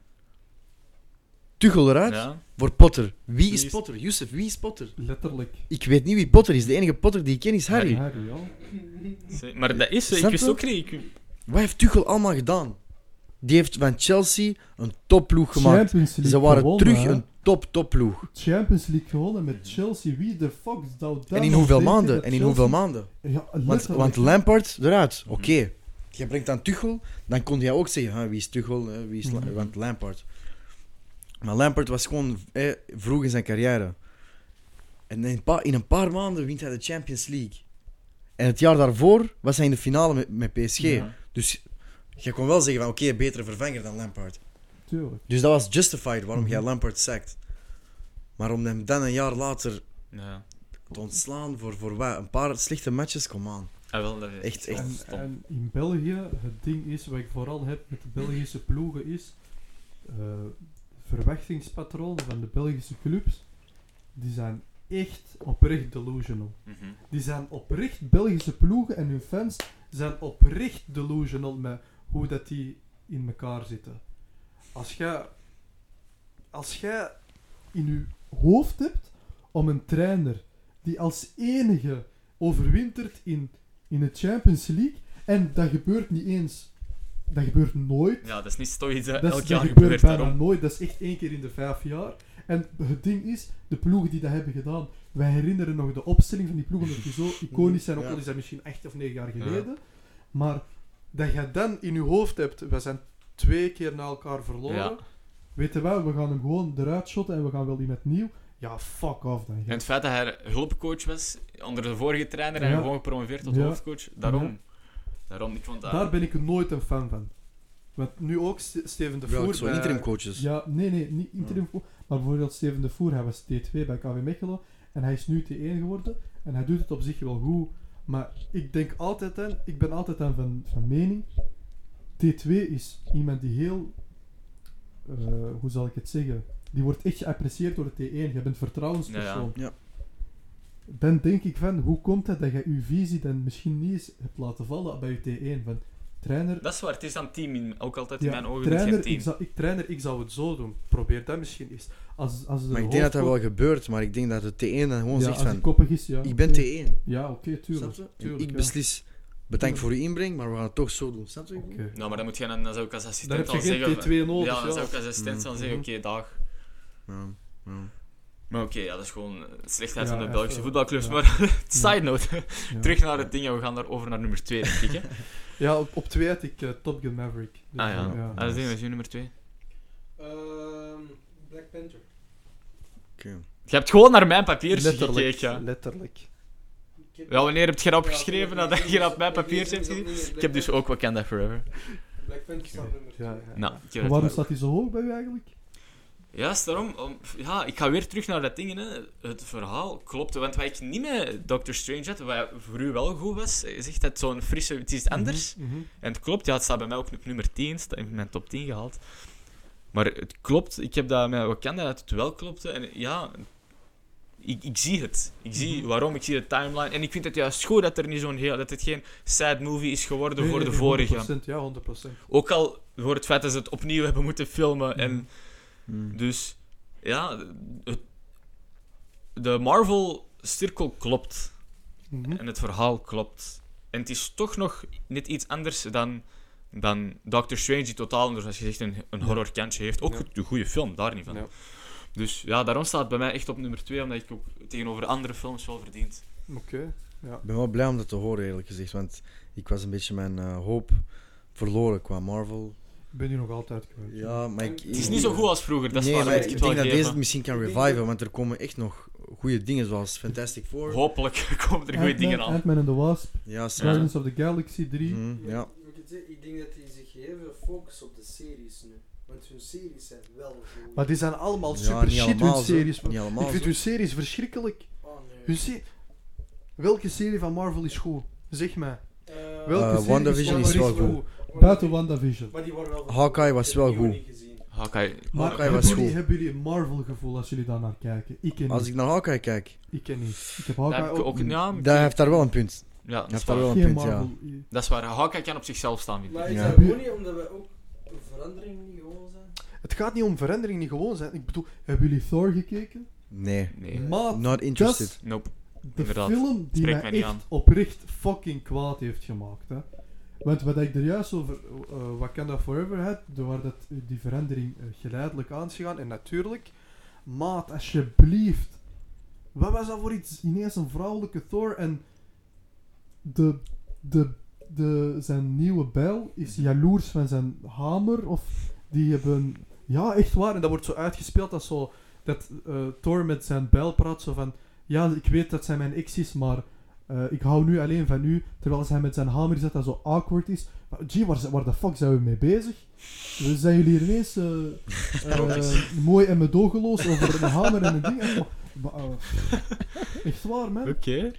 Tuchel eruit Ja. voor Potter. Wie Wie is is- Potter? Youssef, wie is Potter? Letterlijk. Ik weet niet wie Potter is. De enige Potter die ik ken is Harry. Harry, ja. Zeg, Maar dat is zo, ik Snap wist je? ook niet. Ik, Wat heeft Tuchel allemaal gedaan? Die heeft van Chelsea een topploeg gemaakt. Champions League Ze waren gewonnen, terug hè. een top topploeg. Champions League gewonnen met Chelsea. Wie de fuck zou dat En in nog hoeveel denken maanden? dat En in Chelsea- hoeveel maanden? Ja, Want, letterlijk. want Lampard eruit. Oké. Je brengt dan Tuchel, dan kon jij ook zeggen, huh, wie is Tuchel, hè, wie is La- Mhm. want Lampard. Maar Lampard was gewoon eh, vroeg in zijn carrière. En in een, paar, in een paar maanden wint hij de Champions League. En het jaar daarvoor was hij in de finale met, met P S G. Ja. Dus je kon wel zeggen van oké, betere vervanger dan Lampard. Tuurlijk. Dus dat was justified waarom Mhm. jij Lampard sackt. Maar om hem dan een jaar later ja. te ontslaan voor, voor wat? Een paar slechte matches, kom aan. Ah, wel, dat is Echt, wel En, stom. en in België, het ding is, wat ik vooral heb met de Belgische ploegen, is eh verwachtingspatronen van de Belgische clubs, die zijn echt oprecht delusional. Mhm. Die zijn oprecht, Belgische ploegen en hun fans zijn oprecht delusional met hoe dat die in elkaar zitten. Als jij als jij in je hoofd hebt om een trainer die als enige overwintert in, in de Champions League, en dat gebeurt niet eens, dat gebeurt nooit. Ja, dat is niet zoiets dat Dat, is- elk dat jaar gebeurt gebeurt, bijna daarom. nooit, dat is echt één keer in de vijf jaar. En het ding is, de ploegen die dat hebben gedaan, wij herinneren nog de opstelling van die ploegen, omdat die zo iconisch zijn, ook Ja. al is dat misschien acht of negen jaar geleden. Maar dat je dan in je hoofd hebt, we zijn twee keer na elkaar verloren. Ja. Weet je wel, we gaan hem gewoon eruit shotten en we gaan wel iemand nieuw. Ja, fuck off dan. En het feit dat hij hulpcoach was onder de vorige trainer en Ja. gewoon gepromoveerd tot Ja. hoofdcoach, daarom. Ja. Daarom, ik vond dat... Daar ben ik nooit een fan van. Want nu ook Ste- Steven de Ja, Voer. zo bij- interim coaches. Ja, nee, nee, niet interim. vo- Maar bijvoorbeeld Steven de Voer, hij was T twee bij K V Mechelen en hij is nu T één geworden. En hij doet het op zich wel goed. Maar ik denk altijd aan, ik ben altijd aan van, van mening, T twee is iemand die heel, eh, hoe zal ik het zeggen, die wordt echt geapprecieerd door de T één. Je bent vertrouwenspersoon. Ja, ja. Dan denk ik van, hoe komt het dat je je visie dan misschien niet eens hebt laten vallen bij je T één? Van, trainer, Dat is waar, het is dan team, in, ook altijd in ja, mijn ogen trainer, niet geen ik team. zou, ik, trainer, ik zou het zo doen. Probeer dat misschien eens. Als, als de Maar ik denk dat dat wel hoofdcoach- gebeurt, maar ik denk dat de T één dan gewoon ja, zegt als die van, koppig is, ja. ik ben oké. T één. Ja, oké, tuurlijk. Snap je? En tuurlijk, ik ja. beslis, bedankt voor uw inbreng, maar we gaan het toch zo doen. Snap je? Oké. Nou, maar dan moet je dan, dan zou ik als Dan assistent heb je al geen zeggen... T twee nodig. ja, dan ja. zou ik als assistent dan Mhm. zeggen, oké, dag. Ja, ja. Maar oké, ja, dat is gewoon eh, slechtheid Ja, van de even, Belgische voetbalclubs. ja. Maar, side note, Ja. terug naar het ding en we gaan daar over naar nummer twee, denk ik, hè. Ja, op, op twee had ik eh, Top Gun Maverick. Dus, Ah ja, eh, ah, dat is ding, dat is uw nummer twee. Ehm, Black Panther. Oké. Je hebt gewoon naar mijn papiertje Letterlijk. gekeken, ja. Letterlijk. Ik heb- Ja, wanneer heb je dat Ja, opgeschreven Black nadat je Panther op mijn is- Black papiertje Panther hebt is gezien? opnieuw Ik heb dus Black ook Wakanda Forever. Panther. Black Panther staat nummer Ja, twee. ja. Nou, ik heb Maar het waarom wel. staat hij zo hoog bij u eigenlijk? Juist daarom, om, ja, ik ga weer terug naar dat ding. Hè. Het verhaal klopt. Want wat ik niet met Doctor Strange had, wat voor u wel goed was, je zegt dat zo'n frisse, het is anders. Mhm, mhm. En het klopt, ja, het staat bij mij ook op nummer tien, staat in mijn top tien gehaald. Maar het klopt, ik heb dat met Wakanda, dat het wel klopte. En ja, ik, ik zie het. Ik zie Mhm. waarom, ik zie de timeline. En ik vind het juist goed dat er niet zo'n heel, dat het geen sad movie is geworden Nee, voor nee, de nee, vorige. honderd procent, ja, honderd procent. Ook al voor het feit dat ze het opnieuw hebben moeten filmen. En Mhm. Mm. dus, ja, het, de Marvel-cirkel klopt. Mhm. En het verhaal klopt. En het is toch nog net iets anders dan, dan Doctor Strange, die totaal, zoals je zegt, een, een horrorkantje heeft. Ook Ja. goed, een goede film, daar niet van. Ja. Dus ja, daarom staat het bij mij echt op nummer twee, omdat ik ook tegenover andere films wel verdient. Oké, ja. Ik ben wel blij om dat te horen, eerlijk gezegd. Want ik was een beetje mijn eh, hoop verloren qua Marvel. Ik ben hier nog altijd kwijt. Ja, maar ik... Het is niet zo goed als vroeger, dat is nee, waar. maar dat ik ik denk het wel dat deze geven. het misschien kan Ik denk reviven, dat- want er komen echt nog goede dingen zoals Fantastic Four. Hopelijk komen er goede dingen aan. Ant-Man and the Wasp, Ja, snap. Guardians of the Galaxy drie. Mhm, ja. Ik, moet zeggen, ik denk dat die zich heel veel focussen op de series nu. Want hun series zijn wel goed. Maar die zijn allemaal Ja, super niet shit, allemaal hun zo. series. Niet allemaal Ik vind zo. hun series verschrikkelijk. Oh nee. Hun se- Welke serie van Marvel is goed? Zeg mij. Eh, Welke Eh, serie WandaVision is is wel goed? goed. Buiten WandaVision. Maar die worden wel Hawkeye was wel Ik heb die goed. niet gezien. Hawkeye. Maar Hawkeye hebben, was jullie, goed. hebben jullie een Marvel-gevoel als jullie daar naar kijken? Ik ken Als niet. ik naar Hawkeye kijk, Ik ken niet. Ik heb Dat Hawkeye heb ik ook, ook, ja, dat heeft daar wel een punt. ja, dat heeft is daar waar. wel een geen punt, ja. Marvel. Dat is waar. Hawkeye kan op zichzelf staan, vind ik. Maar is Ja. dat gewoon niet omdat we ook een verandering niet gewoon zijn? Het gaat niet om verandering, niet gewoon zijn. Ik bedoel, hebben jullie Thor gekeken? Nee, Nee, Maat, not dat interested. is nope. de Inderdaad. film die Spreekt mij mij niet echt aan. oprecht fucking kwaad heeft gemaakt. Hè. Want wat ik er juist over uh, Wakanda Forever had, door waar dat, uh, die verandering uh, geleidelijk aan is gegaan. En natuurlijk, maat, alsjeblieft. Wat was dat voor iets? Ineens een vrouwelijke Thor en de, de, de, zijn nieuwe bijl is jaloers van zijn hamer. Of die hebben... Ja, echt waar. En dat wordt zo uitgespeeld als zo... Dat uh, Thor met zijn bijl praat zo van... Ja, ik weet dat zij mijn ex is, maar uh, ik hou nu alleen van u. Terwijl hij met zijn hamer zet dat zo awkward is. Maar, gee, waar, waar de fuck zijn we mee bezig? We zijn jullie hier ineens uh, uh, mooi en medogeloos over een hamer en een ding. Echt, maar, maar, uh, echt waar, man. Oké.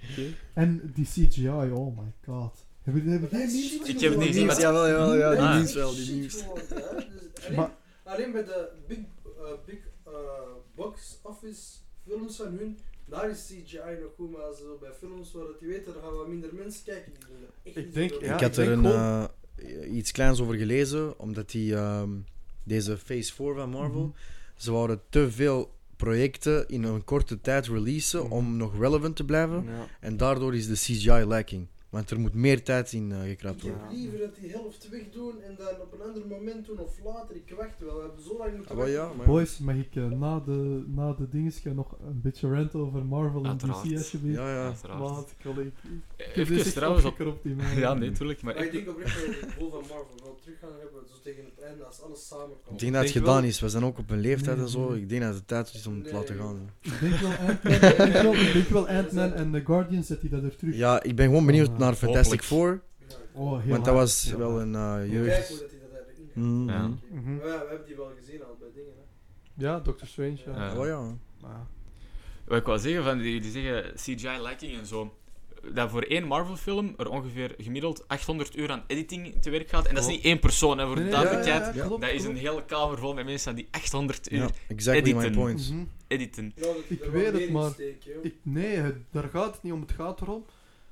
En die C G I, oh my god. Hebben jullie geen memes van Ik gezien? heb niet gezien, maar- Jawel, jawel, ja, die Ah. nieuws wel, die Shit nieuws. gewoon, hè. Dus alleen, Maar- alleen bij de big, uh, big uh, box office films van hun, daar is C G I nog goed, maar als zo bij films waar dat je weet, er gaan wat minder mensen kijken, die doen dat echt Ik niet denk, zoveel. ja, ik had ik er denk een, gewoon- eh, iets kleins over gelezen, omdat die, ehm, deze Phase vier van Marvel, Mhm. ze wouden te veel projecten in een korte tijd releasen Mhm. om nog relevant te blijven. Ja. En daardoor is de C G I lacking. Want er moet meer tijd in uh, gekrapt Ik worden. heb liever dat die helft wegdoen en dan op een ander moment doen of later. Ik wacht wel, we hebben zo lang moeten Ah, maar wachten. ja, maar Boys, mag ik uh, na, de, na de dingetje nog een beetje rant over Marvel en Uiteraard. D C alsjeblieft? ja, ja. Uiteraard. Maat, ik wil ik... Ik heb Even dus echt trouwens op... opgekker op die man. Ja, nee, tuurlijk. Maar Maar ik ik- denk oprecht dat we het gevoel van Marvel wel terug gaan hebben, zo tegen het einde, als alles samenkomt. Ik denk dat het denk gedaan wel- is. We zijn ook op een leeftijd Nee, en zo. nee. Ik denk dat het tijd is om het te Nee. laten gaan. Ik denk wel Ant-Man, ik denk wel, ik denk wel Ant-Man en The Guardians dat die dat er terug... Ja, ik ben gewoon benieuwd Ah, naar Fantastic hopelijk. Four. Ja, Oh, heel Want dat hard, was heel wel hard. een uh, Kijk jeugd. hoe dat hij dat hebben ingezet. Mm. Ja. Mhm. Maar ja, we hebben die wel gezien al bij dingen. Hè. Ja, Doctor Strange, ja. Ja. Oh ja. Maar- Wat ik wou zeggen, van die, die zeggen C G I lacking en zo. Dat voor één Marvel-film er ongeveer gemiddeld achthonderd uur aan editing te werk gaat. En dat is niet één persoon, hè, voor de Nee, nee, duidelijkheid. ja, ja, Ja. klopt, Dat is een klopt. hele kamer vol met mensen die achthonderd uur Ja, exactly my editen. point. Mhm. editen. Ja, dat Ik er wel weet het, meer in maar steekt, joh. Ik, nee, het, daar gaat het niet om. Het gaat erom.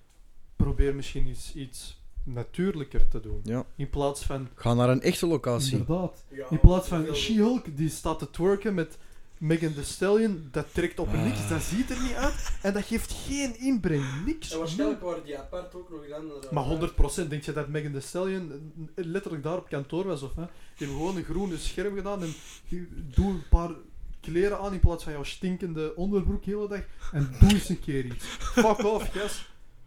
Probeer misschien iets, iets natuurlijker te doen. Ja. In plaats van, Ga naar een echte locatie. inderdaad, Ja, in plaats van veel- She-Hulk die staat te twerken met Megan Thee Stallion, dat trekt op Ah. niks, dat ziet er niet uit en dat geeft geen inbreng, niks. En waarschijnlijk waren die apart ook nog in andere... Maar honderd procent denk je dat Megan Thee Stallion eh, letterlijk daar op kantoor was of hè? Die hebben gewoon een groene scherm gedaan en je- doe een paar kleren aan in plaats van jouw stinkende onderbroek de hele dag en doe eens een keer iets. Fuck off, yes.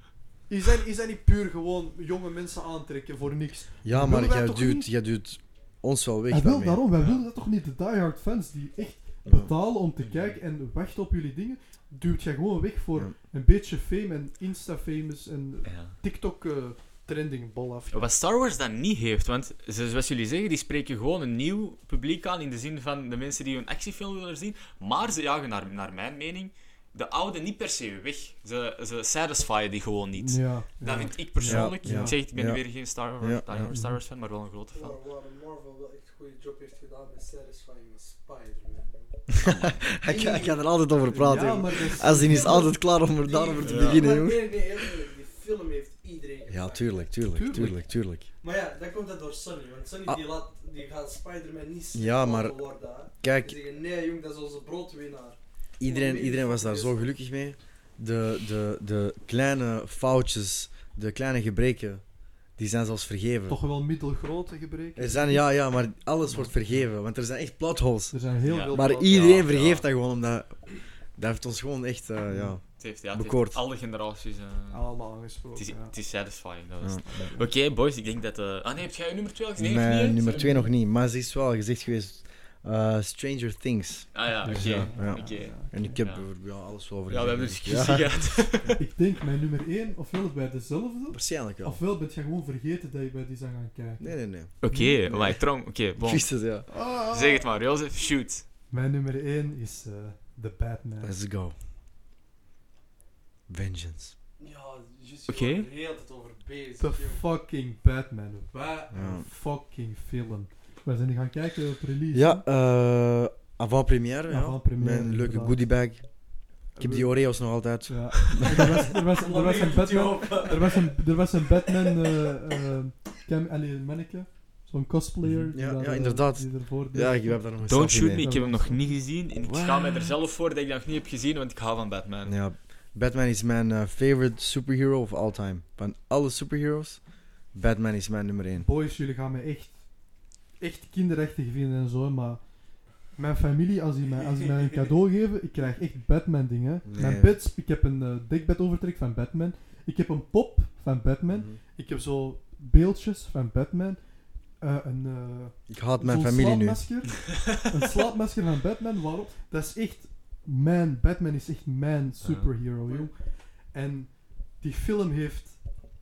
Is dat, is dat niet puur gewoon jonge mensen aantrekken voor niks? Ja, Willen maar wij jij toch duwt, niet? jij duwt ons wel weg En wel daarmee. daarom, wij Ja. willen dat toch niet, de diehard fans die echt Ja. betalen om te kijken en wachten op jullie dingen, duwt jij gewoon weg voor Ja. een beetje fame en Insta-famous en Ja. TikTok... eh, trending bol af. Wat Star Wars dan niet heeft, want zoals jullie zeggen, die spreken gewoon een nieuw publiek aan in de zin van de mensen die een actiefilm willen zien, maar ze jagen naar, naar mijn mening de oude niet per se weg. Ze, ze satisfyen die gewoon niet. Ja, Dat ja. vind ik persoonlijk. Ja, ja. Ik zeg, ik ben Ja. weer geen Star Wars, Ja, die ja. hard Star Wars fan, maar wel een grote fan. Waar, waar Marvel wel echt een goede job heeft gedaan met Satisfying met Spider-Man. Ik kan, ik kan er altijd over praten, Ja, jongen. maar dat is- Als hij is altijd klaar om er daarover te Ja. beginnen, Maar jongen. nee, nee, eerlijk, die film heeft iedereen Ja, gepakt. tuurlijk, tuurlijk, Tuurlijk. tuurlijk, tuurlijk. Maar ja, dat komt dat door Sony, want Sony Ah. die, laat, die gaat Spider-Man niet Ja, laten maar- worden. Hè. Kijk, Die zeggen, nee jong, dat is onze broodwinnaar. iedereen, iedereen was daar zo gelukkig mee. De, de, de kleine foutjes, de kleine gebreken, die zijn zelfs vergeven. Toch wel middelgrote gebreken. Er zijn, ja, ja, maar alles wordt vergeven, want er zijn echt plotholes. Er zijn heel Ja. veel... Maar platen. iedereen ja. vergeeft dat gewoon, omdat... Dat heeft ons gewoon echt, eh, ja... Het heeft, ja, het heeft Bekoord. alle generaties. eh, Allemaal aangesproken. het, is, ja. het is satisfying. Dat was ja. het. Oké, boys, ik denk dat. eh Ah nee, heb jij je nummer twee al gezien? Nee, Nee, niet, nummer hè? twee nog niet, maar ze is wel gezegd geweest. eh, Stranger Things. Ah ja, oké. Dus ja, ja. Oké. En ik heb Ja. er ja, alles wel over Ja, we hebben een gezegd. discussie gehad. Ik denk mijn nummer één, ofwel bij dezelfde, Waarschijnlijk wel. ofwel ben je gewoon vergeten dat je bij die zijn gaan kijken. Nee, nee, nee. Oké, maar ik trong. Oké, bon. Juist, ja. Ah. Zeg het maar, Jozef, shoot. Mijn nummer één is eh The Batman. Let's go. Vengeance. Ja, juist, Oké. je wordt er heel de tijd over bezig. The jong. fucking Batman. Wat Ja. een fucking film. We zijn die gaan kijken op release. Ja, eh avant-première. Ja. Avant-première, Met een leuke inderdaad. goodiebag. Ik heb die Oreos nog altijd. Ja. Er was, er was, er was een Batman... Er was een, er was een Batman... eh eh cam, allee, een manneke. Zo'n cosplayer. die Ja, daar, ja, eh, inderdaad. Die ervoor deed. Ja, ik heb daar nog een Don't selfie shoot mee. me, ik heb hem nog niet gezien. En ik What? ga mij er zelf voor dat ik dat nog niet heb gezien, want ik hou van Batman. Ja, Batman is mijn eh, favorite superhero of all time. Van alle superheroes, Batman is mijn nummer één. Boys, jullie gaan me echt... Echt kinderachtig vinden en zo, maar... Mijn familie, als die mij, als die mij een cadeau geven, ik krijg echt Batman dingen. Nee. Mijn bed, ik heb een uh, dekbedovertrek van Batman. Ik heb een pop van Batman. Mhm. Ik heb zo beeldjes van Batman. Uh, een, uh, Ik haat mijn zo'n familie nu. slaapmasker. Een slaapmasker van Batman, waarop? Dat is echt mijn... Batman is echt mijn superhero, Ja. joh. En die film heeft...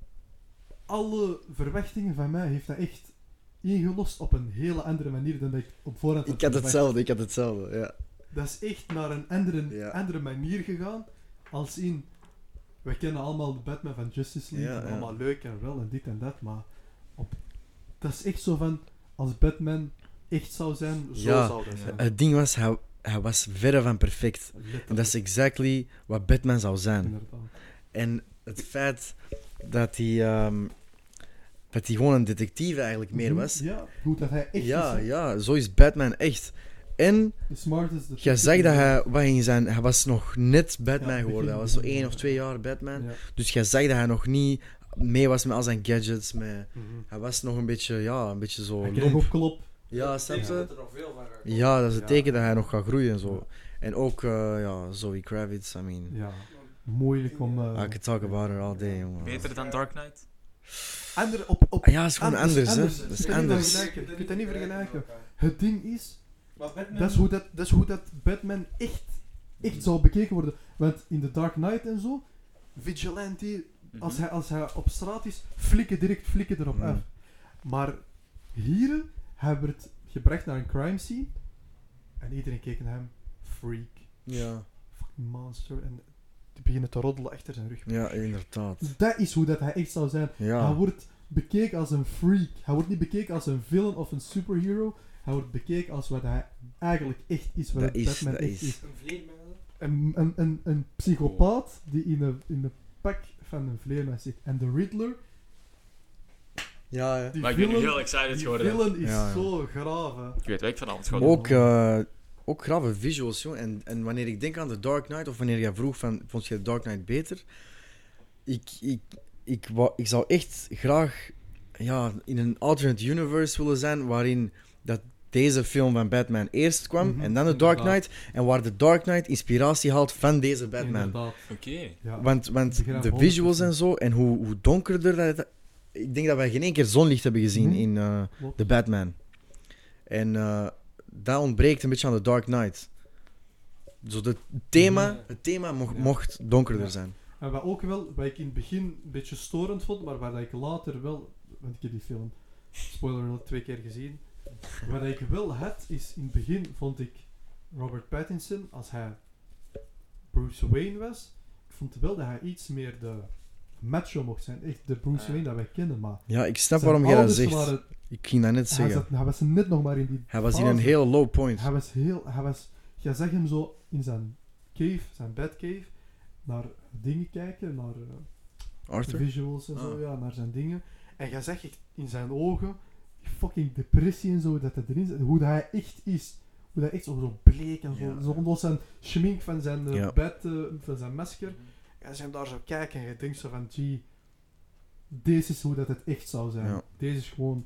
Alle verwachtingen van mij heeft dat echt ingelost op een hele andere manier dan dat ik op voorhand Ik had verwacht. hetzelfde, ik had hetzelfde, ja. Dat is echt naar een andere, Ja. andere manier gegaan. Als in... We kennen allemaal de Batman van Justice League. Ja, en ja. allemaal leuk en wel en dit en dat. Maar op, dat is echt zo van... Als Batman echt zou zijn, zo Ja. zou dat zijn. Het ding was, hij, hij was verre van perfect. Letterlijk, En dat is exactly wat Batman zou zijn. inderdaad. En het feit dat hij, ehm, dat hij gewoon een detectief eigenlijk meer was. Ja, goed dat hij echt Ja, is. hè. ja, zo is Batman echt. En The smartest... the je zag dat hij, wat ging zijn, hij was nog net Batman Ja, geworden. begin- Hij was zo begin, één ja. of twee jaar Batman. Ja. Dus je zag dat hij nog niet mee was met al zijn gadgets. Met, Mhm. hij was nog een beetje, ja, een beetje zo Hij kreeg lomp. ook klop. Ja, Ik snap denk je? dat er nog veel van gaat komen. Ja, dat is het Ja. teken dat hij nog gaat groeien en zo. Ja. En ook, eh, ja, Zoe Kravitz, I mean... Ja, moeilijk om... eh, I could talk about her all day, jongen. Beter dan Dark Knight? Andere op... op Ah, ja, het is gewoon anders, hè. anders. Dat Je is kunt niet anders. vergelijken. Je kunt dat niet vergelijken. met elkaar. Het ding is... Maar Batman... Dat is, hoe dat, dat is hoe dat Batman echt, echt zou bekeken worden. Want in The Dark Knight en zo, Vigilante, als hij, als hij op straat is, flikken direct flikken erop Mhm. af. Maar hier hebben we het gebracht naar een crime scene en iedereen keek naar hem. Freak, Ja, fucking monster. En die beginnen te roddelen achter zijn rug. ja, inderdaad. Dat is hoe dat hij echt zou zijn. Hij Ja, wordt bekeken als een freak. Hij wordt niet bekeken als een villain of een superhero. Hij wordt bekeken als wat hij eigenlijk echt is. Wat Dat is- Batman dat echt is. is. Een vleermuis. Een, een, een, een psychopaat die in een, in een pak van een vleermuis zit. En de Riddler, ja, ja. die Maar ik ben nu villain, heel excited die geworden. villain is Ja, ja. zo graaf. Hè. Ik weet wat ik vanavond ga Ook- doen. Ook, eh ook grave visuals, joh. En, en wanneer ik denk aan The Dark Knight, of wanneer jij vroeg van, vond je The Dark Knight beter? Ik, ik, ik, wou, ik zou echt graag ja, in een alternate universe willen zijn, waarin dat deze film van Batman eerst kwam, Mhm, en dan The Dark inderdaad. Knight, en waar The Dark Knight inspiratie haalt van deze Batman. Inderdaad. Oké. Ja. Want, want Ik begrijp de honderd visuals en procent. zo, en hoe, hoe donkerder dat het... Ik denk dat wij geen één keer zonlicht hebben gezien Mhm. in eh Klopt. The Batman. En eh, dat ontbreekt een beetje aan The Dark Knight. Zo de, het thema, Mhm. het thema mocht, Ja. mocht donkerder Ja. zijn. En wat ook wel, wat ik in het begin een beetje storend vond, maar waar dat ik later wel, want ik heb die film, spoiler alert, twee keer gezien. Wat ik wel had, is in het begin vond ik Robert Pattinson, als hij Bruce Wayne was, ik vond wel dat hij iets meer de macho mocht zijn. Echt de Bruce Ah. Wayne dat wij kennen, maar... Ja, ik snap zijn waarom jij dat ouders zegt. waren- Ik ging dat net hij, zeggen. zat, hij was net nog maar in die Hij was in fase. een heel low point. Hij was heel... Hij was... Je zag hem zo in zijn cave, zijn Batcave, naar dingen kijken, naar eh, Arthur? visuals en zo, Ah. ja, naar zijn dingen. En je zag echt in zijn ogen die fucking depressie en zo, dat het erin zit. Hoe dat hij echt is. Hoe dat echt zo, zo bleek en zo. Ja. Zo onder zijn schmink van zijn uh, Ja. bed, uh, van zijn masker. En als je hem daar zo kijkt en je denkt zo van, gee, deze is hoe dat het echt zou zijn. Ja. Deze is gewoon...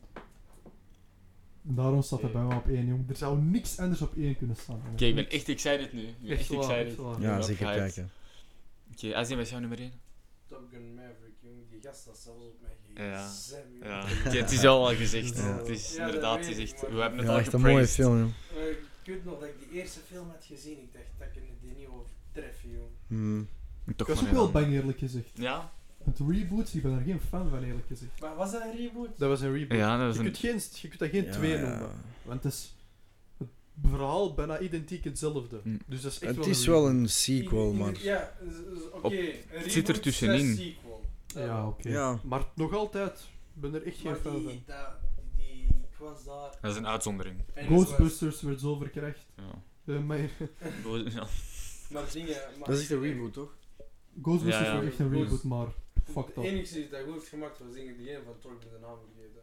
Daarom staat hij bij mij op één, jong. Er zou niks anders op één kunnen staan. jongen. Oké, ik ben Niks. echt excited nu. Ik ben Echt echt waar, excited. echt waar. Ik ben Ja, wel zeker hyped. kijken. Oké, Azim, wat is jouw nummer één? Top Gun Maverick, jongen. Die gast staat zelfs op mij Ja. gezem, jongen. Ja, oké, het is al gezegd. Ja. Het is Ja, dat inderdaad weet ik, gezegd. maar- We hebben het Ja, al echt een mooie gepraised. film, joh. Maar ik weet nog dat ik die eerste film had gezien. Ik dacht, dat kunnen die niet overtreffen, jongen. Hmm. Toch Dat is maar ook wel gedaan. bang, eerlijk gezegd. Ja? Het reboots, ik ben er geen fan van, eerlijk gezegd. Maar was dat een reboot? Dat was een reboot. Ja, dat je, was kunt een... geen, je kunt dat geen Ja, twee ja. noemen. Want het is het verhaal bijna identiek hetzelfde. Hm. Dus dat is echt Het wel is een wel reboot. een sequel, In- in- maar... Ja, z- z- oké. Op- een het zit er reboot tussenin. slash sequel. Ja, oké. Ja. Maar nog altijd, ik ben er echt geen Maar fan die, van. dat, die, ik was daar. Dat is een uitzondering. en het was- Ghostbusters werd zo verkracht. Ja. Eh, maar Ja. Maar dingen, maar Dat is echt een reboot, toch? Ghostbusters Ja, ja. werd echt een reboot, maar fuck Het dat. enige is dat goed heeft gemaakt was dingen die een van Thor met de naam vergeten.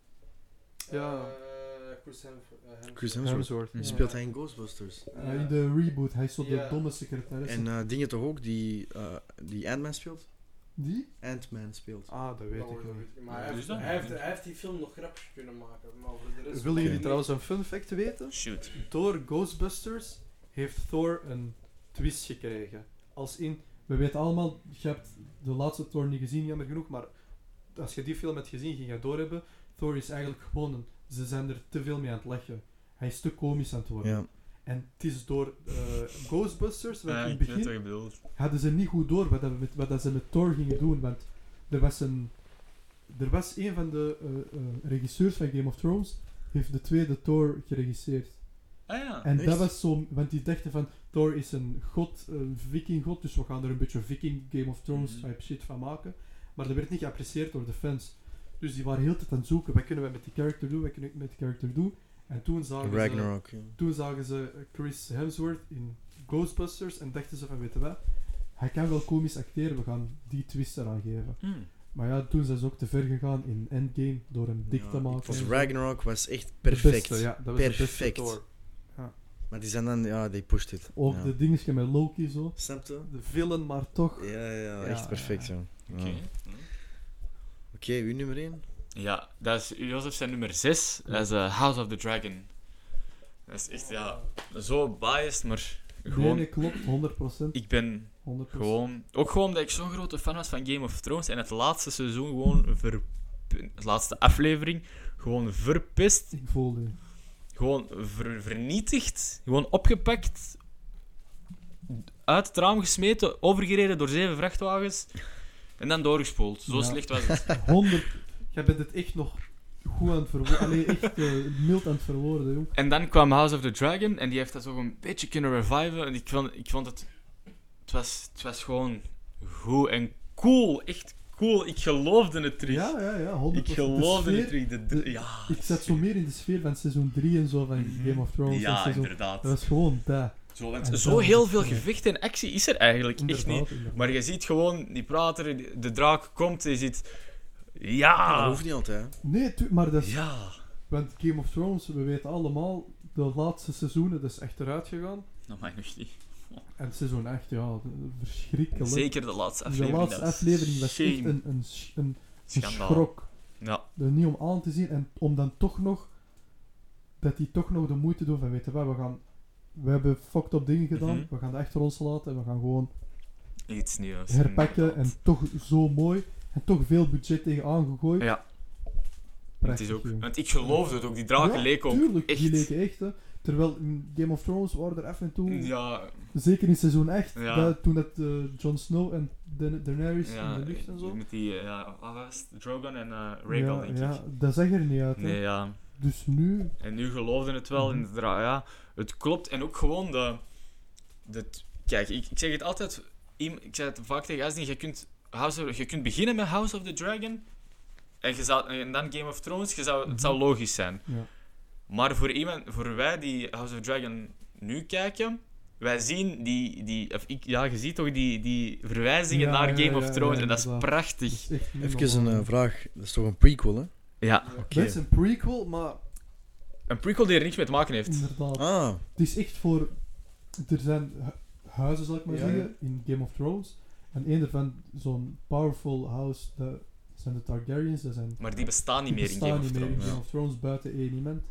Ja. Eh, Chris Hemsworth. eh, Hemsworth. Chris Hemsworth. Hemsworth. Mhm. Ja. Speelt hij in Ghostbusters? Eh, in de reboot, hij is zo de Ja. domme secretaris. En eh dingen toch ook, die, eh, die Ant-Man speelt? Die? Ant-Man speelt. Ah, dat weet Dat ik wordt- niet. Maar hij Dus heeft, dan? hij, heeft, hij heeft die film nog grappig kunnen maken. Maar voor de rest. Willen jullie Oké. trouwens een fun fact weten? Shoot. Door Ghostbusters heeft Thor een twist gekregen. Als in, we weten allemaal, je hebt de laatste Thor niet gezien, jammer genoeg, maar als je die film hebt gezien, ging je doorhebben. Thor is eigenlijk gewoon een, ze zijn er te veel mee aan het leggen. Hij is te komisch aan het worden. Ja. En het is door eh, Ghostbusters, want Ja, in het ik weet wat begin je bedoelt. hadden ze niet goed door wat, dat we met, wat dat ze met Thor gingen doen, want er was een, er was een van de eh, eh, regisseurs van Game of Thrones, heeft de tweede Thor geregisseerd. Ah ja. En Echt? dat was zo, want die dachten van Thor is een god, een vikinggod, dus we gaan er een beetje viking Game of Thrones Mhm. type shit van maken. Maar dat werd niet geapprecieerd door de fans. Dus die waren heel de tijd aan het zoeken, wat kunnen we met die character doen, wat kunnen we met die character doen. En toen zagen, ze, Ragnarok. ja. toen zagen ze Chris Hemsworth in Ghostbusters en dachten ze van, weet je wat, hij kan wel komisch acteren, we gaan die twist eraan geven. Hm. Maar ja, toen zijn ze ook te ver gegaan in Endgame door hem dik Ja, te maken. ik vond en zo. Ragnarok was echt De perfect. beste, ja, dat was de beste Perfect. Thor. Maar die zijn dan, ja, die pusht it. Ook ja. de dingetje met Loki zo. Snap je? De villain, maar toch. Ja, ja, echt Ja, perfect, ja. ja. Ja. Oké. Oké, uw nummer één? Ja, dat is Jozef zijn nummer zes. Dat is eh, House of the Dragon. Dat is echt, ja, zo biased, maar Nee, gewoon... nee, klopt, honderd procent. Ik ben honderd procent. gewoon... Ook gewoon omdat ik zo'n grote fan was van Game of Thrones en het laatste seizoen gewoon ver... De laatste aflevering gewoon verpest. Ik voel die. Gewoon ver- vernietigd. Gewoon opgepakt. Uit het raam gesmeten. Overgereden door zeven vrachtwagens. En dan doorgespoeld. Zo Ja. slecht was het. honderd. Jij bent het echt nog goed aan het verwoorden. Allee, echt eh, mild aan het verwoorden, jong. En dan kwam House of the Dragon. En die heeft dat ook een beetje kunnen reviven. En ik vond, ik vond het... Het was, het was gewoon goed en cool. Echt cool. Ik geloofde het terug. Ja, ja, ja, honderd Ik procent. geloofde De het sfeer- terug. De, de- ja. Ik zat zo meer in de sfeer van seizoen drie en zo van Mhm. Game of Thrones. en Ja, seizoen... inderdaad. Dat was gewoon dat. Zo, want En zo dat- heel veel gevecht en actie is er eigenlijk echt Inderdaad, niet. inderdaad. Maar je ziet gewoon, die prater, die- de draak komt, je ziet... Ja, Ja! dat hoeft niet altijd. hè. Nee, tu- maar dat is... Ja! Want Game of Thrones, we weten allemaal, de laatste seizoenen, dat is echt eruit gegaan. Dat mag nog niet. En seizoen acht, ja, verschrikkelijk. Zeker de laatste De aflevering. laatste dat is aflevering was echt shame. een, een, sch- een, een Schandaal. schrok. Ja. Dat niet om aan te zien en om dan toch nog, dat die toch nog de moeite doen van, weet je wat, we gaan, we hebben fucked up dingen gedaan, Mhm. we gaan dat achter ons laten en we gaan gewoon Iets nieuws. herpakken en inderdaad. toch zo mooi en toch veel budget tegenaan gegooid. Ja. prachtig. is ook, jong. want ik geloofde het ook, die draken Ja, leken ook tuurlijk, echt... die leken echt, hè. Terwijl in Game of Thrones waren er af en toe, Ja, zeker in seizoen echt, Ja. dat, toen dat uh, Jon Snow en Da- Daenerys ja, in de lucht en zo. met die, eh, ja, wat was het? Drogon en uh, Rhaegal, ja, denk ja, ik. dat zag er niet uit. hè. Nee, ja. Dus nu, En nu geloofden het wel, Mhm. in de dra- ja, het klopt. En ook gewoon de... de kijk, ik, ik zeg het altijd, iem- ik zeg het vaak tegen Asdin, je kunt, House of- je kunt beginnen met House of the Dragon, en, je zou, en dan Game of Thrones, je zou, het Mhm. zou logisch zijn. ja. Maar voor, iemand, voor wij die House of Dragon nu kijken, wij zien die... die of ik, ja, je ziet toch die, die verwijzingen Ja, naar ja, Game of ja, Thrones, ja, en dat is inderdaad. prachtig. Dat is echt niet Even een normaal. eh, vraag. Dat is toch een prequel, hè? Ja, Oké. Dat is een prequel, maar een prequel die er niks mee te maken heeft. inderdaad. Ah, Het is echt voor... Er zijn hu- huizen, zal ik maar Ja, zeggen, in Game of Thrones. En een daarvan, zo'n powerful house, dat zijn de Targaryens. Dat zijn, Maar die bestaan niet die meer in bestaan Game of niet meer in Thrones. Game of Thrones, buiten één iemand.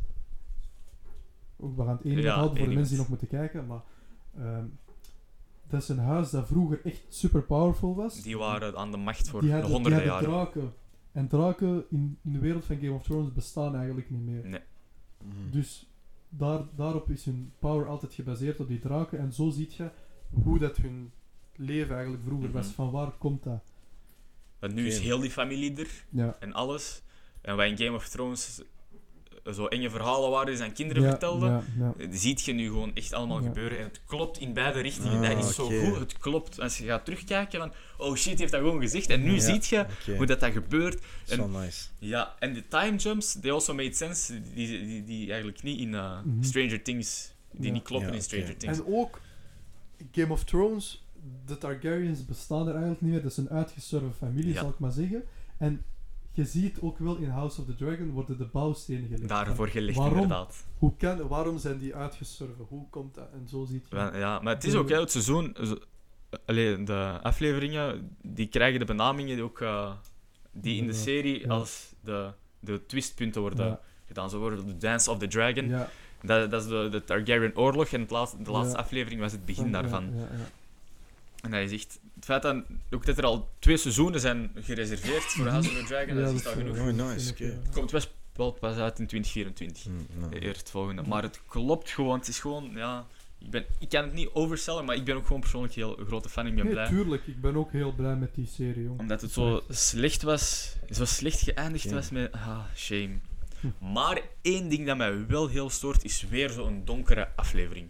Ook, we gaan het één iemand Ja, houden voor één de mensen die iemand. nog moeten kijken. Maar ehm, dat is een huis dat vroeger echt super powerful was. Die waren aan de macht voor die de hadden, honderden die hadden jaren. draken. En draken in, in de wereld van Game of Thrones bestaan eigenlijk niet meer. Nee. mhm. Dus daar, daarop is hun power altijd gebaseerd op die draken. En zo zie je hoe dat hun leven eigenlijk vroeger was. Mhm. Van waar komt dat? Want nu is Oké. heel die familie er Ja. en alles. En wij in Game of Thrones eh, zo enge verhalen waren die zijn kinderen ja, vertelden. Ja, ja. eh, ziet je nu gewoon echt allemaal Ja. gebeuren. En het klopt in beide richtingen. Ah, dat is zo oké. goed. Het klopt. Als je gaat terugkijken van... Oh shit, die heeft dat gewoon gezegd. En nu Ja, ziet je oké. hoe dat, dat gebeurt. Zo nice. Ja, en de time jumps, they also made sense. Die, die, die eigenlijk niet in uh, Mhm. Stranger Things... Die Ja. niet kloppen Ja, in Stranger oké. Things. En ook Game of Thrones, de Targaryens bestaan er eigenlijk niet meer. Dat is een uitgestorven familie, Ja. zal ik maar zeggen. En je ziet ook wel in House of the Dragon worden de bouwstenen gelegd. Daarvoor gelegd, Waarom? inderdaad. Hoe kan, waarom zijn die uitgestorven? Hoe komt dat? En zo ziet je. Wel, Ja, maar het is ook, hè, het seizoen... zo- allee, de afleveringen, die krijgen de benamingen die ook... eh, die in de Ja. serie Ja. als de, de twistpunten worden Ja. gedaan. Zo worden de Dance of the Dragon. Ja, Dat, dat is de, de Targaryen oorlog en het laatste, de laatste Ja. aflevering was het begin ja, daarvan. Ja, ja. En dat is echt... Het feit dat, ook dat er al twee seizoenen zijn gereserveerd voor House of the Dragon, Ja, dat is dat al is, genoeg. eh, Oh, dat nice, is oké. ook, Het komt best wel pas uit in twintig vierentwintig. Hm, nou. Eerst het volgende. Maar het klopt gewoon. Het is gewoon... Ja, ik, ben, ik kan het niet overstellen, maar ik ben ook gewoon persoonlijk heel een grote fan. Ik ben Nee, blij. tuurlijk. Ik ben ook heel blij met die serie, jong. Omdat het zo Echt. slecht was, zo slecht geëindigd Shame. was met... Ah, shame. Hm. Maar één ding dat mij wel heel stoort, is weer zo'n donkere aflevering.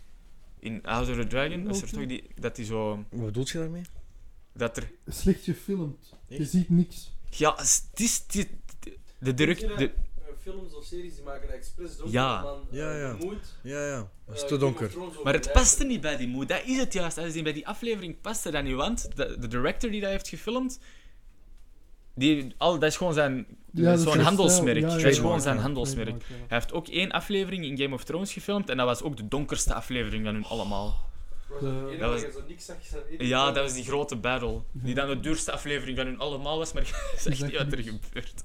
In House of the Dragon is er Oké. toch die... Dat die zo... Wat bedoelt je daarmee? Dat er... Slecht gefilmd. Je Echt? ziet niks. Ja, het is... het is- De direct... Weet je De, dat, eh, films of series die maken dat expres donker Ja. om dan, eh, Ja, ja. de mood, Ja, ja. Dat is eh, te Game of donker. Thrones maar het overdrijven. paste niet bij die mood. Dat is het juist. Als die bij die aflevering paste dat niet, want de, de director die dat heeft gefilmd... Die, al, dat is gewoon zijn... Ja, dat is dat zo'n is handelsmerk. ja, ja, dat ja, is gewoon ja, zijn ja, handelsmerk. trademark, ja. Hij heeft ook één aflevering in Game of Thrones gefilmd en dat was ook de donkerste aflevering van hun allemaal. Was De- het enige dat was- dat je zo niks zag, is dat Ja, dat was die grote battle. Die dan de duurste aflevering van hun allemaal was, maar ik zeg niet wat er gebeurt.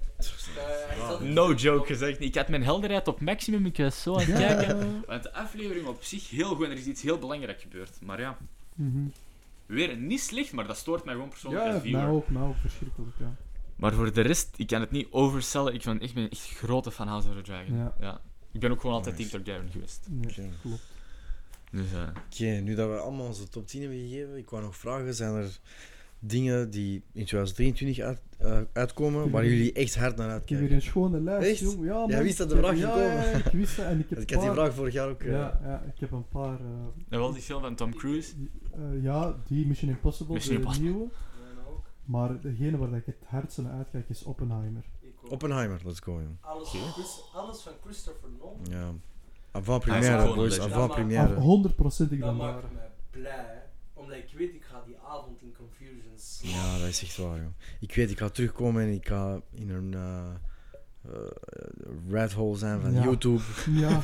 Uh, No joke gezegd. Ik had mijn helderheid op maximum, ik was zo aan het Ja. kijken. Want de aflevering op zich heel goed en er is iets heel belangrijk gebeurd. Maar ja, Mhm. weer niet slecht, maar dat stoort mij gewoon persoonlijk Ja, als viewer. mij ook, mij ook verschrikkelijk, ja. Maar voor de rest, ik kan het niet overstellen. Ik ben echt, ben echt grote fan van House of the Dragon. Ja. Ja. Ik ben ook gewoon altijd Nice. Team Targaryen geweest. Nee, Oké. klopt. Dus, eh, Oké, nu dat we allemaal onze top tien hebben gegeven, ik wou nog vragen, zijn er dingen die in twintig drieëntwintig uit, eh, uitkomen, waar jullie echt hard naar Ik heb uitkijken? weer een schone lijst, Echt? jong. Ja, man. Jij wist dat de Ik- vraag ja, ging ja, komen. ja, ik wist dat en ik heb Ik had die paar- vraag vorig jaar ook... eh, Ja, ja, ik heb een paar... eh, en wel die film van Tom Cruise. eh, ja, die Mission Impossible, Mission de Impossible. nieuwe. Ja, ook. Maar degene waar ik het hardst naar uitkijk is Oppenheimer. Ik ook. Oppenheimer, let's go, jong. Alles, van Chris- alles van Christopher Nolan. Ja. Avant Hij is première, gewoon een boys, legend. avant Ja, maar- première. Ah, honderd procent ik Dat dan daar. maakt mij blij, omdat ik weet, ik ga die avond in Confusion slapen. Ja, dat is echt waar, joh. Ik weet, ik ga terugkomen en ik ga in een uh, uh, rat hole zijn van Ja. YouTube. Ja.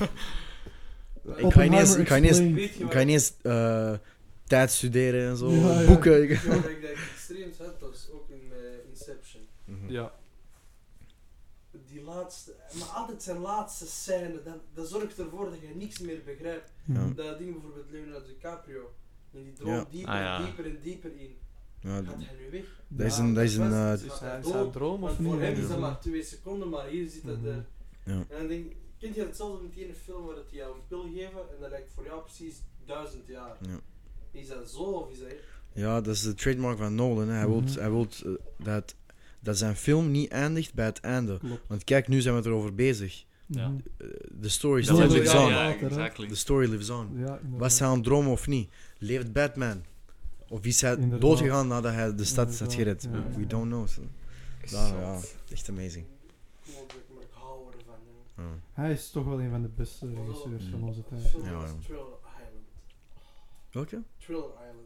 Ik ga niet eens, ik ga niet eens, Explained. Weet je ik wat? ga niet eens uh, tijd studeren en zo, Ja, ja. boeken. Ja, dat ik dat extreem had, was ook in eh, Inception. Mhm. Ja. Die laatste, maar altijd zijn laatste scène, dat, dat zorgt ervoor dat je niks meer begrijpt. Ja. Mhm. Dat ding bijvoorbeeld Leonardo DiCaprio, en die droomt Ja. dieper Ah, ja. en dieper en dieper in. Ja, Gaat dat, hij nu weg? dat is een... Dat is een eh, Is hij zijn droom of Want voor niet? hem is Ja. dat maar twee seconden, maar hier zit het er. ja. En dan denk ik, kent je hetzelfde met die ene film waar het jou een pil geven en dat lijkt voor jou precies duizend jaar. Ja. Is dat zo of is dat... ja, dat is de trademark van Nolan. Hè. Hij wil Mhm. hij wilt, eh, dat, dat zijn film niet eindigt bij het einde. Klopt. Want kijk, nu zijn we erover bezig. Ja. Mhm. Eh, The story Dat still is lives ja, on. ja. Ja, later, hè. exactly. The story lives on. Ja, inderdaad. Was hij aan het dromen of niet? Leeft Batman? Of is hij Inderdaad. doodgegaan nadat hij de stad had Inderdaad, gered? ja. We don't know. So. Ja, ja, echt amazing. Mogelijk, maar ik hou ervan. hè. Ja. Hij is toch wel een van de beste regisseurs van onze tijd. Film Ja, als ja. Thriller Island. Welke? Thriller Island.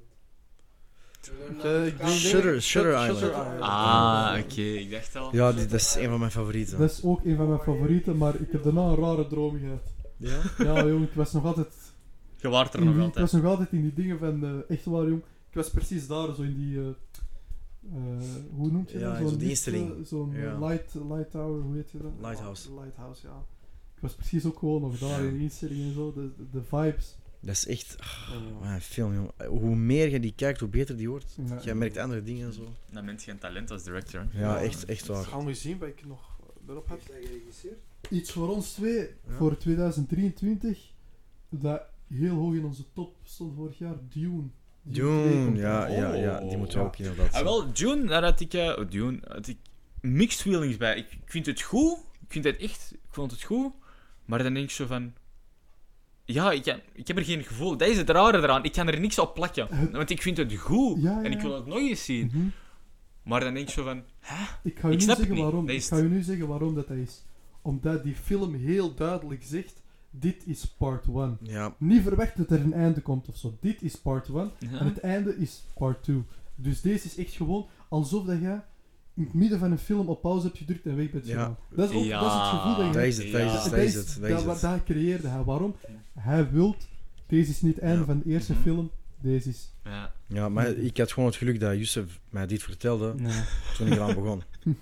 Eh, ik denk- Shutter, Shutter Island. Island. Ah, oké, ik dacht al. Ja, die, dat is een van mijn favorieten. Dat is ook een van mijn favorieten, maar ik heb daarna een rare droom gehad. Ja? Ja, jong, ik was nog altijd... Je waart er In nog die, ik was altijd. nog altijd in die dingen van... eh, echt waar, jong. Ik was precies daar, zo in die... eh, eh, hoe noemt je Ja, dat? in zo'n licht, instelling. eh, Zo'n eh, Ja. light, light tower, hoe heet je dat? Lighthouse. Oh, lighthouse, ja. Ik was precies ook gewoon nog daar in die instelling en zo. De, de, de vibes. Dat is echt... ah, Oh, wat een film, joh. Hoe meer je die kijkt, hoe beter die wordt. ja. Jij merkt andere dingen en zo. Dat mens geen talent als director. hè. Ja, echt, echt waar. Gaan we zien wat ik nog erop heb. Heeft hij geregisseerd? Iets voor ons twee, Ja. voor twintig drieëntwintig, dat heel hoog in onze top stond vorig jaar, Dune. twee Dune, komt ja, uit. ja, ja, die moeten we Ja. ook inderdaad Ah, zien. wel, Dune, daar had ik, eh, oh, Dune, had ik mixed feelings bij. Ik, ik vind het goed, ik vind het echt, ik vond het goed, maar dan denk ik zo van... Ja, ik, heb- ik heb er geen gevoel. Dat is het rare eraan. Ik kan er niks op plakken. Het- Want ik vind het goed. Ja, ja, En ik ja. wil het nog eens zien. Mhm. Maar dan denk ik zo van... Ik ga je Ik nu snap het zeggen niet. waarom. Dat Ik is ga je nu zeggen waarom dat, dat is. Omdat die film heel duidelijk zegt, dit is part one. Ja, Niet verwacht dat er een einde komt of zo. Dit is part one. Ja. En het einde is part two. Dus deze is echt gewoon alsof dat jij in het midden van een film op pauze hebt gedrukt en weg bent Ja. gegaan. Dat is, ook, Ja. dat is het gevoel dat je dat hebt. is het, dat is Ja. het, dat is het. Dat is dat, het. dat creëerde hij. Waarom? Hij wil, deze is niet het einde Ja. van de eerste Mhm. film, deze is... Ja. Ja, maar ik had gewoon het geluk dat Youssef mij dit vertelde Ja, toen ik eraan begon.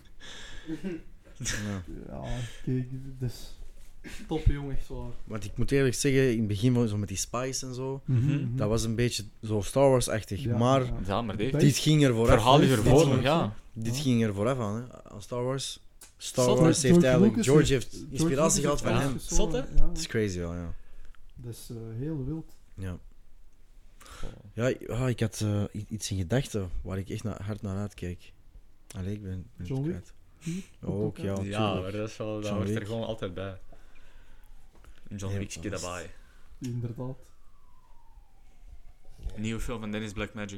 Ja. ja kijk, dus... Top jong, echt waar. Want ik moet eerlijk zeggen, in het begin van zo met die spice en zo, Mhm. dat was een beetje zo Star Wars-achtig. Ja, maar ja. Ja, maar dit... Dat dit ging er vooraf. Verhaal je dit- ervoor, dit- ja. Dit Ja. ging er vooraf aan, hè, aan Star Wars. Star Zot, Wars hè? heeft George eigenlijk... Lucas George heeft- heeft George inspiratie gehad Lucas van heeft hem. Zot, hè? Ja, Dat is crazy wel, ja. dat is eh, heel wild. Ja, ja, ik- ah, ik had eh, i- iets in gedachten waar ik echt na- hard naar uitkeek. Allee, ik ben, ben John het Wick? kwijt. Hier, Ja, komt ook, uit. ja. Ja, tuurlijk. maar dat, is wel, dat John hoort er Wick. gewoon altijd bij. John Ja, Wick's dat is- daarbij. Inderdaad. Nieuwe film van Dennis Blackmagic.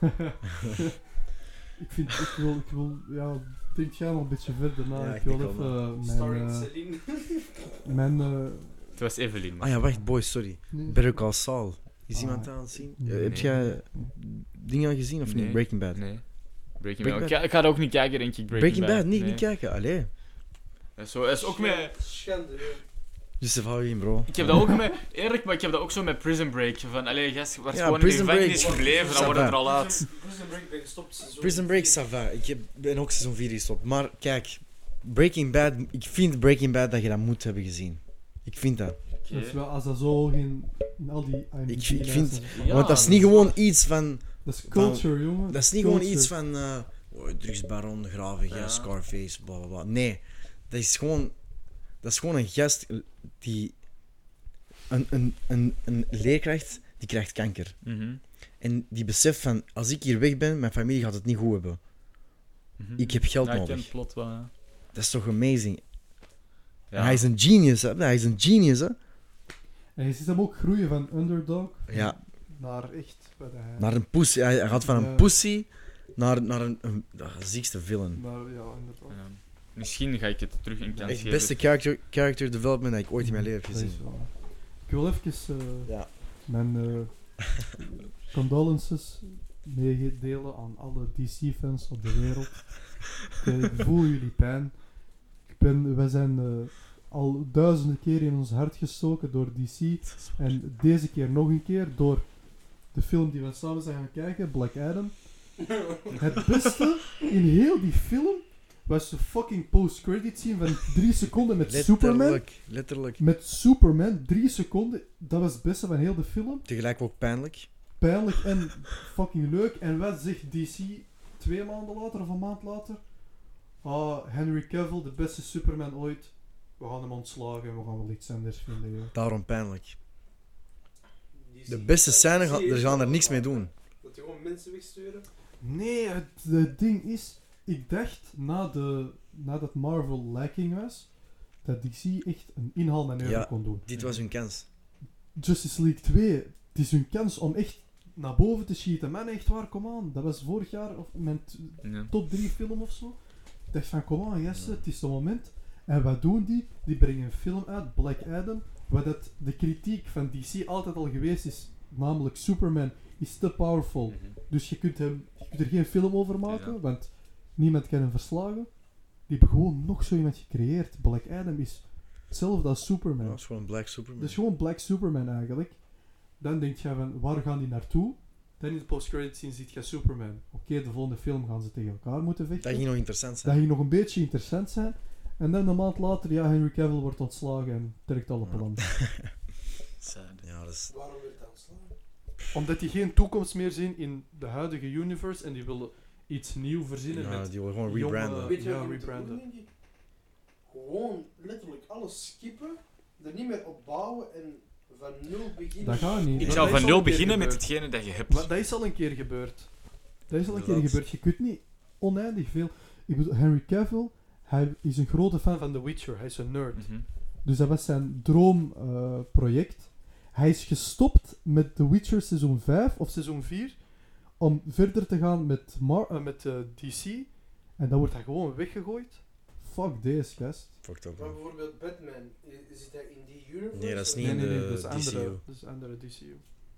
ik vind, ik wil, ik wil, ja, denk jij nog een beetje verder na. Ja, ik ik wil denk even wel, eh, mijn, Starring eh, Celine. mijn, eh, Het was Evelyn. maar- Ah ja, wacht, boys, sorry. nee. Better Call Saul. Is Ah, iemand aan het zien? nee. Eh, heb Nee. jij dingen gezien of niet? Nee. Breaking Bad. Nee. Breaking, Breaking Bad. Bad. Ik, ga, ik ga dat ook niet kijken, denk ik. Breaking, Breaking Bad, niet, Nee. niet kijken. Allee. Dat is, zo, dat is ook met... Schande, ja. Yusuf, hou je in, bro. Ik heb dat ook met... Eerlijk, maar ik heb dat ook zo met Prison Break. Van, allee, gast, je was Ja, gewoon in de Prison gevangenis Break. gebleven, dan Ça wordt het va. er al uit. Prison Break ben gestopt seizoen. Prison Break, ça va. Ik heb, ben ook seizoen vier gestopt. Maar kijk, Breaking Bad, ik vind Breaking Bad dat je dat moet hebben gezien. Ik vind dat. Dat is wel, als dat zo in, in al die I M D Ik- ik lijsten vind- zit. Ja, Want dat is niet dat is gewoon iets van... Dat is culture, jongen. Dat is niet gewoon Culture. iets van... eh oh, drugsbaron, gravig, ja. Ja. Scarface, bla bla bla. Nee, dat is gewoon... Dat is gewoon een gast die... Een, een, een, een leerkracht, die krijgt kanker. Mhm. En die beseft van, als ik hier weg ben, mijn familie gaat het niet goed hebben. Mhm. Ik heb geld ja, ik ken nodig. het plot wel, ja. Dat is toch amazing. Ja. En hij is een genius, hè. Hij is een genius, hè. En je ziet hem ook groeien van underdog Ja, naar echt... Wat hij, naar een pussy. Hij hij gaat van een Ja. pussy naar, naar een, een, de ziekste villain. naar, ja, inderdaad. Ja. Misschien ga ik het terug een kans Echt geven. beste character, character development dat ik ooit in mijn leven heb Dat is gezien. wel- Ik wil even eh, Ja. mijn eh, condolences meedelen aan alle D C-fans op de wereld. Ik, ik voel jullie pijn. Ik ben, wij zijn eh, al duizenden keer in ons hart gestoken door D C. En deze keer nog een keer door de film die we samen zijn gaan kijken, Black Adam. Het beste in heel die film was de fucking post-credit scene van drie seconden met Superman. Letterlijk, letterlijk. Met Superman, drie seconden. Dat was het beste van heel de film. Tegelijk ook pijnlijk. pijnlijk en fucking leuk. En wat zegt D C twee maanden later of een maand later? Ah, Henry Cavill, de beste Superman ooit. We gaan hem ontslagen en we gaan wel iets anders vinden. Joh. Daarom pijnlijk. Die De zie- beste die scène, zie gaan, je er gaan er wel niks mee vaak, doen. hè. Dat die gewoon mensen wegsturen. Nee, het, het ding is, ik dacht na de, nadat Marvel lacking was, dat D C echt een inhaalmanoeuvre Ja. kon doen. Dit was hun kans. Justice League twee, het is hun kans om echt naar boven te schieten. Man, echt waar, kom aan. Dat was vorig jaar of mijn t- Ja. top drie film of zo. Ik dacht van, kom aan, yes, het is het moment. En wat doen die? Die brengen een film uit, Black Adam, waar dat de kritiek van D C altijd al geweest is, namelijk Superman is te powerful. Mhm. Dus je kunt, hem, je kunt er geen film over maken, Ja. want niemand kan hem verslagen. Die hebben gewoon nog zo iemand gecreëerd. Black Adam is hetzelfde als Superman. Dat was gewoon een Black Superman. Dat is gewoon Black Superman eigenlijk. Dan denk je van, waar gaan die naartoe? Dan in de post-credit scene ziet je Superman. Oké, de volgende film gaan ze tegen elkaar moeten vechten. Dat ging nog interessant Dat zijn. ging nog een beetje interessant zijn. En dan een maand later, ja, Henry Cavill wordt ontslagen en trekt alle Ja. plannen. Sad. Ja, dat is... Waarom werd dat ontslagen? Omdat die geen toekomst meer zien in de huidige universe en die willen iets nieuws verzinnen Ja, met... die wil gewoon jonge- rebranden. Weet je ja, wat je moet rebranden. doen, denk ik? Gewoon letterlijk alles skippen, er niet meer op bouwen en van nul beginnen. Dat gaat niet. Ik Dat zou is van al nul een keer beginnen met gebeurd. hetgene dat je hebt. Maar dat is al een keer gebeurd. Dat is al een keer Inderdaad. gebeurd. Je kunt niet oneindig veel... Ik bedoel, Henry Cavill, hij is een grote fan van The Witcher. Hij is een nerd. Mhm. Dus dat was zijn droomproject. hij is gestopt met The Witcher seizoen vijf of seizoen vier om verder te gaan met, Mar eh, met eh, D C. En dan wordt hij gewoon weggegooid. Fuck deze, gast. Fucked up. Maar man. bijvoorbeeld Batman, i- zit hij in die universe? Nee, dat is Of- niet Nee, in nee, nee, de dat is D C andere, U. dat is andere D C U.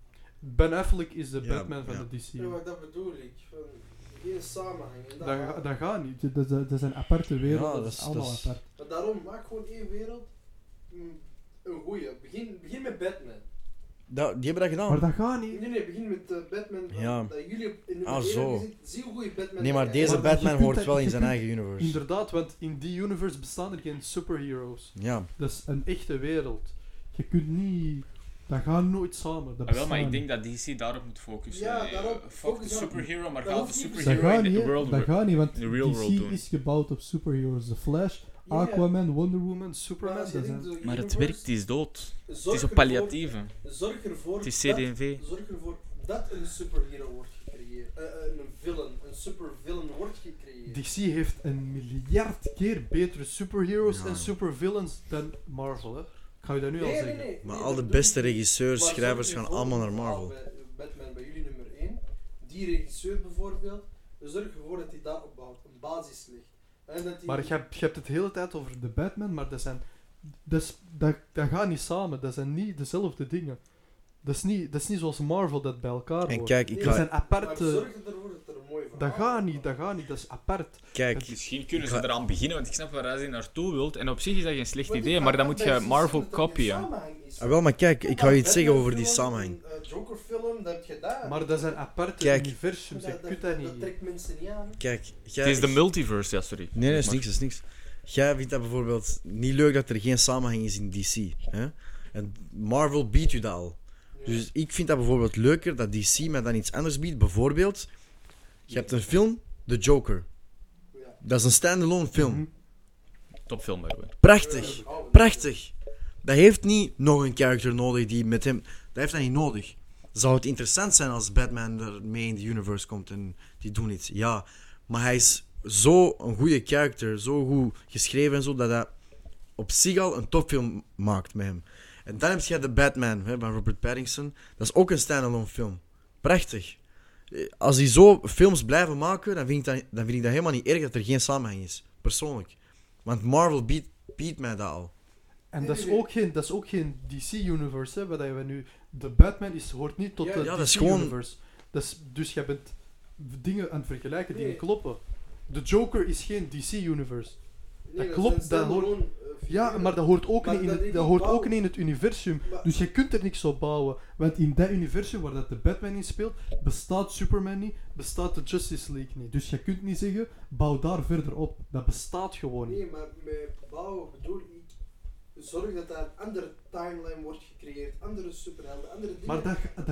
Ben Affleck is de Ja, Batman van ja. de D C Ja, U. maar dat bedoel ik. Van, geen samenhang. En dat Dat, gaat- ga- dat gaat niet. Dat, dat, dat zijn aparte werelden. Ja, dat, dat is is- allemaal dat is- apart. Maar daarom, maak gewoon één wereld. mm, Een goeie. Begin, begin met Batman. Dat, die hebben dat gedaan. Maar dat gaat niet. Nee, nee, begin met eh, Batman. Van, Ja. Dat jullie op in Ah, nummer één zo. hebben gezien. Zie hoe goeie Batman Nee, maar dat deze hij Maar is. je Batman kunt hoort dat- wel je in zijn kunt- eigen universe. Inderdaad, want in die universe bestaan er geen superheroes. Ja. Dat is een echte wereld. Je kunt niet... Dat gaat nooit samen. Dat Ah, wel, maar ik bestaat denk dat D C daarop moet focussen. Ja, Eh, daarop Fuck de focus op- superhero, maar dat ga de hoeft niet per niet. se. Dat superhero gaat in niet, de hè. world dat work. gaat niet, want in the real world D C doen. is gebouwd op superheroes. The Flash, Ja, Aquaman, Wonder Woman, maar Superman. als je Dat denkt, zijn... de Maar het universe, werkt, die is dood. Het zorg is op ervoor- palliatieven. Zorg ervoor, Het is C dat- D en V. zorg ervoor dat een superhero wordt gecreëerd. Eh, eh, een villain, een supervillain wordt gecreëerd. D C heeft een miljard keer betere superheroes Ja. en supervillains dan Marvel, hè. Ik ga je dat nu al Nee, nee, zeggen. nee, Maar nee, al de dat beste doe ik niet. regisseurs, Maar schrijvers zorg gaan ervoor, allemaal naar bijvoorbeeld Marvel. bij Batman bij jullie nummer één. Die regisseur bijvoorbeeld, zorg ervoor dat hij daar opbouwt, een basis ligt. En dat die, Maar je hebt, je hebt het de hele tijd over de Batman, maar dat zijn... Dat, is- dat, dat gaat niet samen. Dat zijn niet dezelfde dingen. Dat is niet, dat is niet zoals Marvel dat bij elkaar En hoort. kijk, ik Nee, Dat ga... zijn maar aparte... zorg ervoor dat er een mooi verhaal Dat gaat niet, komt. dat gaat niet. Dat is apart. Kijk, Misschien kunnen Ik ze ga- eraan beginnen, want ik snap waar hij naartoe wilt. En op zich is dat geen slecht Want idee, ik maar ga dan moet je altijd Marvel zien dat er een copyen. samenhang is. ah, wel, maar kijk, ik ga je iets zeggen over die Batman-film, samenhang. Een uh, Joker-film, dat heb je daar. Maar dat zijn aparte Kijk. universums. Je dat, kunt dat, dat dat niet. trekt mensen niet aan. Kijk, jij... Het is de multiverse, ja, sorry. Nee, dat is Maar- niks, dat is niks. Jij vindt dat bijvoorbeeld niet leuk dat er geen samenhang is in D C. Hè? En Marvel biedt u dat al. Ja. Dus ik vind dat bijvoorbeeld leuker dat D C mij dan iets anders biedt. Bijvoorbeeld, je hebt een film, The Joker. Ja. Dat is een standalone film. Mhm. Topfilm, by the way. Prachtig. Ja, dat- Prachtig. Dat heeft niet nog een character nodig die met hem... Dat heeft dat niet nodig. Zou het interessant zijn als Batman er mee in de universe komt en die doen iets? Ja. Maar hij is zo een goede character, zo goed geschreven en zo, dat hij op zich al een topfilm maakt met hem. En dan heb je de Batman hè, van Robert Pattinson. Dat is ook een standalone film. Prachtig. Eh, Als die zo films blijven maken, dan vind ik dat, dan vind ik dat helemaal niet erg dat er geen samenhang is. Persoonlijk. Want Marvel biedt, biedt mij dat al. En dat is Nee, nee. ook geen, dat is ook geen D C-universe, hè, wat we nu... De Batman is, hoort niet tot Ja, de ja, dat is gewoon- D C-universe. Dus jij bent dingen aan het vergelijken die Nee. niet kloppen. De Joker is geen D C-universe. Nee, dat klopt, zijn dat hoort- standalone, eh, Ja, figuren. maar dat hoort ook, Maar niet, in dat het, is dat niet hoort ook bouwen. niet in het universum. Maar- Dus je kunt er niks op bouwen. Want in dat universum waar dat de Batman in speelt, bestaat Superman niet, bestaat de Justice League niet. Dus je kunt niet zeggen, bouw daar verder op. Dat bestaat gewoon niet. Nee, maar met bouwen bedoel ik, zorg dat daar een andere timeline wordt gecreëerd, andere superhelden, andere dingen. Maar dat, dat,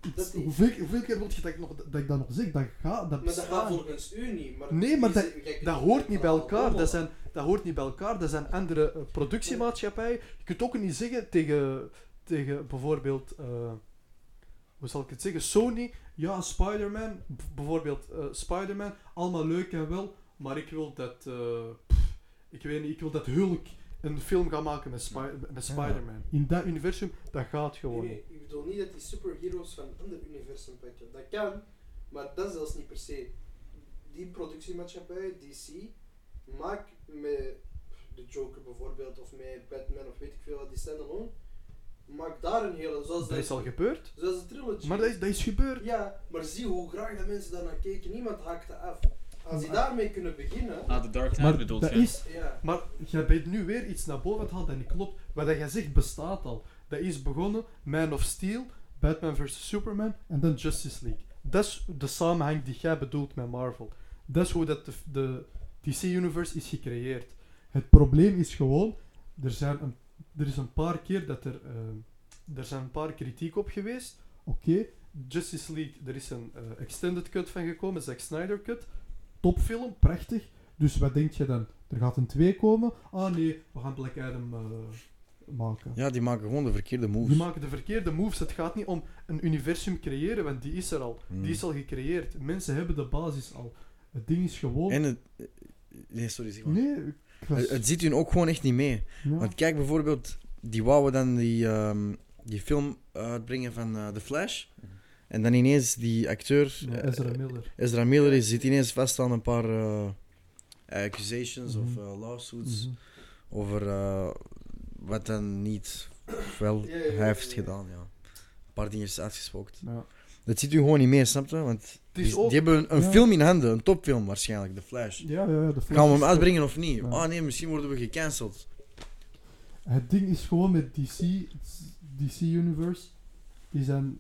Dat die- hoeveel, hoeveel keer wil je dat ik, nog, dat ik dat nog zeg? Dat gaat, dat Maar dat bestaat gaat niet. volgens u niet. Maar Nee, maar die dat- ze- jij kunt Dat het hoort niet bij verhaal elkaar. rommelen. Dat, zijn, dat hoort niet bij elkaar. Dat zijn andere uh, productiemaatschappijen. Je kunt ook niet zeggen tegen, tegen bijvoorbeeld... Uh, hoe zal ik het zeggen? Sony. Ja, Spider-Man. B- bijvoorbeeld uh, Spider-Man. Allemaal leuk en wel. Maar ik wil dat... Uh, pff, ik weet niet. Ik wil dat Hulk een film gaat maken met, Spi- met Spider-Man. In dat universum, dat gaat Nee, gewoon. nee, ik bedoel niet dat die superheroes van een ander universum pakken. Dat kan, maar dat is zelfs niet per se. Die productiemaatschappij, D C, maakt met de Joker bijvoorbeeld, of met Batman, of weet ik veel wat, die standalone, maakt daar een hele... Zoals Dat is al gebeurd. Zoals de trilogy. Maar dat is, dat is gebeurd. Ja, maar zie hoe graag dat mensen daar naar keken. Niemand haakte af. Als die Maar- daarmee kunnen beginnen... Ah, The Dark Knight Maar bedoelt dat je? is... Ja. Maar jij bent nu weer iets naar boven gehaald en niet klopt. Wat dat jij zegt bestaat al. Dat is begonnen, Man of Steel, Batman versus Superman en dan Justice League. Dat is de samenhang die jij bedoelt met Marvel. Dat is hoe dat de, de D C-universe is gecreëerd. Het probleem is gewoon, er, zijn een, er is een paar keer dat er... Uh, er zijn een paar kritiek op geweest. Oké, okay, Justice League, er is een uh, extended cut van gekomen, Zack Snyder cut. Topfilm, prachtig. Dus wat denk je dan? Er gaat een twee komen? Ah nee, we gaan Black Adam uh, maken. Ja, die maken gewoon de verkeerde moves. Die maken de verkeerde moves. Het gaat niet om een universum creëren, want die is er al. Hmm. Die is al gecreëerd. Mensen hebben de basis al. Het ding is gewoon... En het... Nee, sorry, zeg maar. Nee, ik was... Het, het ziet hun ook gewoon echt niet mee. ja. Want kijk bijvoorbeeld, die wouden dan die, ehm, die film uitbrengen van uh, The Flash. En dan ineens die acteur, Ja, eh, Ezra Miller. Ezra Miller, is, zit ineens vast aan een paar uh, accusations Mhm. of uh, lawsuits Mhm. over uh, wat dan niet wel Ja, ja, ja, hij heeft ja, ja. gedaan. Ja. Een paar dingen is uitgespookt. Ja. Dat ziet u gewoon niet mee, snap je? Want Het is die, ook- die hebben een, een ja. film in handen, een topfilm waarschijnlijk, The Flash. Ja, ja, ja, de Flash Gaan we is hem uitbrengen of niet? Ja. Ah nee, misschien worden we gecanceld. Het ding is gewoon met D C, D C-universe, die zijn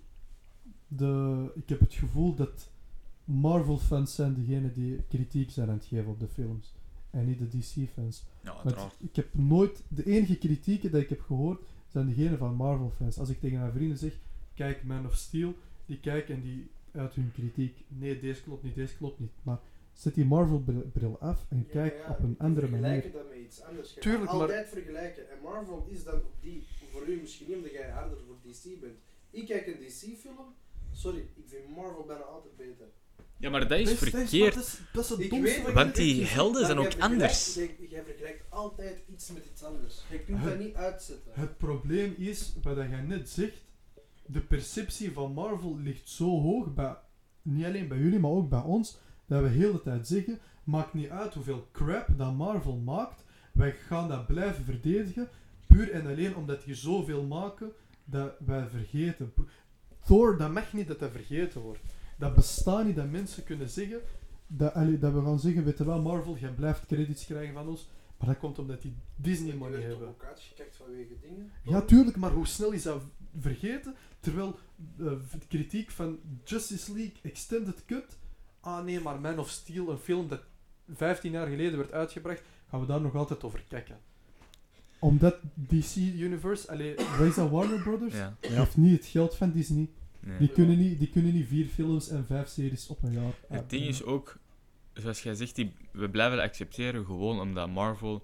de... Ik heb het gevoel dat Marvel-fans zijn degene die kritiek zijn aan het geven op de films. En niet de D C-fans. Ja, Want uiteraard. ik heb nooit... De enige kritieken die ik heb gehoord, zijn degene van Marvel-fans. Als ik tegen mijn vrienden zeg, kijk Man of Steel, die kijken en die uit hun kritiek. Nee, deze klopt niet, deze klopt niet. Maar zet die Marvel-bril af en Ja, kijk maar ja, op een andere manier. Vergelijken dat met iets anders. Je Tuurlijk, gaat maar- altijd vergelijken. En Marvel is dan op die, voor u misschien niet omdat jij harder voor D C bent. Ik kijk een D C-film, sorry, ik vind Marvel bijna altijd beter. Ja, maar dat is Dat is- dat is- verkeerd. Dat is, dat is het Ik domste weet wat Want je die kunt helden Maar zijn jij ook vergelijkt- anders. Jij, jij vergelijkt altijd iets met iets anders. Je kunt Het- dat niet uitzetten. Het probleem is, wat dat jij net zegt, de perceptie van Marvel ligt zo hoog, bij, niet alleen bij jullie, maar ook bij ons, dat we heel de tijd zeggen, maakt niet uit hoeveel crap dat Marvel maakt, wij gaan dat blijven verdedigen, puur en alleen omdat die zoveel maken, dat wij vergeten. Thor, dat mag niet dat dat vergeten wordt. Dat bestaat niet dat mensen kunnen zeggen, dat, allee, dat we gaan zeggen, weet je wel, Marvel, jij blijft credits krijgen van ons, maar dat komt omdat die Disney money Je werd hebben. toch ook uitgekakt vanwege dingen? Ja, tuurlijk, maar hoe snel is dat v- vergeten? Terwijl uh, v- kritiek van Justice League Extended Cut. Ah nee, maar Man of Steel, een film dat vijftien jaar geleden werd uitgebracht, gaan we daar nog altijd over kijken. Omdat D C Universe, allee, wat is dat, Warner Brothers? Ja. Ja. Heeft niet het geld van Disney. Nee. Die kunnen niet, die kunnen niet vier films en vijf series op een jaar Het ding uitbrengen. is ook, zoals jij zegt, die, we blijven dat accepteren gewoon omdat Marvel.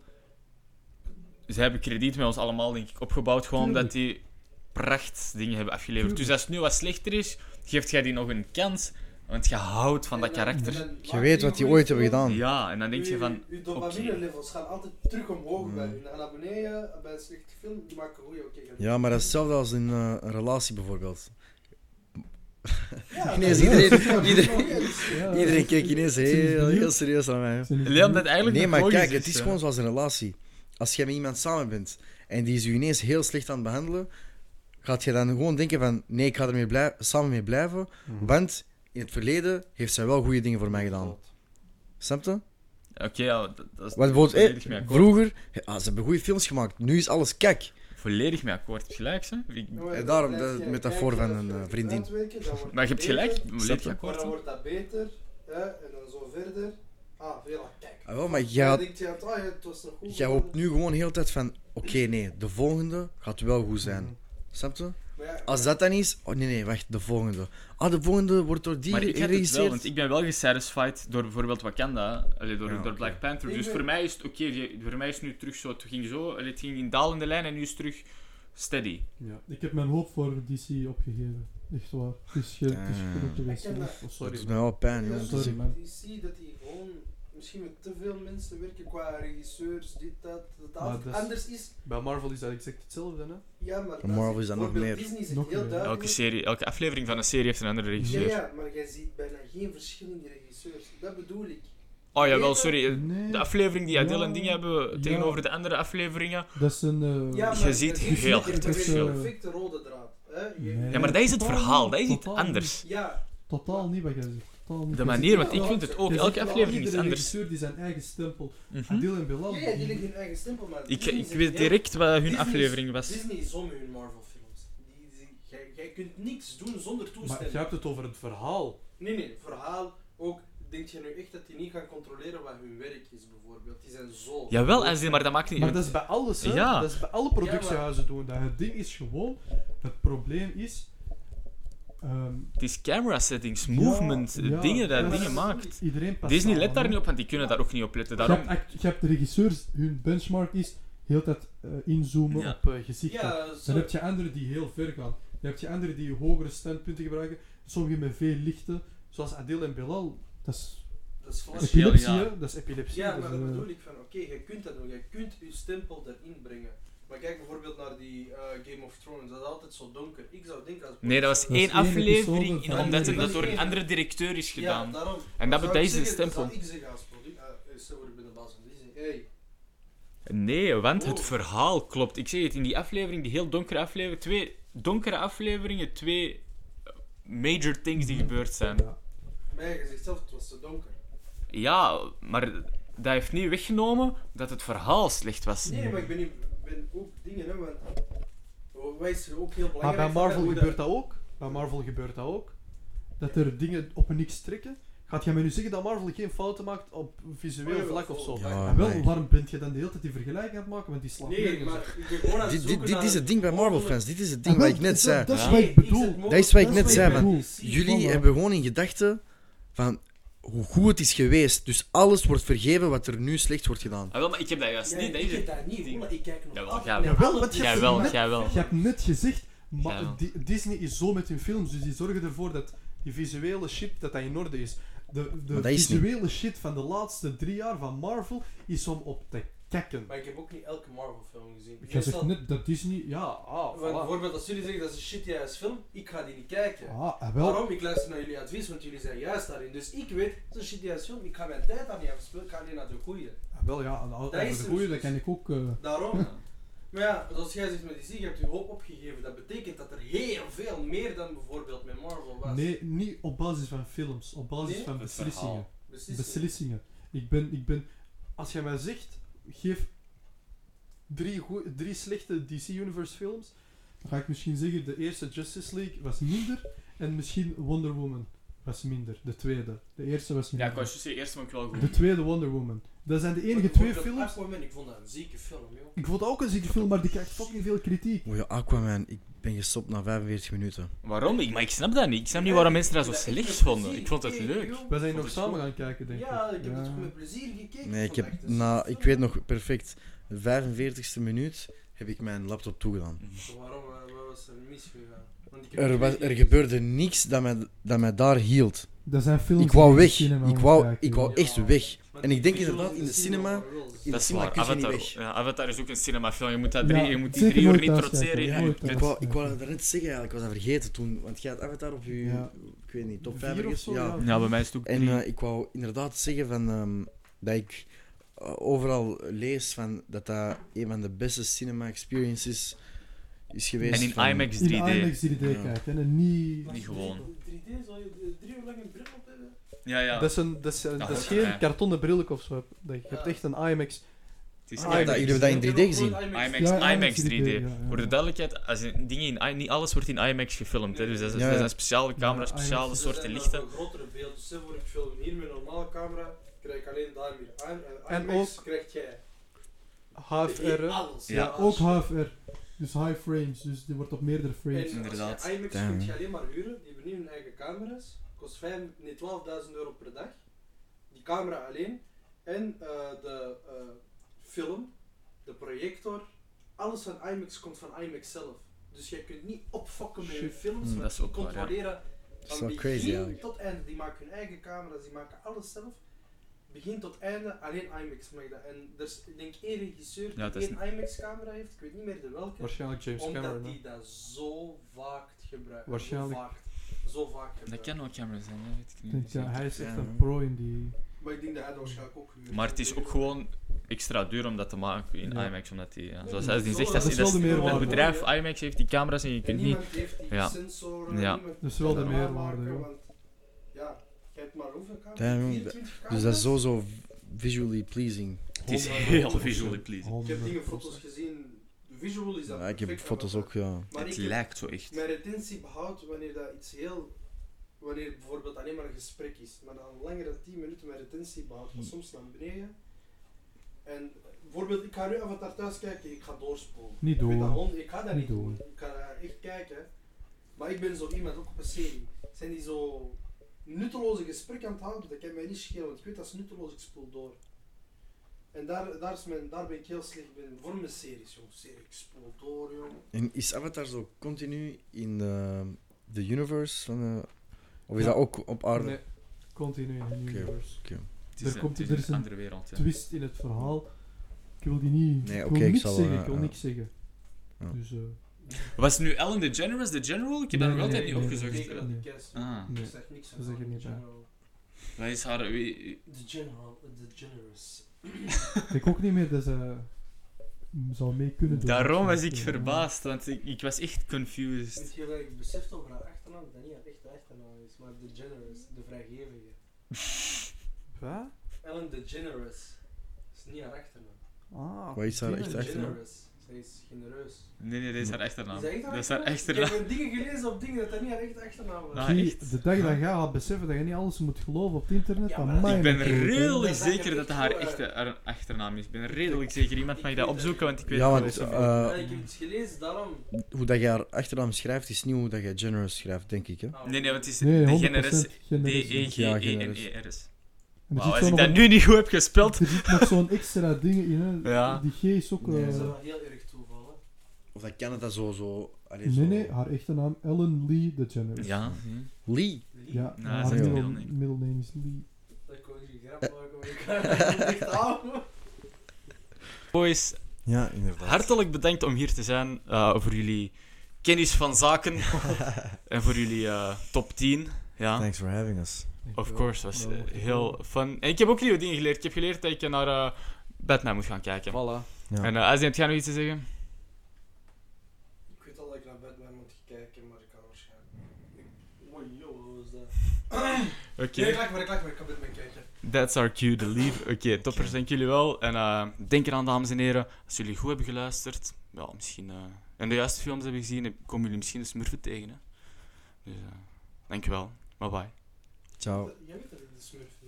Ze hebben krediet met ons allemaal, denk ik, opgebouwd. Gewoon Tuurlijk. omdat die pracht dingen hebben afgeleverd. Tuurlijk. Dus als het nu wat slechter is, geeft jij die nog een kans. Want je houdt van dat En dan- karakter. en dan Je maak weet een wat die goede ooit hebben film. gedaan. Ja, en dan denk je van. Uw dopamine levels gaan altijd terug omhoog bij u. Dan gaan naar beneden bij een slechte film, die maken goeie, oké. ga- Ja, maar dat is hetzelfde als in uh, een relatie bijvoorbeeld. Ja, Ineens dat- iedereen- dat- dat- iedereen- dat- dat- Ja, Iedereen keek ineens Zijn die heel, benieuwd? heel serieus naar mij. Zijn die Nee, omdat benieuwd? eigenlijk Nee, nog maar logisch kijk, het is hè. gewoon zoals een relatie. Als je met iemand samen bent en die is je ineens heel slecht aan het behandelen, gaat je dan gewoon denken van nee, ik ga ermee blij- samen mee blijven, Mhm. want in het verleden heeft zij wel goede dingen voor mij gedaan. Snap je? Oké, ja, dat, dat is Want bijvoorbeeld, volledig eh, mee akkoord. vroeger, ah, ze hebben goede films gemaakt, nu is alles kek. Volledig mee akkoord. Heb je gelijk, hè? Ik- Ja, maar En daarom dan de blijf jij metafoor kijken, van dan een, wordt eh, het vriendin. uitwerken, dan wordt Maar je het hebt gelijk. beter, Volledig je? Maar akkoord. dan hè. wordt dat beter, hè, en dan zo verder. Ah, veel aan kijk. Ah, wel, maar Dan jij had- denkt je, ah, ja, het was nog goed. jij hoopt nu gewoon heel de tijd van oké, nee, de volgende gaat wel goed zijn. Mhm. Snap je? Maar ja, Als dat dan is... Oh nee, nee, wacht, de volgende. Ah, de volgende wordt door die Maar ik heb het wel, geregisseerd. want ik ben wel gesatisfied door bijvoorbeeld Wakanda, allee, door, Ja, door oké. Black Panther. Ik Dus ben- voor mij is het oké, die- voor mij is het nu terug zo, het ging zo, allee, het ging in dalende lijn en nu is het terug steady. Ja, ik heb mijn hoop voor D C opgegeven. Echt waar. Het is, ge- het is Ah. genoeg geweest. Ik ken dat. Oh, Dat sorry. doet mij wel pijn, Ja, ja. sorry, Dus- man. Je ziet dat die gewoon misschien met te veel mensen werken qua regisseurs, dit, dat, dat het Maar altijd dat is- anders is. Bij Marvel is dat exact hetzelfde, hè? Ja, maar Bij Marvel is dat nog bijvoorbeeld meer. Disney zegt Nog heel meer. duidelijk. Elke, serie, elke aflevering van een serie heeft een andere Ja, regisseur. ja, maar jij ziet bijna geen verschil in die regisseurs. Dat bedoel ik. Oh jawel, sorry. eh, Nee, De aflevering die Adele Ja. en dingen hebben Ja. tegenover de andere afleveringen. dat is een... eh, Ja, Je maar ziet dat is- heel dat is hard een verschil. perfecte rode draad. Hè? Je- Nee. Ja, maar dat is het Totaal verhaal, niet, dat is iets totaal anders. Ja, Totaal niet wat jij zegt. Totaal niet. De Je manier, ziet want ik wel- vind het ook, je elke ziet wel aflevering is iedere anders. regisseur die zijn eigen stempel. Mhm. Adil en Bilal. ja, ja, die die- liggen hun eigen stempel, maar Ik, Disney ik zegt weet heel- direct wat hun Disney is- aflevering was. Disney is om hun Marvel films. Die, die, jij, jij kunt niks doen zonder Maar toestemming. je hebt het over het verhaal. Nee, nee, verhaal ook. Denk je nu echt dat die niet gaan controleren wat hun werk is, bijvoorbeeld? Die zijn zo. Jawel, als die, maar dat maakt niet... Maar dat is bij alles, hè? Ja. Dat is bij alle productiehuizen doen. Dat het ding is gewoon... Het probleem is... ehm, Het is camera settings, Ja, movement, ja, dingen dat dat is- dingen maakt. iedereen past Disney aan, let daar hè. niet op, want die kunnen daar ook niet op letten. Je Daarom... hebt, act- je hebt de regisseurs, hun benchmark is heel tijd eh, inzoomen Ja. op eh, gezichten. Ja, Dan zo. heb je anderen die heel ver gaan. Dan heb je anderen die hogere standpunten gebruiken. Sommigen met veel lichten, zoals Adil en Bilal. Dat is Dat is flash. Epi- epilepsie, ja. hè? Dat is epilepsie. Ja, dat maar is, dat eh, bedoel ik van, oké, je kunt dat doen. Je kunt je stempel erin brengen. Maar kijk bijvoorbeeld naar die eh, Game of Thrones. Dat is altijd zo donker. Ik zou denken als... Nee, dat was Dat is één één aflevering, episode in, van- omdat Nee, dat dat door is een één. andere directeur is gedaan. Ja, daarom. En dat Zou bij ik deze zeggen- stempel. Zou ik zeggen als product... Uh, stel voor ik ben de baas van Disney. Hey, Nee, want het Oh. verhaal klopt. Ik zeg het, in die aflevering, die heel donkere aflevering, twee donkere afleveringen, twee eh, major things die gebeurd zijn. ja. maar ja, je zegt zelf, het was te donker. Ja, maar dat heeft niet weggenomen dat het verhaal slecht was. Nee, maar ik ben, niet, ben ook dingen, hè, want... Wat is ook heel Maar belangrijk... bij van Marvel hoe gebeurt dat ook. Bij Marvel gebeurt dat ook. Dat er dingen op niks trekken. Gaat jij mij nu zeggen dat Marvel geen fouten maakt op visueel Oh, ja, vlak of zo? ja. Ja, En wel, nee. waarom ben je dan de hele tijd die vergelijking aan het maken? Want die slaat Nee, nergens maar op. ik ben gewoon aan het Dit, zoeken dit, dit naar is het ding bij Marvel mogelijk- fans. Dit is het En ding wel, wat ik net dat- zei. Dat is Ja. wat Nee, ik is het bedoel. mogelijk- Dat is wat ik Dat net is zei. wat ik Van, bedoel. jullie Voilà. hebben gewoon in gedachten van hoe goed het is geweest. Dus alles wordt vergeven wat er nu slecht wordt gedaan. Ah, wel, maar ik heb dat juist Ja, niet. Dat ik is heb het. dat niet, hoor, maar ik kijk nog Jawel, af. jawel. met Jawel, alle want je hebt Jawel, net- jawel. Je hebt net gezegd, ma- Ja. Di- Disney is zo met hun films, dus die zorgen ervoor dat die visuele shit dat dat in orde is. De, de Maar dat is niet. visuele shit van de laatste drie jaar van Marvel is om op te kakken. Maar ik heb ook niet elke Marvel film gezien. Je zegt Meestal- net dat Disney, ja, Ah, Want voilà. bijvoorbeeld als jullie zeggen dat is een shitty ass film, ik ga die niet kijken. ah, en wel, Waarom? Ik luister naar jullie advies, want jullie zijn juist daarin. Dus ik weet, het is een shitty ass film, ik ga mijn tijd aan niet afspelen, ik ga alleen naar de goeie. en wel ja, en al- Dat over is de er goeie, dus. dat kan ik ook... eh, Daarom. Maar ja, zoals jij zegt met die ziek, je hebt je hoop opgegeven. Dat betekent dat er heel veel meer dan bijvoorbeeld met Marvel was. nee, niet op basis van films, op basis Nee? van Het beslissingen. verhaal. Beslissingen. Beslissingen. Ik ben, ik ben, Als jij mij zegt, geef drie, goe- drie slechte D C Universe films. dan ga ik misschien zeggen, de eerste Justice League was minder, en misschien Wonder Woman was minder, de tweede. De eerste was Ja, minder. ik was juist zeggen, eerst vond ik wel goed. De tweede Wonder Woman. Dat zijn de enige Maar twee bijvoorbeeld films. Aquaman, ik vond dat een zieke film, joh. Ik vond dat ook een zieke film, maar die krijgt fucking veel kritiek. Oh ja, Aquaman, ik ben gestopt na vijfenveertig minuten. Waarom? Ik, maar ik snap dat niet. Ik snap niet waarom mensen dat zo slecht vonden. Ik vond het leuk. Wij zijn Ik nog vond samen het gaan kijken, denk ik. Ja, ik heb het toch met plezier gekeken. Nee, ik, heb, vond het echt een na, zieke ik film. weet nog perfect, de vijfenveertigste minuut heb ik mijn laptop toegedaan. Waarom? eh, Wat was er misgegaan? Want ik heb Er, het was, niet er gezien. gebeurde niks dat mij, dat mij daar hield. Dat zijn films Ik wou die je in weg. de cinema Ik moet wou, kijken, ik wou Ja. echt weg. Maar En ik denk die visuals inderdaad, in de cinema- waren wel ziek. In de Dat is cinema waar. kun je niet Avatar, weg. ja, Avatar is ook een cinemafilm. Je moet, dat drie, Ja, je moet die zeker drie uur nooit niet thuis trotseren. kijken, Ja, nooit met- Ik wou, ik wou dat net zeggen eigenlijk, ik was dat vergeten toen, want jij had Avatar op je, Ja. ik weet niet, top Vier vijf of ergens? zo, Ja. ja. Ja, bij mij is het ook En drie. eh, ik wou inderdaad zeggen van, ehm, dat ik eh, overal lees van, dat dat een van de beste cinema experiences is geweest. En in van- IMAX In drie D. IMAX drie D Ja. kijken en niet... Maar Niet gewoon. drie D, zal je eh, drie uur lang een bril op hebben? Ja, ja. Dat is, een, dat is, dat Dat is hoort geen erbij. kartonnen bril of zo. Dat- Je Ja. hebt echt een IMAX. Het is Ah, IMAX. dat- jullie hebben dat in drie D gezien? IMAX, Ja, IMAX drie D. ja, ja. Voor de duidelijkheid, als in, dingen in, I- niet alles wordt in IMAX gefilmd. Hè, dus dat, is, Ja, dat ja. zijn speciale camera's, Ja, speciale IMAX. soorten lichten. lichten. Een grotere beeld. Dus stel voor ik film hier met een normale camera, krijg ik alleen daar weer. I- eh, En IMAX ook- krijg jij H F R. hè. alles. Ja, Ook H F R. Dus high frames, dus die wordt op meerdere frames. En Inderdaad. als je IMAX Damn. kunt je alleen maar huren, die hebben nu hun eigen camera's. Kost vijf, nee, twaalfduizend euro per dag. Die camera alleen. En uh, de uh, film, de projector, alles van IMAX komt van IMAX zelf. Dus je kunt niet opfokken met je Shit. films, Mm, maar dat is die ook waar, ja. controleren Dat is van wel begin crazy eigenlijk. tot einde. Die maken hun eigen camera's, die maken alles zelf. Begin tot einde, alleen IMAX mag dat. En er is, ik denk, één regisseur die Ja, het is één IMAX-camera heeft, ik weet niet meer de welke. Waarschijnlijk James Omdat Cameron. die hè. dat zo vaak gebruikt. Waarschijnlijk. Zo vaak, zo vaak gebruikt. Dat kan ook camera zijn, hè, weet ik Ik niet. denk, ja, zeker. hij is echt Ja. een pro in die... Maar ik denk dat hij dat waarschijnlijk ook gehuurd Maar het is heeft. ook gewoon extra duur om dat te maken in Ja. IMAX, omdat die, ja, Ja, zoals dat hij die is zegt, wel- dat dat is wel de dat meerwaarde. het bedrijf IMAX heeft die camera's en je En kunt niet... niemand heeft die Ja. sensoren, Ja. niemand Dat is wel kan de dat meerwaarde, aanmaken, ja. want ja, je hebt maar hoeveel camera's? Damn, vierentwintig camera's? Dus dat is sowieso visually pleasing. Het is honderd heel procent. visually pleasing. Ik heb dingen foto's gezien, visual is dat Ja, ik heb perfect, foto's maar- ook, ja. Maar Het ik heb lijkt zo echt. mijn retentie behoudt wanneer dat iets heel... Wanneer bijvoorbeeld alleen maar een gesprek is, maar dan langer dan tien minuten mijn retentie behoudt, gaat soms naar beneden. En bijvoorbeeld, ik ga nu Avatar thuis kijken, ik ga doorspoelen. Niet Ik, weet dat door. hond- ik ga dat Niet niet doen. doen. Ik ga daar echt kijken. Maar ik ben zo iemand, ook op een serie. Zijn die zo nutteloze gesprekken aan het houden, dat kan mij niet schelen, want ik weet dat is nutteloos, ik spoel door. En daar, daar, is mijn, daar ben ik heel slecht bij. Voor mijn series, joh. Serie, ik spoel door, joh. En is Avatar zo continu in de, de universe van de, of is Ja. dat ook op aarde? Nee, continu in de Oké. universe. Het is, Er een- komt- het is er een is een andere wereld. Ja. Twist in het verhaal. Ik wil die niet... Nee, ik oké, wil ik niks zal, zeggen, eh, ik wil ja. niks zeggen. Ja. Dus, eh... Was nu Ellen DeGeneres de General? Ik heb dat Nee, nog nee, altijd niet nee, opgezocht. nee, Zeker dat ik kes. Ah, Nee, Ik zeg niks van dat zeg ik de niet, ja. General. wat is haar... wie- The General, The Generous. ik denk ook niet meer dat ze m, zou mee kunnen doen. Daarom was ik Ja. verbaasd, want ik, ik was echt confused. Weet je wat ik beseft over haar achternaam? Dat niet haar echte achternaam is, maar The Generous, de vrijgevige. Wat? Ellen DeGeneres. Dat is niet haar achternaam. Ah. Wat is haar die- echte achternaam? Generous. Zij is genereus. Nee, nee, dat is haar achternaam. Is dat echt Dat is haar Ik achternaam. heb dingen gelezen op dingen dat dat niet haar echte achternaam was. Ah, Zie, echt? de dag dat je gaat beseffen dat je niet alles moet geloven op het internet, Ja, dan maar mag Ik je ben niet geloven, hè. redelijk Dat zag zeker er dat echt haar zo uit. echte haar achternaam is. Ik ben redelijk zeker. Iemand mag Ik dat weet opzoeken, het. want ik weet Ja, het want wel zo eh, Ja, ik heb iets gelezen, daarom. hoe dat je haar achternaam schrijft, is niet hoe dat je generous schrijft, denk ik. Hè? Oh. Nee, nee, want het is Nee, de honderd generis procent generous. D-E-G-E-N-E-R-S. En er Wauw, zit als zo ik nog dat een- nu niet goed heb gespeeld... Er zit nog zo'n extra ding in, hè. Ja. Die G is ook... Nee, eh, Dat is wel heel erg toeval, hè. Of dat Canada zo... zo, allee, nee, zo nee, haar echte naam Ellen Lee DeGeneres. Ja. Lee. Ja, Nou, haar dat is echt een middel, middelneem. middelneem is Lee. Dat kon je grap maken, maar ik kan het niet echt houden. Boys, Ja, inderdaad. hartelijk bedankt om hier te zijn. eh, voor jullie kennis van zaken. en voor jullie eh, top tien. Ja. Thanks for having us. Of course, dat was eh, heel fun. En ik heb ook nieuwe dingen geleerd. Ik heb geleerd dat ik naar eh, Batman moet gaan kijken. Voilà. Ja. En uh, Azien, heb jij nog iets te zeggen? Ik weet al dat ik naar Batman moet kijken, maar ik kan waarschijnlijk. Ik... Oh, joh, wat was dat? Oké, Nee, ik lach maar, ik lach maar, ik kan Batman kijken. that's our cue to leave. Oké, toppers, dank jullie wel. En uh, denk eraan, dames en heren, als jullie goed hebben geluisterd, ja, misschien, uh, en de juiste films hebben gezien, komen jullie misschien de Smurfen tegen. Hè? Dus, uh, dankjewel. Bye bye. Ciao. Jij weet dat ik de Smurf